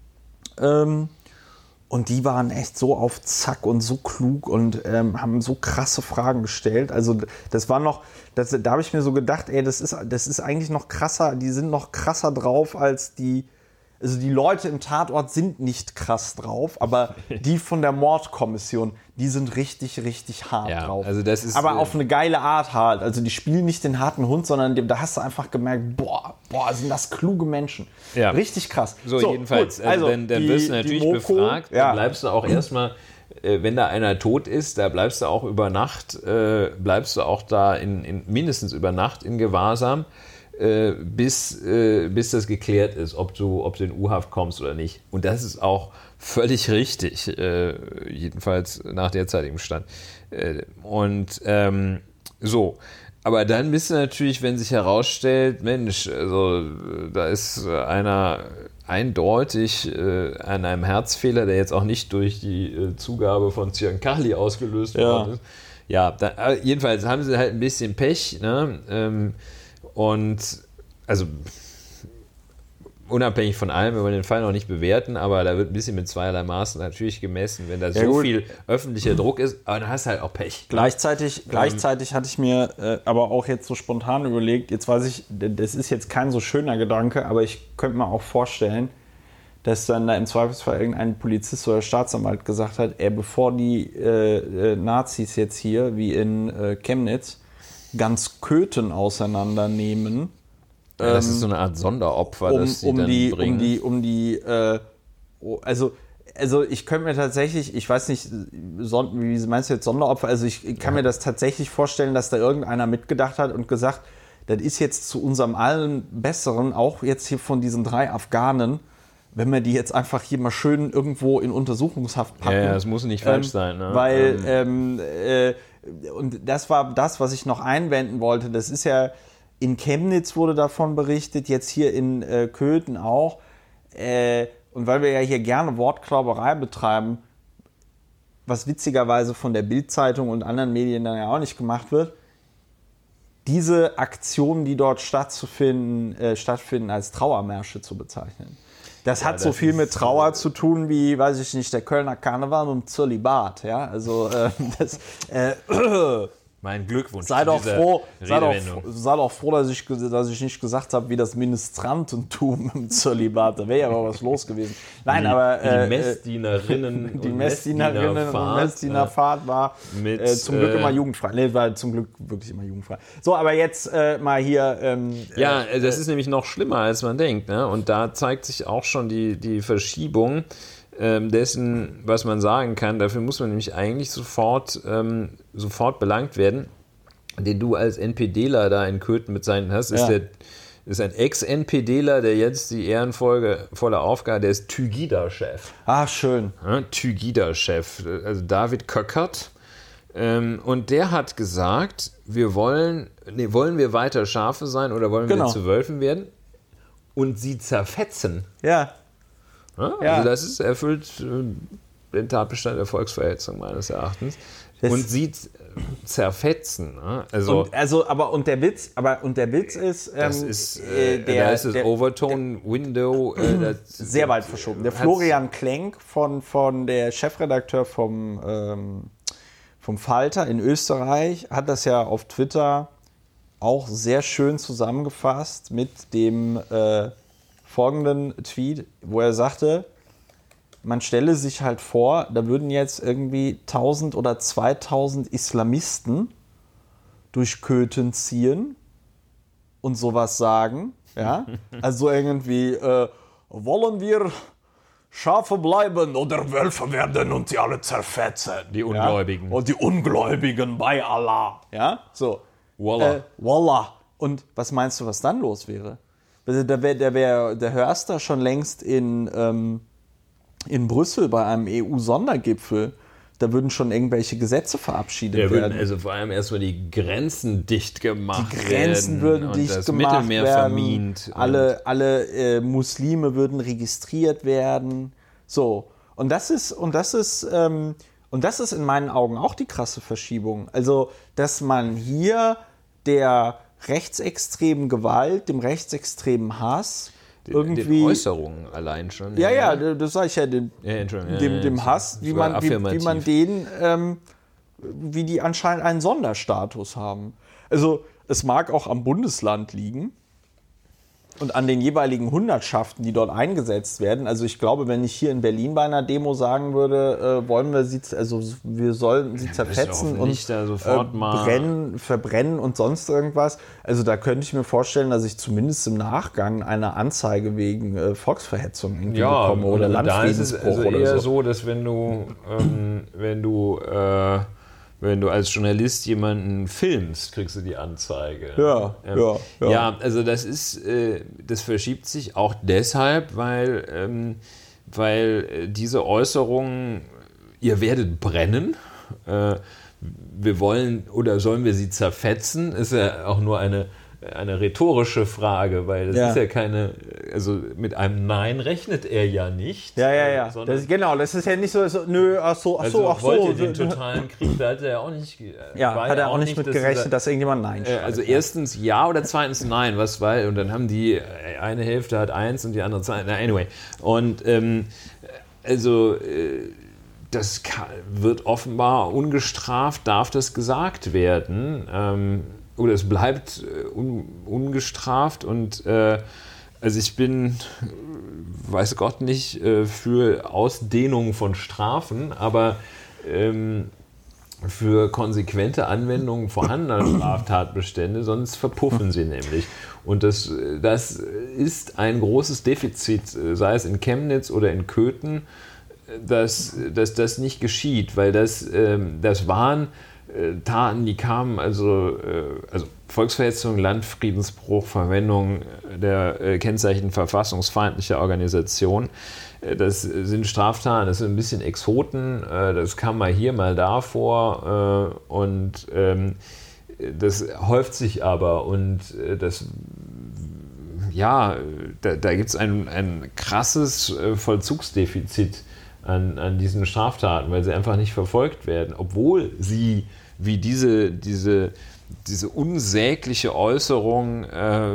Ähm, und die waren echt so auf Zack und so klug und ähm, haben so krasse Fragen gestellt. Also das war noch, das, da habe ich mir so gedacht, ey, das ist, das ist eigentlich noch krasser, die sind noch krasser drauf als die, also die Leute im Tatort sind nicht krass drauf, aber die von der Mordkommission, die sind richtig, richtig hart ja, drauf. Also das ist, aber auf eine geile Art halt. Also die spielen nicht den harten Hund, sondern da hast du einfach gemerkt, boah, boah, sind das kluge Menschen. Ja. Richtig krass. So, so jedenfalls, gut, also dann, dann die, wirst du natürlich Moko, befragt, ja. dann bleibst du auch erstmal äh, wenn da einer tot ist, da bleibst du auch über Nacht, äh, bleibst du auch da in, in mindestens über Nacht in Gewahrsam, äh, bis, äh, bis das geklärt ist, ob du, ob du in U-Haft kommst oder nicht. Und das ist auch völlig richtig, äh, jedenfalls nach derzeitigem Stand. Äh, und ähm, so. Aber dann bist du natürlich, wenn sich herausstellt, Mensch, also da ist einer eindeutig äh, an einem Herzfehler, der jetzt auch nicht durch die äh, Zugabe von Zyankali ausgelöst ja. worden ist. Ja, da, äh, jedenfalls haben sie halt ein bisschen Pech, ne? Ähm, und also unabhängig von allem, wir wollen den Fall noch nicht bewerten, aber da wird ein bisschen mit zweierlei Maßen natürlich gemessen, wenn da ja, so gut. viel öffentlicher Druck ist, aber dann hast du halt auch Pech. Gleichzeitig, ähm, gleichzeitig hatte ich mir äh, aber auch jetzt so spontan überlegt, jetzt weiß ich, das ist jetzt kein so schöner Gedanke, aber ich könnte mir auch vorstellen, dass dann da im Zweifelsfall irgendein Polizist oder Staatsanwalt gesagt hat, ey, bevor die äh, äh, Nazis jetzt hier, wie in äh, Chemnitz, ganz Köthen auseinandernehmen. Ja, das ist so eine Art Sonderopfer, um, das sie um dann die, bringen. Um die, um die, äh, also, also ich könnte mir tatsächlich, ich weiß nicht, wie meinst du jetzt Sonderopfer? Also ich kann ja. mir das tatsächlich vorstellen, dass da irgendeiner mitgedacht hat und gesagt, das ist jetzt zu unserem allen Besseren, auch jetzt hier von diesen drei Afghanen, wenn wir die jetzt einfach hier mal schön irgendwo in Untersuchungshaft packen. Ja, ja, das muss nicht falsch ähm, sein. Ne? Weil, ähm, äh, und das war das, was ich noch einwenden wollte, das ist ja, in Chemnitz wurde davon berichtet, jetzt hier in äh, Köthen auch. Äh, und weil wir ja hier gerne Wortklauberei betreiben, was witzigerweise von der Bild-Zeitung und anderen Medien dann ja auch nicht gemacht wird, diese Aktionen, die dort stattzufinden, äh, stattfinden, als Trauermärsche zu bezeichnen. Das ja, hat das so viel mit Trauer zu tun wie, weiß ich nicht, der Kölner Karneval und Zölibat. Ja? Also äh, das... Äh, Mein Glückwunsch. Sei doch froh, sei doch, sei doch froh, dass ich, dass ich nicht gesagt habe, wie das Ministrantentum im Zölibat. Da wäre ja aber was los gewesen. Nein, die, aber. Äh, die Messdienerinnen. Die Messdienerinnen und Messdienerfahrt war mit, äh, zum Glück immer jugendfrei. Nee, war zum Glück wirklich immer jugendfrei. So, aber jetzt äh, mal hier. Ähm, ja, das ist nämlich noch schlimmer, als man denkt. Ne? Und da zeigt sich auch schon die, die Verschiebung dessen, was man sagen kann. Dafür muss man nämlich eigentlich sofort, ähm, sofort belangt werden. Den du als NPDler da in Köthen mit seinen hast, ist, ja. der, ist ein Ex-NPDler, der jetzt die ehrenvolle Aufgabe, der ist Tygida-Chef. Ah, schön. Ja, Tygida-Chef, also David Köckert. Ähm, und der hat gesagt, wir wollen, nee, wollen wir weiter Schafe sein oder wollen genau. wir zu Wölfen werden? Und sie zerfetzen. Ja. Ja, also ja. das ist erfüllt äh, den Tatbestand der Volksverhetzung meines Erachtens. Das und sie zerfetzen. Ne? Also, und, also, aber und der Witz, aber und der Witz ist, ähm, das ist äh, der, da ist das der, Overtone-Window äh, sehr weit verschoben. Der Florian Klenk von, von der Chefredakteur vom, ähm, vom Falter in Österreich hat das ja auf Twitter auch sehr schön zusammengefasst mit dem äh, folgenden Tweet, wo er sagte, man stelle sich halt vor, da würden jetzt irgendwie tausend oder zweitausend Islamisten durch Köthen ziehen und sowas sagen. Ja? Also irgendwie, äh, wollen wir Schafe bleiben oder Wölfe werden und sie alle zerfetzen. Die Ungläubigen. Ja? Und die Ungläubigen bei Allah. Ja, so. Wallah. Äh, Wallah. Und was meinst du, was dann los wäre? Also da wäre der, wär, der Hörster schon längst in, ähm, in Brüssel bei einem E U-Sondergipfel. Da würden schon irgendwelche Gesetze verabschiedet da werden. Würden also vor allem erstmal die Grenzen dicht gemacht werden. Die Grenzen werden würden dicht das gemacht Mittelmeer werden. Vermint. Alle, alle äh, Muslime würden registriert werden. So. Und das ist, und das ist, ähm, und das ist in meinen Augen auch die krasse Verschiebung. Also, dass man hier der rechtsextremen Gewalt, dem rechtsextremen Hass, den, irgendwie... Den Äußerungen allein schon. Ja, ja, ja das sage ich ja, den, ja, ja, dem, dem Hass, wie man, wie, wie man den, ähm, wie die anscheinend einen Sonderstatus haben. Also es mag auch am Bundesland liegen, und an den jeweiligen Hundertschaften, die dort eingesetzt werden. Also ich glaube, wenn ich hier in Berlin bei einer Demo sagen würde, äh, wollen wir sie, also wir sollen sie zerfetzen ja, und da sofort äh, mal brennen, verbrennen und sonst irgendwas. Also da könnte ich mir vorstellen, dass ich zumindest im Nachgang eine Anzeige wegen äh, Volksverhetzung irgendwie ja, bekomme oder Landfriedensbruch da ist es also oder eher so. so, dass wenn du, ähm, wenn du äh, Wenn du als Journalist jemanden filmst, kriegst du die Anzeige. Ja, ähm, ja, ja. Ja, also das ist, äh, das verschiebt sich auch deshalb, weil, ähm, weil diese Äußerungen, ihr werdet brennen, äh, wir wollen oder sollen wir sie zerfetzen, ist ja auch nur eine eine rhetorische Frage, weil das ja. ist ja keine, also mit einem Nein rechnet er ja nicht. Ja, ja, ja. Sondern, das, genau, das ist ja nicht so, so nö, ach so, ach also so, ach wollte so. den totalen Krieg, da hat er ja auch nicht, ja, war hat er ja auch nicht mit gerechnet, dass, dass irgendjemand Nein schreibt. Also erstens ja oder zweitens Nein, was war, und dann haben die, eine Hälfte hat eins und die andere zwei, na anyway. Und ähm, also äh, das kann, wird offenbar ungestraft, darf das gesagt werden. Ähm, oder es bleibt un, ungestraft und äh, also ich bin, weiß Gott nicht, äh, für Ausdehnung von Strafen, aber ähm, für konsequente Anwendung vorhandener Straftatbestände, sonst verpuffen sie nämlich. Und das, das ist ein großes Defizit, sei es in Chemnitz oder in Köthen, dass, dass das nicht geschieht, weil das, ähm, das waren Taten, die kamen, also, also Volksverhetzung, Landfriedensbruch, Verwendung der Kennzeichen verfassungsfeindlicher Organisation. Das sind Straftaten, das sind ein bisschen Exoten, das kam mal hier, mal da vor und das häuft sich aber und das, ja, da, da gibt es ein, ein krasses Vollzugsdefizit An, an diesen Straftaten, weil sie einfach nicht verfolgt werden, obwohl sie wie diese, diese, diese unsägliche Äußerung äh,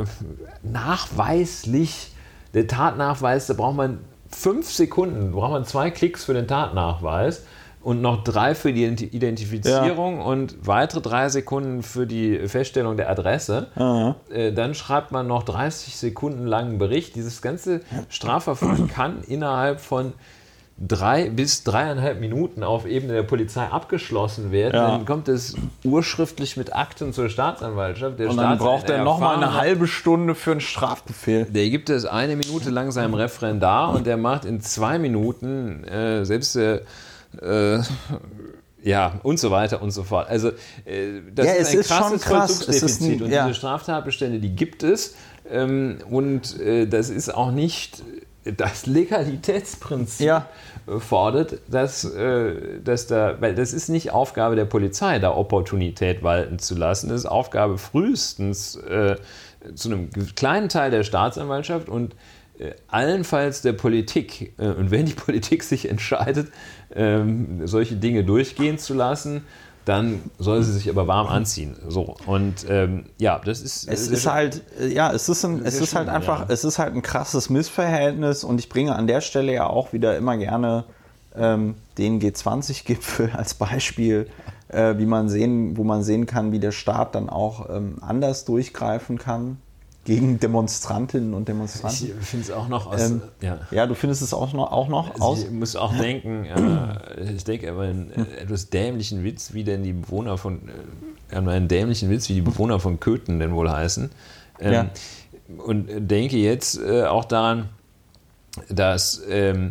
nachweislich, der Tatnachweis, da braucht man fünf Sekunden, braucht man zwei Klicks für den Tatnachweis und noch drei für die Identifizierung ja. und weitere drei Sekunden für die Feststellung der Adresse. Mhm. Äh, dann schreibt man noch dreißig Sekunden langen Bericht. Dieses ganze Strafverfahren kann innerhalb von drei bis dreieinhalb Minuten auf Ebene der Polizei abgeschlossen werden. Ja. Dann kommt es urschriftlich mit Akten zur Staatsanwaltschaft. Der und dann braucht er nochmal eine halbe Stunde für einen Strafbefehl. Der gibt es eine Minute lang seinem Referendar und der macht in zwei Minuten äh, selbst der äh, ja, und so weiter und so fort. Also äh, das ja, ist ein ist krasses krass. Vollzugsdefizit ein, und ja. diese Straftatbestände, die gibt es ähm, und äh, das ist auch nicht das Legalitätsprinzip ja. fordert, dass, äh, dass da, weil das ist nicht Aufgabe der Polizei, da Opportunität walten zu lassen. Das ist Aufgabe frühestens äh, zu einem kleinen Teil der Staatsanwaltschaft und äh, allenfalls der Politik. Äh, und wenn die Politik sich entscheidet, äh, solche Dinge durchgehen zu lassen, dann soll sie sich aber warm anziehen. So. Und ähm, ja, das ist. Es ist halt, ja, es ist, ein, es ist halt einfach, ja. es ist halt ein krasses Missverhältnis und ich bringe an der Stelle ja auch wieder immer gerne ähm, den G zwanzig Gipfel als Beispiel, äh, wie man sehen, wo man sehen kann, wie der Staat dann auch ähm, anders durchgreifen kann gegen Demonstrantinnen und Demonstranten. Ich finde es auch noch aus... Ähm, ja. ja, du findest es auch noch, auch noch also aus? Ich muss auch denken, äh, ich denke aber einen äh, etwas dämlichen Witz, wie denn die Bewohner von... Äh, einen dämlichen Witz, wie die Bewohner von Köthen denn wohl heißen. Ähm, ja. Und denke jetzt äh, auch daran, dass... Ähm,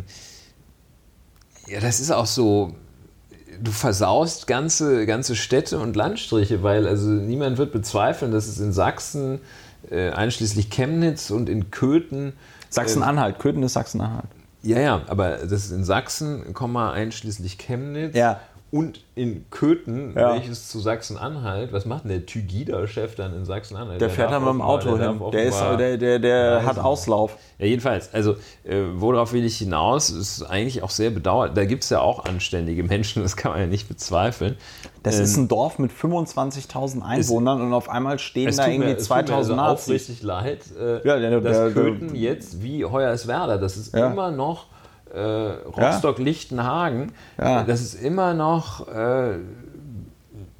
ja, das ist auch so... Du versaust ganze, ganze Städte und Landstriche, weil also niemand wird bezweifeln, dass es in Sachsen... Äh, einschließlich Chemnitz und in Köthen. Sachsen-Anhalt, äh, Köthen ist Sachsen-Anhalt. Ja, ja, aber das ist in Sachsen, einschließlich Chemnitz ja. und in Köthen, ja. welches zu Sachsen-Anhalt. Was macht denn der Tügida-Chef dann in Sachsen-Anhalt? Der, der fährt dann mit dem Auto hin. Der, ist, der, der, der hat Auslauf. Ja, jedenfalls. Also, äh, worauf will ich hinaus? Ist eigentlich auch sehr bedauernd. Da gibt es ja auch anständige Menschen, das kann man ja nicht bezweifeln. Das ähm, ist ein Dorf mit fünfundzwanzigtausend Einwohnern es, und auf einmal stehen da irgendwie mir, zweitausend Nazis. Es tut mir also aufrichtig leid, äh, ja, der, dass der, Köthen der, jetzt wie Hoyerswerda, das ist ja. immer noch äh, Rostock-Lichtenhagen, ja. das ist immer noch äh,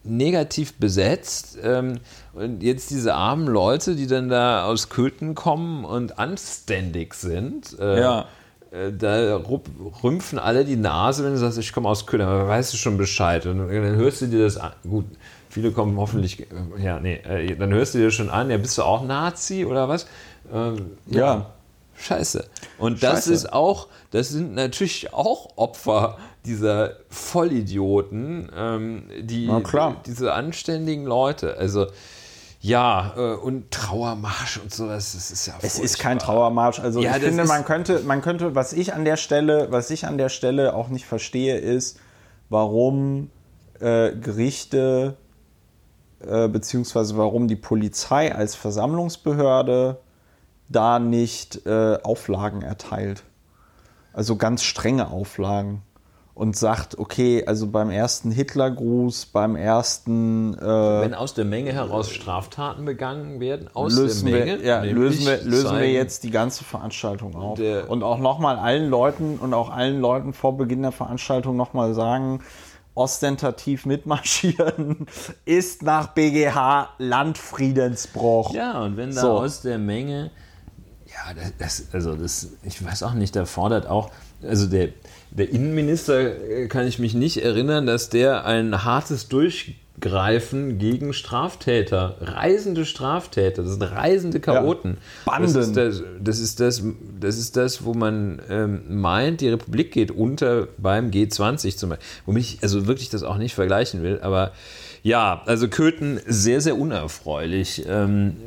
negativ besetzt. Ähm, und jetzt diese armen Leute, die dann da aus Köthen kommen und anständig sind, äh, Ja. äh, da rümpfen alle die Nase, wenn du sagst, ich komme aus Köthen, aber weißt du schon Bescheid. Und dann hörst du dir das an. Gut, viele kommen hoffentlich, äh, ja, nee, äh, dann hörst du dir das schon an, ja, bist du auch Nazi oder was? Ähm, ja. Ja. Scheiße. Und das Scheiße. ist auch, das sind natürlich auch Opfer dieser Vollidioten, ähm, die, Na klar. diese anständigen Leute. Also ja, äh, und Trauermarsch und sowas, das ist ja Es furchtbar. ist kein Trauermarsch. Also Ja, ich das finde, ist- man könnte, man könnte, was ich an der Stelle, was ich an der Stelle auch nicht verstehe, ist, warum äh, Gerichte äh, beziehungsweise warum die Polizei als Versammlungsbehörde da nicht äh, Auflagen erteilt. Also ganz strenge Auflagen. Und sagt, okay, also beim ersten Hitlergruß, beim ersten... Äh, Wenn aus der Menge heraus Straftaten begangen werden, aus lösen der Menge, wir, ja, nämlich lösen wir, lösen wir zeigen- jetzt die ganze Veranstaltung auf. Der- Und auch nochmal allen Leuten und auch allen Leuten vor Beginn der Veranstaltung nochmal sagen, ostentativ mitmarschieren ist nach B G H Landfriedensbruch. Ja, und wenn da So. aus der Menge, ja, das, das, also das, ich weiß auch nicht, da fordert auch, also der, der Innenminister, äh, kann ich mich nicht erinnern, dass der ein hartes Durchgreifen gegen Straftäter, reisende Straftäter, das sind reisende Chaoten. Banden. Das ist das, das, ist das, das ist das, wo man ähm, meint, die Republik geht unter beim G zwanzig zum Beispiel. Womit ich also wirklich das auch nicht vergleichen will, aber ja, also Köthen sehr, sehr unerfreulich. Ähm,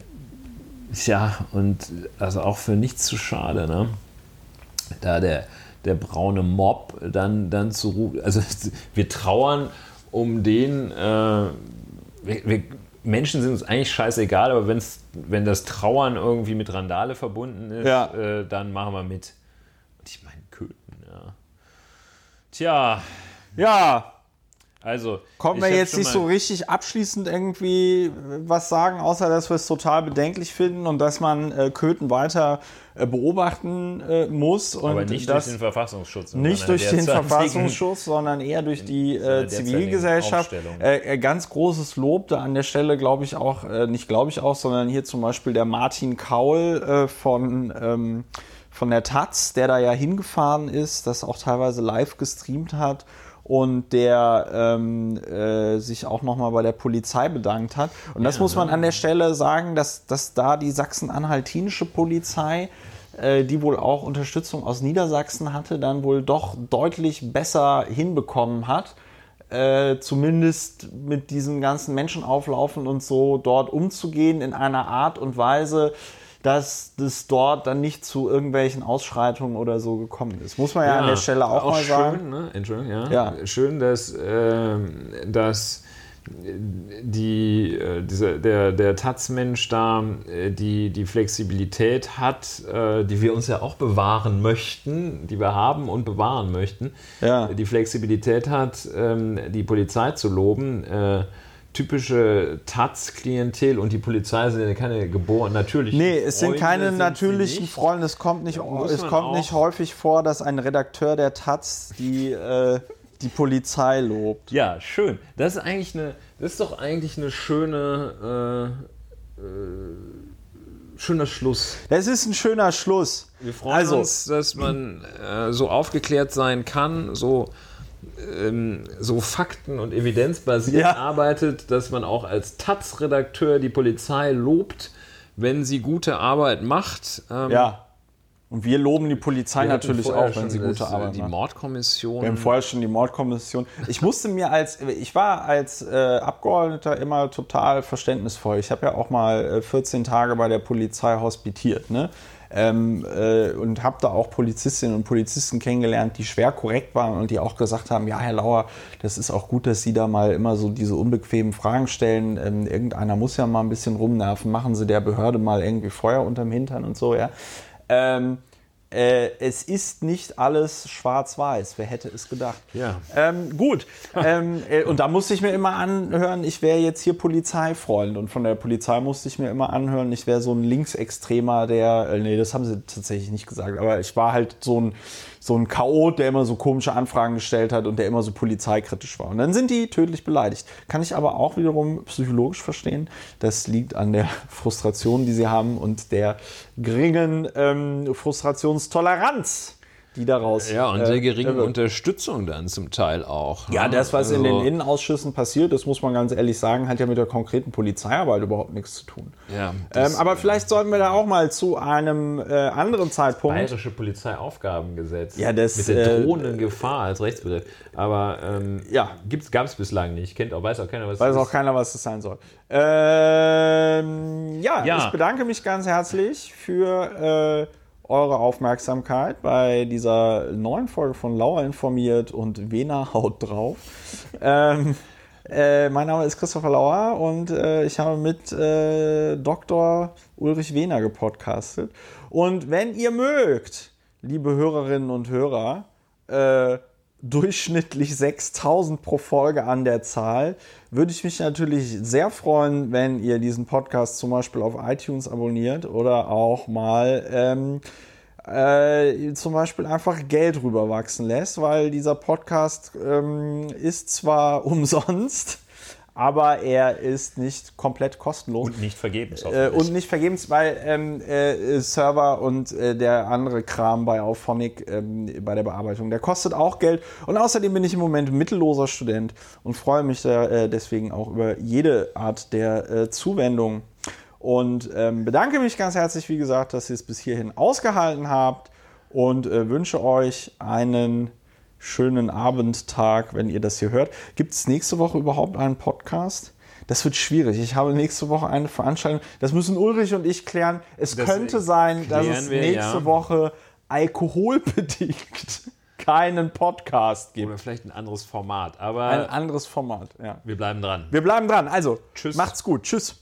ja, und also auch für nichts zu schade, ne? Da der, der braune Mob dann, dann zu rufen. Also wir trauern um den, äh, wir, wir, Menschen sind uns eigentlich scheißegal, aber wenn's, wenn das Trauern irgendwie mit Randale verbunden ist, Ja. äh, dann machen wir mit. Und ich meine Köthen, ja. Tja, Ja, also. Konnten ich wir hab jetzt schon nicht mal- so richtig abschließend irgendwie was sagen, außer dass wir es total bedenklich finden und dass man äh, Köthen weiter äh, beobachten äh, muss. Und Aber nicht das durch den Verfassungsschutz. nicht sondern durch den derzeitigen- Verfassungsschutz, sondern eher durch die seiner äh, derzeitigen Zivilgesellschaft. Aufstellung. Äh, äh, ganz großes Lob da an der Stelle, glaube ich auch, äh, nicht glaube ich auch, sondern hier zum Beispiel der Martin Kaul äh, von, ähm, von der Taz, der da ja hingefahren ist, das auch teilweise live gestreamt hat. Und der ähm, äh, sich auch nochmal bei der Polizei bedankt hat. Und das Ja, muss man ne? an der Stelle sagen, dass, dass da die sachsen-anhaltinische Polizei, äh, die wohl auch Unterstützung aus Niedersachsen hatte, dann wohl doch deutlich besser hinbekommen hat, äh, zumindest mit diesen ganzen Menschenauflaufen und so dort umzugehen in einer Art und Weise, dass das dort dann nicht zu irgendwelchen Ausschreitungen oder so gekommen ist. Muss man ja, an der Stelle auch, mal schön, sagen. Ne? Entschuldigung, ja. Ja. Schön, dass, ähm, dass die, äh, diese, der, der Taz-Mensch da äh, die, die Flexibilität hat, äh, die wir uns ja auch bewahren möchten, die wir haben und bewahren möchten, Ja. die Flexibilität hat, ähm, die Polizei zu loben. Äh, typische Taz-Klientel und die Polizei sind ja keine geborenen, natürlichen Nee, es sind Freunde, keine sie natürlichen nicht. Freunde. Es kommt nicht, muss es man kommt auch- nicht häufig vor, dass ein Redakteur der Taz die, äh, die Polizei lobt. Ja, schön. Das ist eigentlich eine, das ist doch eigentlich eine schöne, äh, äh, schöner Schluss. Das ist ein schöner Schluss. Wir freuen Also, uns, dass man äh, so aufgeklärt sein kann, so, ähm, so fakten- und evidenzbasiert Ja. arbeitet, dass man auch als Taz-Redakteur die Polizei lobt, wenn sie gute Arbeit macht. Ähm, Ja. Und wir loben die Polizei wir hatten natürlich vorher auch, wenn schon sie gute das, äh, Arbeit Die macht. Mordkommission. Wir haben vorher schon die Mordkommission. Ich musste mir als, ich war als äh, Abgeordneter immer total verständnisvoll. Ich habe ja auch mal äh, vierzehn Tage bei der Polizei hospitiert, ne? Ähm, äh, und habe da auch Polizistinnen und Polizisten kennengelernt, die schwer korrekt waren und die auch gesagt haben, ja, Herr Lauer, das ist auch gut, dass Sie da mal immer so diese unbequemen Fragen stellen. Ähm, irgendeiner muss ja mal ein bisschen rumnerven. Machen Sie der Behörde mal irgendwie Feuer unterm Hintern und so, ja. Ähm, Äh, es ist nicht alles schwarz-weiß. Wer hätte es gedacht? Ja. Ähm, gut. ähm, äh, und da musste ich mir immer anhören, ich wäre jetzt hier Polizeifreund. Und von der Polizei musste ich mir immer anhören, ich wäre so ein Linksextremer, der, äh, nee, das haben sie tatsächlich nicht gesagt, aber ich war halt so ein, so ein Chaot, der immer so komische Anfragen gestellt hat und der immer so polizeikritisch war. Und dann sind die tödlich beleidigt. Kann ich aber auch wiederum psychologisch verstehen. Das liegt an der Frustration, die sie haben und der geringen ähm, Frustrationstoleranz, die daraus... Ja, und der geringen äh, Unterstützung dann zum Teil auch. Ja, ne? das, was also, in den Innenausschüssen passiert, das muss man ganz ehrlich sagen, hat ja mit der konkreten Polizeiarbeit überhaupt nichts zu tun. Ja, ähm, aber vielleicht sollten wir da auch mal zu einem äh, anderen Zeitpunkt... Bayerische Polizeiaufgabengesetz. Ja, das, mit der äh, drohenden Gefahr als Rechtsbegriff. Aber ähm, ja. gab es bislang nicht. Kennt auch, weiß auch keiner, was Weiß das auch ist. keiner, was das sein soll. Ähm, ja, Ja. ich bedanke mich ganz herzlich für... Äh, eure Aufmerksamkeit bei dieser neuen Folge von Lauer informiert und Wena haut drauf. ähm, äh, mein Name ist Christopher Lauer und äh, ich habe mit äh, Doktor Ulrich Wehner gepodcastet. Und wenn ihr mögt, liebe Hörerinnen und Hörer, äh, durchschnittlich sechstausend pro Folge an der Zahl, würde ich mich natürlich sehr freuen, wenn ihr diesen Podcast zum Beispiel auf iTunes abonniert oder auch mal ähm, äh, zum Beispiel einfach Geld rüberwachsen lässt, weil dieser Podcast ähm, ist zwar umsonst, aber er ist nicht komplett kostenlos. Und nicht vergebens. Äh, und nicht vergebens, weil ähm, äh, Server und äh, der andere Kram bei Auphonic ähm, bei der Bearbeitung, der kostet auch Geld. Und außerdem bin ich im Moment mittelloser Student und freue mich da, äh, deswegen auch über jede Art der äh, Zuwendung. Und ähm, bedanke mich ganz herzlich, wie gesagt, dass ihr es bis hierhin ausgehalten habt und äh, wünsche euch einen schönen Abendtag, wenn ihr das hier hört. Gibt es nächste Woche überhaupt einen Podcast? Das wird schwierig. Ich habe nächste Woche eine Veranstaltung. Das müssen Ulrich und ich klären. Es Das könnte sein, dass klären es wir, nächste ja. Woche alkoholbedingt keinen Podcast gibt. Oder vielleicht ein anderes Format. Aber Ein anderes Format, ja. wir bleiben dran. Wir bleiben dran. Also, Tschüss. macht's gut. Tschüss.